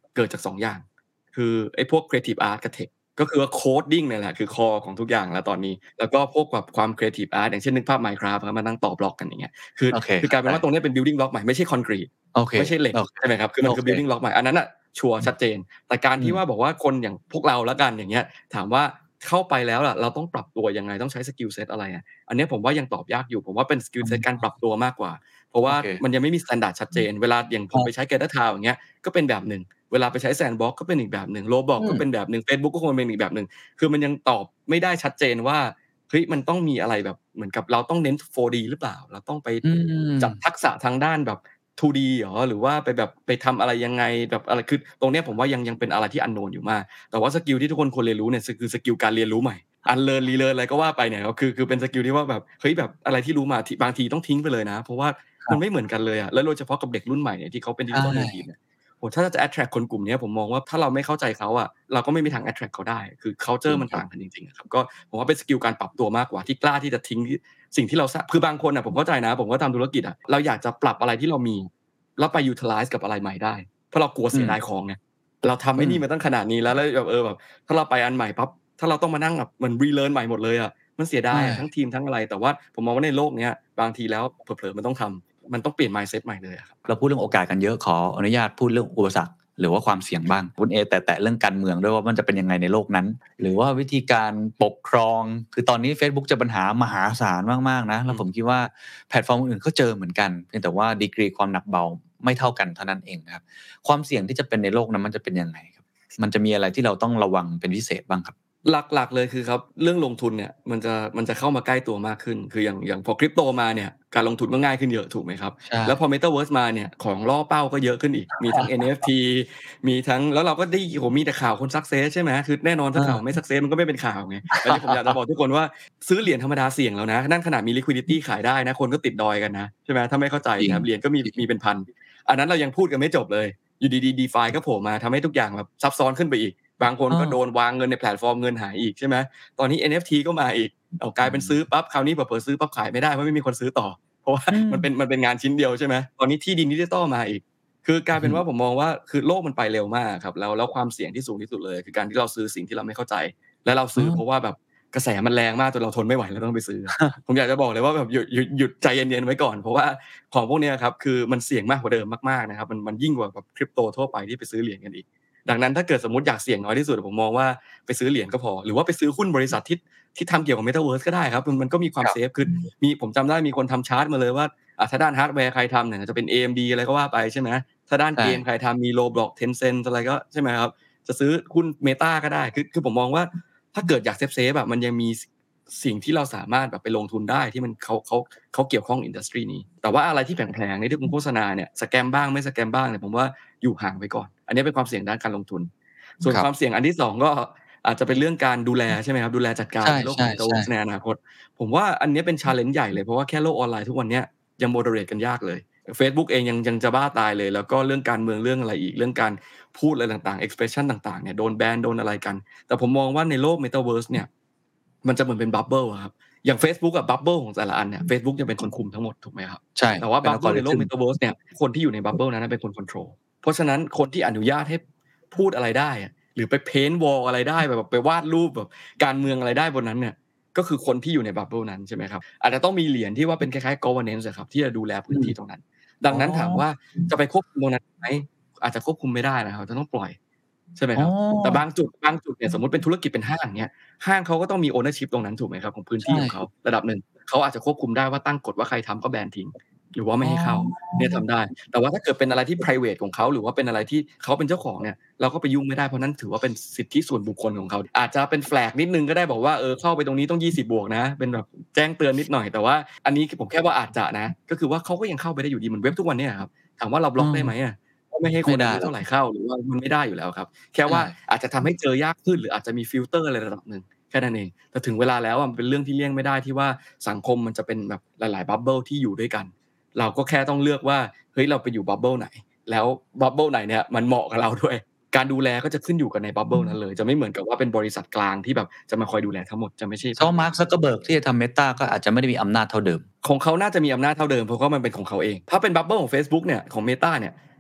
เกิดจากสองอย่างคือไอ้พวก Creative Art กับ Tech ก็คือว่า Coding เนี่ยแหละคือ Core ของทุกอย่างแล้วตอนนี้แล้วก็พวกแบบความ Creative Art อย่างเช่นนึกภาพ Minecraft ครับมานั่งต่อบล็อกกันอย่างเงี้ยคือโอเคคือกลายเป็นว่าตรงนี้เป็น building block ใหม่ไม่ใช่คอนกรีตโอเคไม่ใช่เหล็กโอเคใช่ไหมครับคือมันคือโอเค building block ใหม่อันนั้นน่ะชัวร์ชัดเจนแต่การอืมที่ว่าบอกว่าคนอย่างพวกเราแล้วกันอย่างเงี้ยถามว่าเข้าไปแล้วล่ะเราต้องปรับตัวยังไงต้องใช้สกิลเซ็ตอะไรอะอันเนี้ยผมว่ายังตอบยากอยู่ผมว่าเป็นสกิลเซ็ตการปรับตัวมากกว่าเพราะว่าโอเคมันยังไม่มีสแตนดาร์ดชัดเจนเวลาอย่างผมไปใช้ Gather Town อย่างเงี้ยก็เป็นแบบหนึ่งเวลาไปใช้ Sandbox ก็เป็นอีกแบบหนึ่ง Roblox อืมก็เป็นแบบหนึ่งเฟซบุ๊กก็คงเป็นอีกแบบหนึ่งคือมันยังตอบไม่ได้ชัดเจนว่าเฮ้ยมันต้องมีอะไรแบบเหมือนกับเราต้องเน้น โฟร์ ดี หรือเปล่าเราต้องไปอืมจับทักษะทางด้านแบบ ทู ดี เหรอหรือว่าไปแบบไปทำอะไรยังไงแบบอะไรคือตรงเนี้ยผมว่ายังยังเป็นอะไรที่ unknown อยู่มากแต่ว่าสกิลที่ทุกคนควรเรียนรู้เนี่ยคือสกิลการเรียนรู้ใหม่ unlearn relearn อะไรก็ว่าไปเนี่ยครับคือคือเป็นสกิลที่ว่าแบบเฮ้ยแบบอะไรที่รู้มาที่บางทีต้องทิ้งไปเลยนะเพราะว่ามันไม่เหมือนกันเลยอะแล้วโดยเฉพาะกับเด็กรุ่นใหม่เนี่ยที่เขาเป็นใช่ digital native เนี่ยโอ้โฮถ้าจะ attract คนกลุ่มเนี้ยผมมองว่าถ้าเราไม่เข้าใจเขาอะเราก็ไม่มีทาง attract เขาได้คือคัลเชจอริงร์มันต่างครับกันจริงๆอะครับก็ผมว่าเป็นสกิลการปรับตัวมากกว่าที่กล้าที่จะทิ้งสิ่งที่เราทราบคือบางคนน่ะผมเข้าใจนะผมก็ทำธุรกิจอะเราอยากจะปรับอะไรที่เรามีแล้วไป utilize กับอะไรใหม่ได้เพราะเรากลัวอืมเสียดายของไงเราทำไอ้อืมนี่มาตั้งขนาดนี้แล้วแล้วแบบเออแบบถ้าเราไปอันใหม่ปั๊บถ้าเราต้องมานั่งแบบเหมือน relearn ใหม่หมดเลยอะมันเสียดายอะทั้งใช่ทีมทั้งอะไรแต่ว่าผมมองว่าในโลกเนี้ยบางทีแล้วเผลอๆมันต้องทำมันต้องเปลี่ยน mindset ใหม่เลยอะครับเราพูดเรื่องโอกาสกันเยอะขออนุญาตพูดเรื่องอุปสรรคหรือว่าความเสี่ยงบ้างคุณเอแตะๆเรื่องการเมืองด้วยว่ามันจะเป็นยังไงในโลกนั้นหรือว่าวิธีการปกครองคือตอนนี้ Facebook เจอปัญหามหาศาลมากๆนะแล้วผมคิดว่าแพลตฟอร์มอื่นๆก็เจอเหมือนกันเพียงแต่ว่าดีกรีความหนักเบาไม่เท่ากันเท่านั้นเองครับความเสี่ยงที่จะเป็นในโลกนั้นมันจะเป็นยังไงครับมันจะมีอะไรที่เราต้องระวังเป็นพิเศษบ้างครับหลักๆเลยคือครับเรื่องลงทุนเนี่ยมันจะมันจะเข้ามาใกล้ตัวมากขึ้นคืออย่างอย่างพอ Crypto มาเนี่ยการลงทุนก็ง่ายขึ้นเยอะถูกไหมครับใช่แล้วพอ Metaverse มาเนี่ยของล่อเป้าก็เยอะขึ้นอีกมีทั้ง เอ็น เอฟ ที มีทั้งแล้วเราก็ได้โอ้โฮมีแต่ข่าวคน success ใช่ไหมคือแน่นอนถ้าข่าวไม่เออ success มันก็ไม่เป็นข่าวไงอันนี้ผมอยากจะบอกทุกคนว่าซื้อเหรียญธรรมดาเสี่ยงแล้วนะนั่นขนาดมี liquidity ขายได้นะคนก็ติดดอยกันนะใช่ไหมถ้าไม่เข้าใจจริงนะครับเหรียญก็มีจริงมีเป็นพันอันนั้นเรายังพูดกันไม่จบเลยอยู่ดีๆ DeFi ก็โผล่มาทำให้ทุกอย่างแบบซับซ้อนขึ้นไปอีกบางคนเออก็โดนวางเงินในแพลตฟอร์มเงินหายอีกใช่ไหม ตอนนี้ เอ็น เอฟ ที ก็มาอีกอ้าวกอืลายเป็นซื้อมปั๊บคราวนี้เผลอๆซื้อปั๊บขายไม่ได้เพราะไม่มีคนซื้อต่อเพราะว่าอื มมันเป็นมันเป็นงานชิ้นเดียวใช่ไหมตอนนี้ที่ดินดิจิทัลมาอีกคือกลายอือฮึเป็นว่าผมมองว่าคือโลกมันไปเร็วมากอะครับแล้วแล้วความเสี่ยงที่สูงที่สุดเลยคือการที่เราซื้อสิ่งที่เราไม่เข้าใจและเราอ๋อซื้อเพราะว่าแบบกระแสมันแรงมากจนเราทนไม่ไหวเราต้องไปซื้ออะผมอยากจะบอกเลยว่าแบบหยุดหยุดหยุดใจเย็นๆไว้ก่อนเพราะว่าของพวกเนี้ยครับคือมันเสี่ยงมากกว่าเดิมมากๆนะครับมันมันยิ่งกว่าแบบ Crypto ทั่วไปที่ไปซื้อเหรียญกันอีกดังนั้นถ้าเกิดสมมุติอยากเสี่ยงน้อยที่สุดผมมองว่าไปซื้อเหรียญก็พอหรือว่าไปซื้อหุ้นบริษัทที่ ที่ทำเกี่ยวกับ Metaverse ก็ได้ครับมันมันก็มีความครับเซฟคือมีผมจำได้มีคนทำชาร์ตมาเลยว่าอ่าถ้าด้านฮาร์ดแวร์ใครทำเนี่ยจะเป็น เอ เอ็ม ดี อะไรก็ว่าไปใช่ไหมถ้าด้านเกมใคใช่รทำมี Roblox Tencent อะไรก็ใช่ไหมครับจะซื้อหุ้น Meta ก็ได้คือคือผมมองว่าถ้าเกิดอยากเซฟๆอะมันยังมีสสิ่งที่เราสามารถแบบไปลงทุนได้ที่มันเขาเขาเขาเกี่ยวข้อง industry นี้แต่ว่าอะไรที่แผลงๆในที่คุณโฆษณาเนี่ยสแกมบ้างไม่สแกมบ้างเนี่ยผมว่าอยู่ห่างไว้ก่อนอันนี้เป็นความเสี่ยงด้านการลงทุนส่วนครับความเสี่ยงอันที่สองก็ อาจจะเป็นเรื่องการดูแลใช่ไหมครับดูแลจัดการใช่ในโลกของ Metaverse ในๆๆอนาคตผมว่าอันเนี้ยเป็น challenge ใหญ่เลยเพราะว่าแค่โลกออนไลน์ทุกวันเนี้ยยัง moderate กันยากเลยเฟซบุ๊กเองยังยังจะบ้าตายเลยแล้วก็เรื่องการเมืองเรื่องอะไรอีกเรื่องการพูดอะไรต่างๆ expression ต่างๆเนี่ยโดนแบนโดนอะไรกันแต่ผมมองว่าในโลก Metaverse เนี่ยมันจะเหมือนเป็น bubble อะครับอย่างเฟซบุ๊กอะ bubble ของแต่ละอันเนี่ยเฟซบุ๊กจะเป็นคนคุมทั้งหมดถูกไหมครับใช่แต่ว่าเป็น bubble ในโลก algorithm Metaverse เนี่ยคนที่อยู่ใน bubble นั้นน่ะเป็นคน control เพราะฉะนั้นคนที่อนุญาตให้พูดอะไรได้อะ หรือไป paint wall อะไรได้แบบไปวาดรูปแบบการเมืองอะไรได้บนนั้นเนี่ยก็คือคนที่อยู่ในบับเบิลนั้นใช่ไหมครับอาจจะต้องมีเหรียญที่ว่าเป็นคล้ายๆ governance อะครับที่จะดูแลพื้นอืมที่ตรงนั้นดัอ๋องนั้นถามว่าจะไปควบคุมตรงนั้นไหมอาจจะควบคุมไม่ได้นะครับจะต้องปล่อยใช่ไหมอ๋อครับแต่บางจุดบางจุดเนี่ยสมมุติเป็นธุรกิจเป็นห้างเงี้ยห้างเขาก็ต้องมี ownership ตรงนั้นถูกไหมครับของพื้นที่ใช่ของเขาระดับหนึ่งเขาอาจจะควบคุมได้ว่าตั้งกฎว่าใครทำก็แบนทิ้งหรือว่าไม่อ๋อให้เข้าเนี่ยทำได้ แต่ว่าถ้าเกิดเป็นอะไรที่ ไพรเวท ของเขาหรือว่าเป็นอะไรที่เขาเป็นเจ้าของเนี่ยเราก็ไปยุ่งไม่ได้เพราะนั่นถือว่าเป็นสิทธิส่วนบุคคลของเขาอาจจะเป็น แฟลก นิดหนึ่งก็ได้บอกว่าเออเข้าไปตรงนี้ต้องยี่สิบบวกนะเป็นแบบแจ้งเตือนนิดหน่อยแต่ว่าอันนี้ผมแค่ว่าอาจจะนะก็คือว่าเขาก็ยังเข้าไปได้อยู่ดีเหมือนเว็บทุกวันเนี้ยอะครับถามว่าเราบล็อกได้ไหมอะก็ไม่ให้คไม่นอายุได้หรอกเท่าไรเข้าหรือว่ามันไม่ได้อยู่แล้วครับแค่ว่าใช่อาจจะทำให้เจอยากขึ้นหรืออาจจะมีฟิลเตอร์อะไรระดับหนึ่งแค่นั้นเองแต่ถึงเวลาแล้วอะมันเป็นเรื่องที่เลี่ยงไม่ได้ที่ว่าสังคมมันจะเป็นแบบหลายๆบับเบิลที่อยู่ด้วยกัน เราก็แค่ต้องเลือกว่าเฮ้ยเราไปอยู่บับเบิลไหนแล้วบับเบิลไหนเนี่ยมันเหมาะกับเราด้วยการดูแลก็จะขึ้นอยู่กับในบับเบิลนั้นเลยจะไม่เหมือนกับว่าเป็นบริษัทกลางที่แบบจะมาคอยดูแลทั้งหมดจะไม่ใช่เพราะภาพนั้น Mark Zuckerberg ที่จะทำ Meta ก็อาจจะไม่ได้มีอำนาจเท่าเดิมของเขาน่าจะมีอำนาจเท่าเดิมเพราะว่ามันเป็นของเขาเองถ้าเป็นบับเบิลของเฟซบุ๊กเนี่ยของ Meta เนี่ย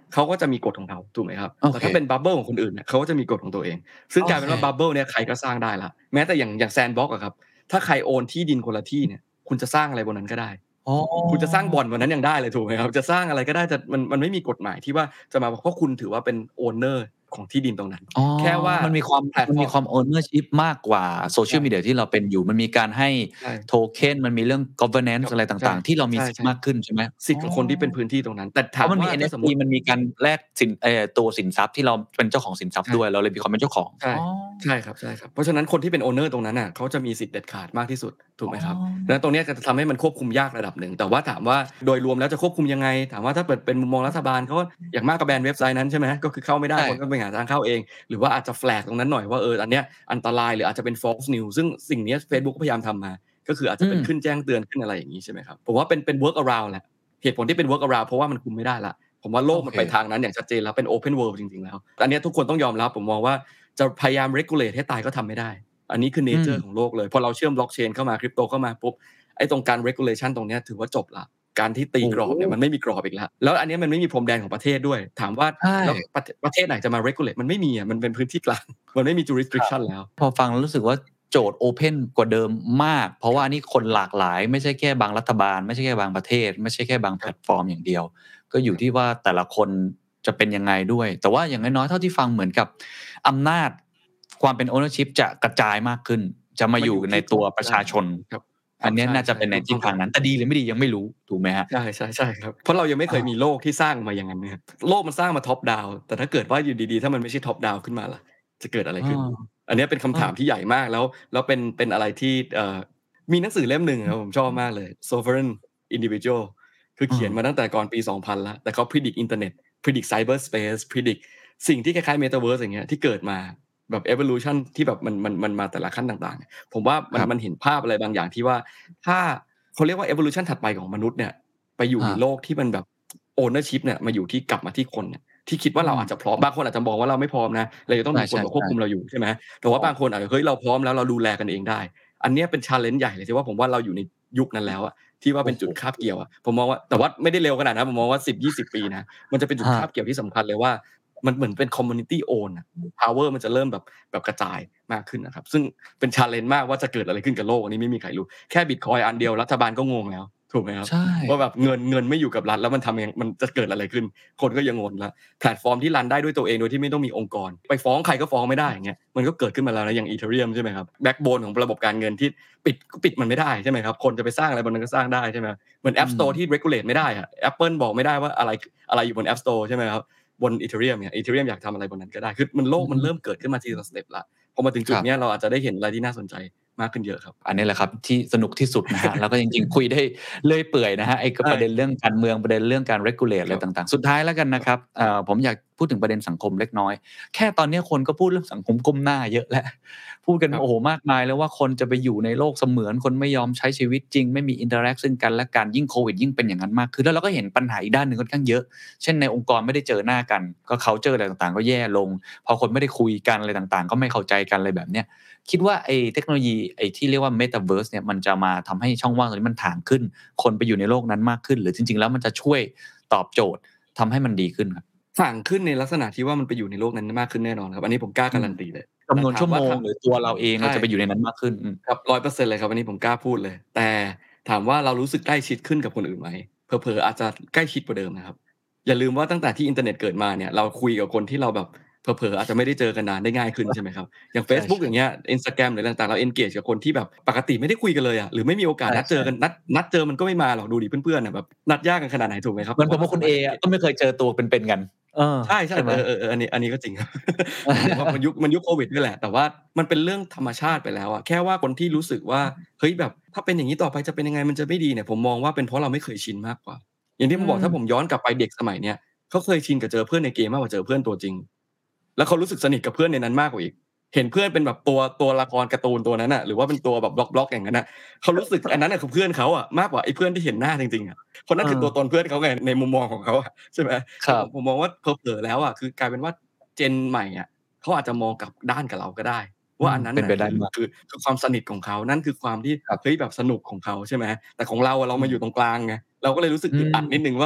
เขาก็จะมีกฎของเขาถูกไหมครับโอเคแต่ถ้าเป็นบับเบิลของคนอื่นเนี่ยเขาก็จะมีกฎของตัวเองซึ่งโอเคกลายเป็นว่าบับเบิลเนี่ยใครก็สร้างได้ละแม้แต่อย่างอย่างแซนด์บ็อกซ์อะครับถ้าใครโอนที่ดินคนละที่เนี่ยคุณจะสร้างอะไรบนนั้นก็ได้อ๋อคุณจะสร้างบ่อนบนนั้นยังได้เลยถูกไหมครับจะสร้างอะไรก็ได้จะมันมันไม่มีกฎหมายที่ว่าจะมาบอกว่าคุณถือว่าเป็น owner ของที่ดินตรงนั้นอ๋อแค่ว่ามันมีความแพลตฟอร์มมันมีความ ownership มากกว่าใช่ social media ที่เราเป็นอยู่มันมีการให้ใช่โทเค็นมันมีเรื่องค governance รับอะไรใช่ต่างๆที่เรามีสิทธิ์ใช่มากขึ้นใช่ไหมๆสิทอ๋อธิ์ของคนที่เป็นพื้นที่ตรงนั้นแต่ถามเพราะมันมีว่าถ้าสมเอ็น เอฟ ทีมุติมันมีการแลกสินเอ่อตัวสินทรัพย์ที่เราเป็นเจ้าของสินทรัพย์ใช่ด้วยเราเลยมีความเป็นเจ้าของใช่อ๋อใช่ครับใช่ครับเพราะฉะนั้นคนที่เป็น owner ตรงนั้นน่ะเขาจะมีสิทธิ์เด็ดขาดมากที่สุดถูกอ๋อไหมครับดังนั้นตรงเนี้ยจะทำให้มันควบคุมยากระดับหนึ่งแต่ว่าถามว่าโดยรวมแล้วจะควบคุมยังไงถามว่าถ้าเปิดเป็นมุมมองรัฐบาลเขาก็อย่างมากก็แบนเว็บไซต์นั้นใช่ไหมก็คือเข้าไม่ได้ใช่คนก็ไปหาทางเข้าเองหรือว่าอาจจะแฟลกตรงนั้นหน่อยว่าเอออันเนี้ยอันตรายหรืออาจจะเป็น false news ซึ่งสิ่งเนี้ยเฟซบุ๊กก็พยายามทำมาก็คืออาจจะอืมเป็นขึ้นแจ้งเตือนขึ้นอะไรอย่างงี้ใช่ไหมครับผมว่าเป็นเป็น work around แหละเหตุผลที่เป็น work around เพราะว่ามันคุมไม่ได้แล้วผมว่าโลโอเคกมันไปทางนั้นอย่างชัดเจนแล้วเป็น open world จริงๆแล้วอันเนี้ยทุกคนต้องยอมรับผมมองว่าจะพยายาม regulate ให้ตายก็ทำไม่ได้ อันนี้คือเนอืมเจอร์ของโลกเลยพอเราเชื่อม Blockchain เข้ามา Crypto เข้ามาปุ๊บไอ้ตรงการ regulation ตรงเนี้ยถือว่าจบแล้วการที่ตีโอ้โฮกรอบเนี่ยมันไม่มีกรอบอีกแล้วแล้วอันเนี้ยมันไม่มีพรมแดนของประเทศด้วยถามว่าใช่แล้วประเทประเทศไหนจะมา regulate มันไม่มีอะมันเป็นพื้นที่กลางมันไม่มี jurisdiction แล้วพอฟังแล้วรู้สึกว่าโจทย์โอเพนกว่าเดิมมากเพราะว่านี่คนหลากหลายไม่ใช่แค่บางรัฐบาลไม่ใช่แค่บางประเทศไม่ใช่แค่บางแพลตฟอร์มอย่างเดียวก็อยู่ที่ว่าแต่ละคนจะเป็นยังไงด้วยแต่ว่าอย่างน้อยๆเท่าที่ฟังเหมือนกับอำนาจความเป็น ownership จะกระจายมากขึ้นจะมาอยู่ในตัวประชาชนครับคอันเนี้ยรับใช่น่าจะเป็นในๆถูกต้องครับทิศทางนั้นแต่ดีหรือไม่ดียังไม่รู้ถูกไหมครับใช่ๆใช่ครับเพราะเรายังไม่เคยมีอาโลกที่สร้างมาอย่างนั้นนะครับโลกมันสร้างมา top down แต่ถ้าเกิดว่าอยู่ดีๆถ้ามันไม่ใช่ top down ขึ้นมาล่ะจะเกิดอะไรเออขึ้นอันเนี้ยเป็นคำถามที่ใหญ่มากแล้วแล้วเป็นเป็นอะไรที่เอ่อมีหนังสือเล่มหนึ่งอะครับผมชอบมากเลย Sovereign Individual คือเออเขียนมาตั้งแต่ก่อนปีสองพันแล้วแต่เขา predict อินเทอร์เน็ต predict cyberspace predict สิ่งที่คล้ายๆ Metaverse อย่างเงี้ยที่เกิดมาแบบ evolution ที่แบบมันมันมันมาแต่ละขั้นต่างๆผมว่ามันมันครับเห็นภาพอะไรบางอย่างที่ว่าถ้าเขาเรียกว่า evolution ถัดไปของมนุษย์เนี่ยไปอยู่ในอาโลกที่มันแบบ ownership เนี่ยมาอยู่ที่กลับมาที่คนเนี่ยที่คิดว่าอืมเราอาจจะพร้อมบางคนอาจจะมองว่าเราไม่พร้อมนะเราจะต้องมีคนมาควบใช่คุมเราอยู่ใช่ไหมแต่ๆครับว่าบางคนอาจจะเฮ้ยเราพร้อมแล้วเราดูแลกันเองได้อันเนี้ยเป็น challenge ใหญ่เลยที่ว่าผมว่าเราอยู่ในยุคนั้นแล้วอะที่ว่าโอ้โฮเป็นจุดคาบเกี่ยวอะผมมองว่าแต่ว่าไม่ได้เร็วขนาดนั้นผมมองว่าสิบยี่สิบปีนะมันจะเป็นจุดอาคาบเกี่ยวที่สำคัญเลยว่ามันเหมือนเป็น community own อะ power มันจะเริ่มแบบแบบกระจายมากขึ้นนะครับซึ่งเป็น challenge มากว่าจะเกิดอะไรขึ้นกับโลกอันนี้ไม่มีใครรู้แค่บิตคอยน์อันเดียวรัฐบาลก็งงแล้วถูกไหมครับใช่ว่าแบบเงินเงินไม่อยู่กับรัฐแล้วมันทำยังมันจะเกิดอะไรขึ้นคนก็ยังงงแล้วแพลตฟอร์มที่รันได้ด้วยตัวเองโดยที่ไม่ต้องมีองค์กรไปฟ้องใครก็ฟ้องไม่ได้อย่างเงี้ยมันก็เกิดขึ้นมาแล้วนะอย่าง Ethereum ใช่ไหมครับแบ็กโบนของระบบการเงินที่ปิดก็ปิดมันไม่ได้ใช่ไหมครับคนจะไปสร้างอะไรบนนั้นก็สร้างได้ใช่ไหมเหมือนอื App ม Store ที่ regulate ไม่ได้อะ Apple บอกไม่ได้ว่าอะไรอะไรอยู่บน App Store ใช่ไหมครับบน Ethereum เนี่ย Ethereum อยากทำอะไรบนนั้นก็ได้คือมันโลอืกมันเริ่มมเกิดขึ้นมาทีละสเต็ปแล้วพอมาถึงคจุดรับเนี้ยเราอาจจะได้เห็นอะไรที่น่าสนใจมากขึ้นเยอะครับอันนี้แหละครับที่สนุกที่สุดนะฮะแล้วก็จริงๆคุยได้เลื่อยเปื่อยนะฮะไอ้กับประเด็นใช่เรื่องการเมืองประเด็นเรื่องการ regulate ครับอะไรต่างๆสุดท้ายแล้วกันนะครับเอ่อผมอยากพูดถึงประเด็นสังคมเล็กน้อยแค่ตอนนี้คนก็พูดเรื่องสังคมก้มหน้าเยอะแล้วพูดกันครับโอ้โฮมากมายแล้วว่าคนจะไปอยู่ในโลกเสมือนคนไม่ยอมใช้ชีวิตจริงไม่มี interact ซึ่งกันและกันยิ่งโควิดยิ่งเป็นอย่างนั้นมากขึ้นแล้วเราก็เห็นปัญหาอีกด้านหนึ่งค่อนข้างเยอะเช่นในองค์กรไม่ได้เจอหน้ากันก็ culture อะไรต่างๆก็แย่ลงพอคนไม่ได้คุยกันอะไรต่างๆก็ไม่เข้าใจกันอะไรแบบเนี้ย คิดว่าไอ้เทคโนโลยีไอ้ที่เรียกว่า Metaverse เนี่ยมันจะมาทำให้ช่องว่างตรงนี้มันถ่างขึ้นคนไปอยู่ในโลกนั้นมากขึ้นหรือจริงๆแล้วมันจะช่วยตอบโจทย์ทำให้มันดีขึ้นครับต่างขึ้นในลักษณะที่ว่ามันไปอยู่ในโลกนั้นมากขึ้นแน่นอนครับอันนี้ผมกล้าอืมการันตีเลยแต่จำนวนชั่วโมถามว่าทงหรือตัวเราเองำเราใช่จะไปอยู่ในนั้นมากขึ้นอืมครับร้อยเปอร์เซ็นต์เลยครับอันนี้ผมกล้าพูดเลยแต่ถามว่าเรารู้สึกใกล้ชิดขึ้นกับคนอื่นไหมเผลอๆอาจจะใกล้ชิดกว่าเดิมนะครับอย่าลืมว่าตั้งแต่ที่อินเทอร์เน็ตเกิดมาเนี่ยเราคุยกับคนที่เราแบบเผลอๆอาจจะไม่ได้เจอกันนานได้ง่ายขึ้นใช่ไหมครับอย่างเฟซบุ๊กใช่อย่างเงี้ย Instagram หรืออะไรต่างๆเรา engage กับคนที่แบบปกติไม่ได้คุยกันเลยอะหรือไม่มีโอกาสนัดเจอกันๆๆนัดนัดเจอมันก็ไม่มาหรอกดูดิเพื่อนๆน่ะแบบนัดยากกันขนาดไหนถูกไหมครับเหมือนผมกับคุณเอแต่ว่าเราสามารถอะ engage ก็ไม่เคยเจอตัวเป็นๆกันเออใช่ใช่ไหมๆเออๆๆอันนี้อันนี้ก็จริงครับหมายถึงว่ามันยุคมันยุคโควิดด้วยแหละแต่ว่ามันเป็นเรื่องธรรมชาติไปแล้วอะแค่ว่าคนที่รู้สึกว่าเฮ้ยแบบถ้าเป็นอย่างงี้ต่อไปจะเป็นยังไงมันจะไม่ดีเนี่ยผมมองว่าเป็นเพราะเราไม่เคยชินมากกว่าอย่างที่อืผมบอกมถ้าผมย้อนกลับไปเด็กสมัยเนี้ยเขาเคยชินกับเจอเพื่อนในเกมมากกว่าเจอเพื่อนตัวจริงแล้วเขารู้สึกสนิทกับเพื่อนในนั้นมากกว่าอีกเห็นเพื่อนเป็นแบบตัวตัวละครการ์ตูนตัวนั้นน่ะหรือว่าเป็นตัวแบบบล็อกๆอย่างนั้นน่ะเขารู้สึกอันนั้นน่ะคือเพื่อนเขาอะมากกว่าไอ้เพื่อนที่เห็นหน้าจริงๆอะเพราะนั่นคือตัวตนเพื่อนเขาไงในมุมมองของเขาอะใช่ไหม แต่ผมผมครับมองว่าเผลอๆแล้วอะคือกลายเป็นว่า Gen ใหม่อะเขาอาจจะมองกลับด้านกับเราก็ได้อืมว่าอันนั้นเป็นไปได้น่ะคือมากคือคือความสนิทของเขานั่นคือความที่ครับเฮ้ยแบบสนุกของเขาใช่ไหมแต่ของเราอะเราอืมมาอยู่ตรงกลางไงเราก็เลยรู้สึกอือึดอัดนิดหนึ่งมว่า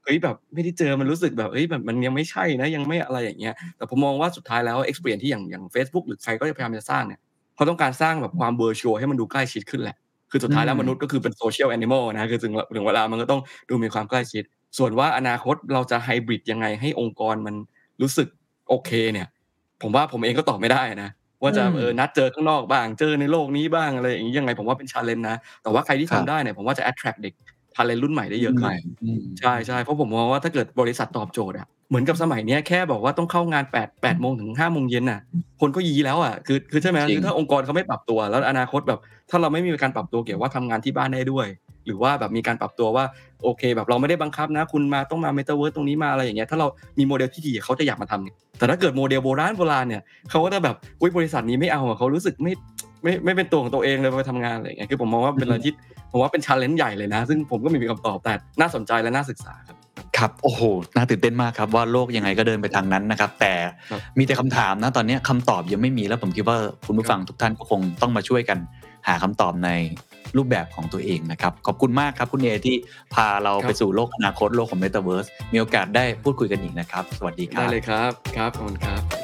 ฮ้ยแบบไม่ได้เจอมันรู้สึกแบบเฮ้ยแบบมันยังไม่ใช่นะยังไม่อะไรอย่างเงี้ยแต่ผมมองว่าสุดท้ายแล้ว experience ที่อย่างอย่างเฟซบุ๊กหรือใครก็จะพยายามจะสร้างเนี่ยเขาต้องการสร้างแบบความ virtual ให้มันดูใกล้ชิดขึ้นแหละคือสุดท้ายแล้วมนุษย์ก็คือเป็น social animal นะคือถึงถึงเวลามันก็ต้องดูมีความใกล้ชิดส่วนว่าอนาคตเราจะไฮบริดยังไงให้องค์กรมันรู้สึกโอเคเนี่ยผมว่าผมเองก็ตอบไม่ได้นะว่าจะเออนัดเจอข้างนอกบ้างเจอในโลกนี้บ้างอะไรอย่างงี้ยังไงผมว่าเป็น challenge นะแต่ว่าใครที่ทำได้เนี่ยผมว่าจะ attract เด็ก talent รุ่นใหม่ได้เยอะขึ้นใช่ๆเพราะผมมองว่าถ้าเกิดบริษัทตอบโจทย์อะเหมือนกับสมัยเนี้ยแค่บอกว่าต้องเข้างานแปด แปดโมงถึงห้าโมงเย็นน่ะคนก็ยี้แล้วอะคือคือใช่ไหมคือถ้าองค์กรเขาไม่ปรับตัวแล้วอนาคตแบบถ้าเราไม่มีการปรับตัวเกี่ยวว่าทำงานที่บ้านได้ด้วยหรือว่าแบบมีการปรับตัวว่าโอเคแบบเราไม่ได้บังคับนะคุณมาต้องมา Metaverse ตรงนี้มาอะไรอย่างเงี้ยถ้าเรามีโมเดลที่ดีเขาจะอยากมาทำเนี่ยแต่ถ้าเกิดโมเดลโบราณโบราณเนี่ยเขาก็จะแบบอุ๊ยบริษัทนี้ไม่เอาอะเขารู้สึกไม่ไม่ไม่เป็นตัวของตัวเองเลยไปทำงานอะไรอย่างเงี้ยคือผมมองว่าเป็นอะไรที่ผมว่าเป็น challenge ใหญ่เลยนะซึ่งผมก็ไม่มีคำตอบแต่น่าสนใจและน่าศึกษาครับครับโอ้โหน่าตื่นเต้นมากครับว่าโลกยังไงก็เดินไปทางนั้นนะครับแต่มีแต่คำถามนะตอนนี้คำตอบยังไม่มีแล้วผมคิดว่าคุณผู้ฟังทุกท่านก็คงต้องมาช่วยกันหาคำตอบในรูปแบบของตัวเองนะครับขอบคุณมากครับคุณเอที่พาเราไปสู่โลกอนาคตโลกของ Metaverse มีโอกาสได้พูดคุยกันอีกนะครับสวัสดีครับได้เลยครับครับขอบคุณครับ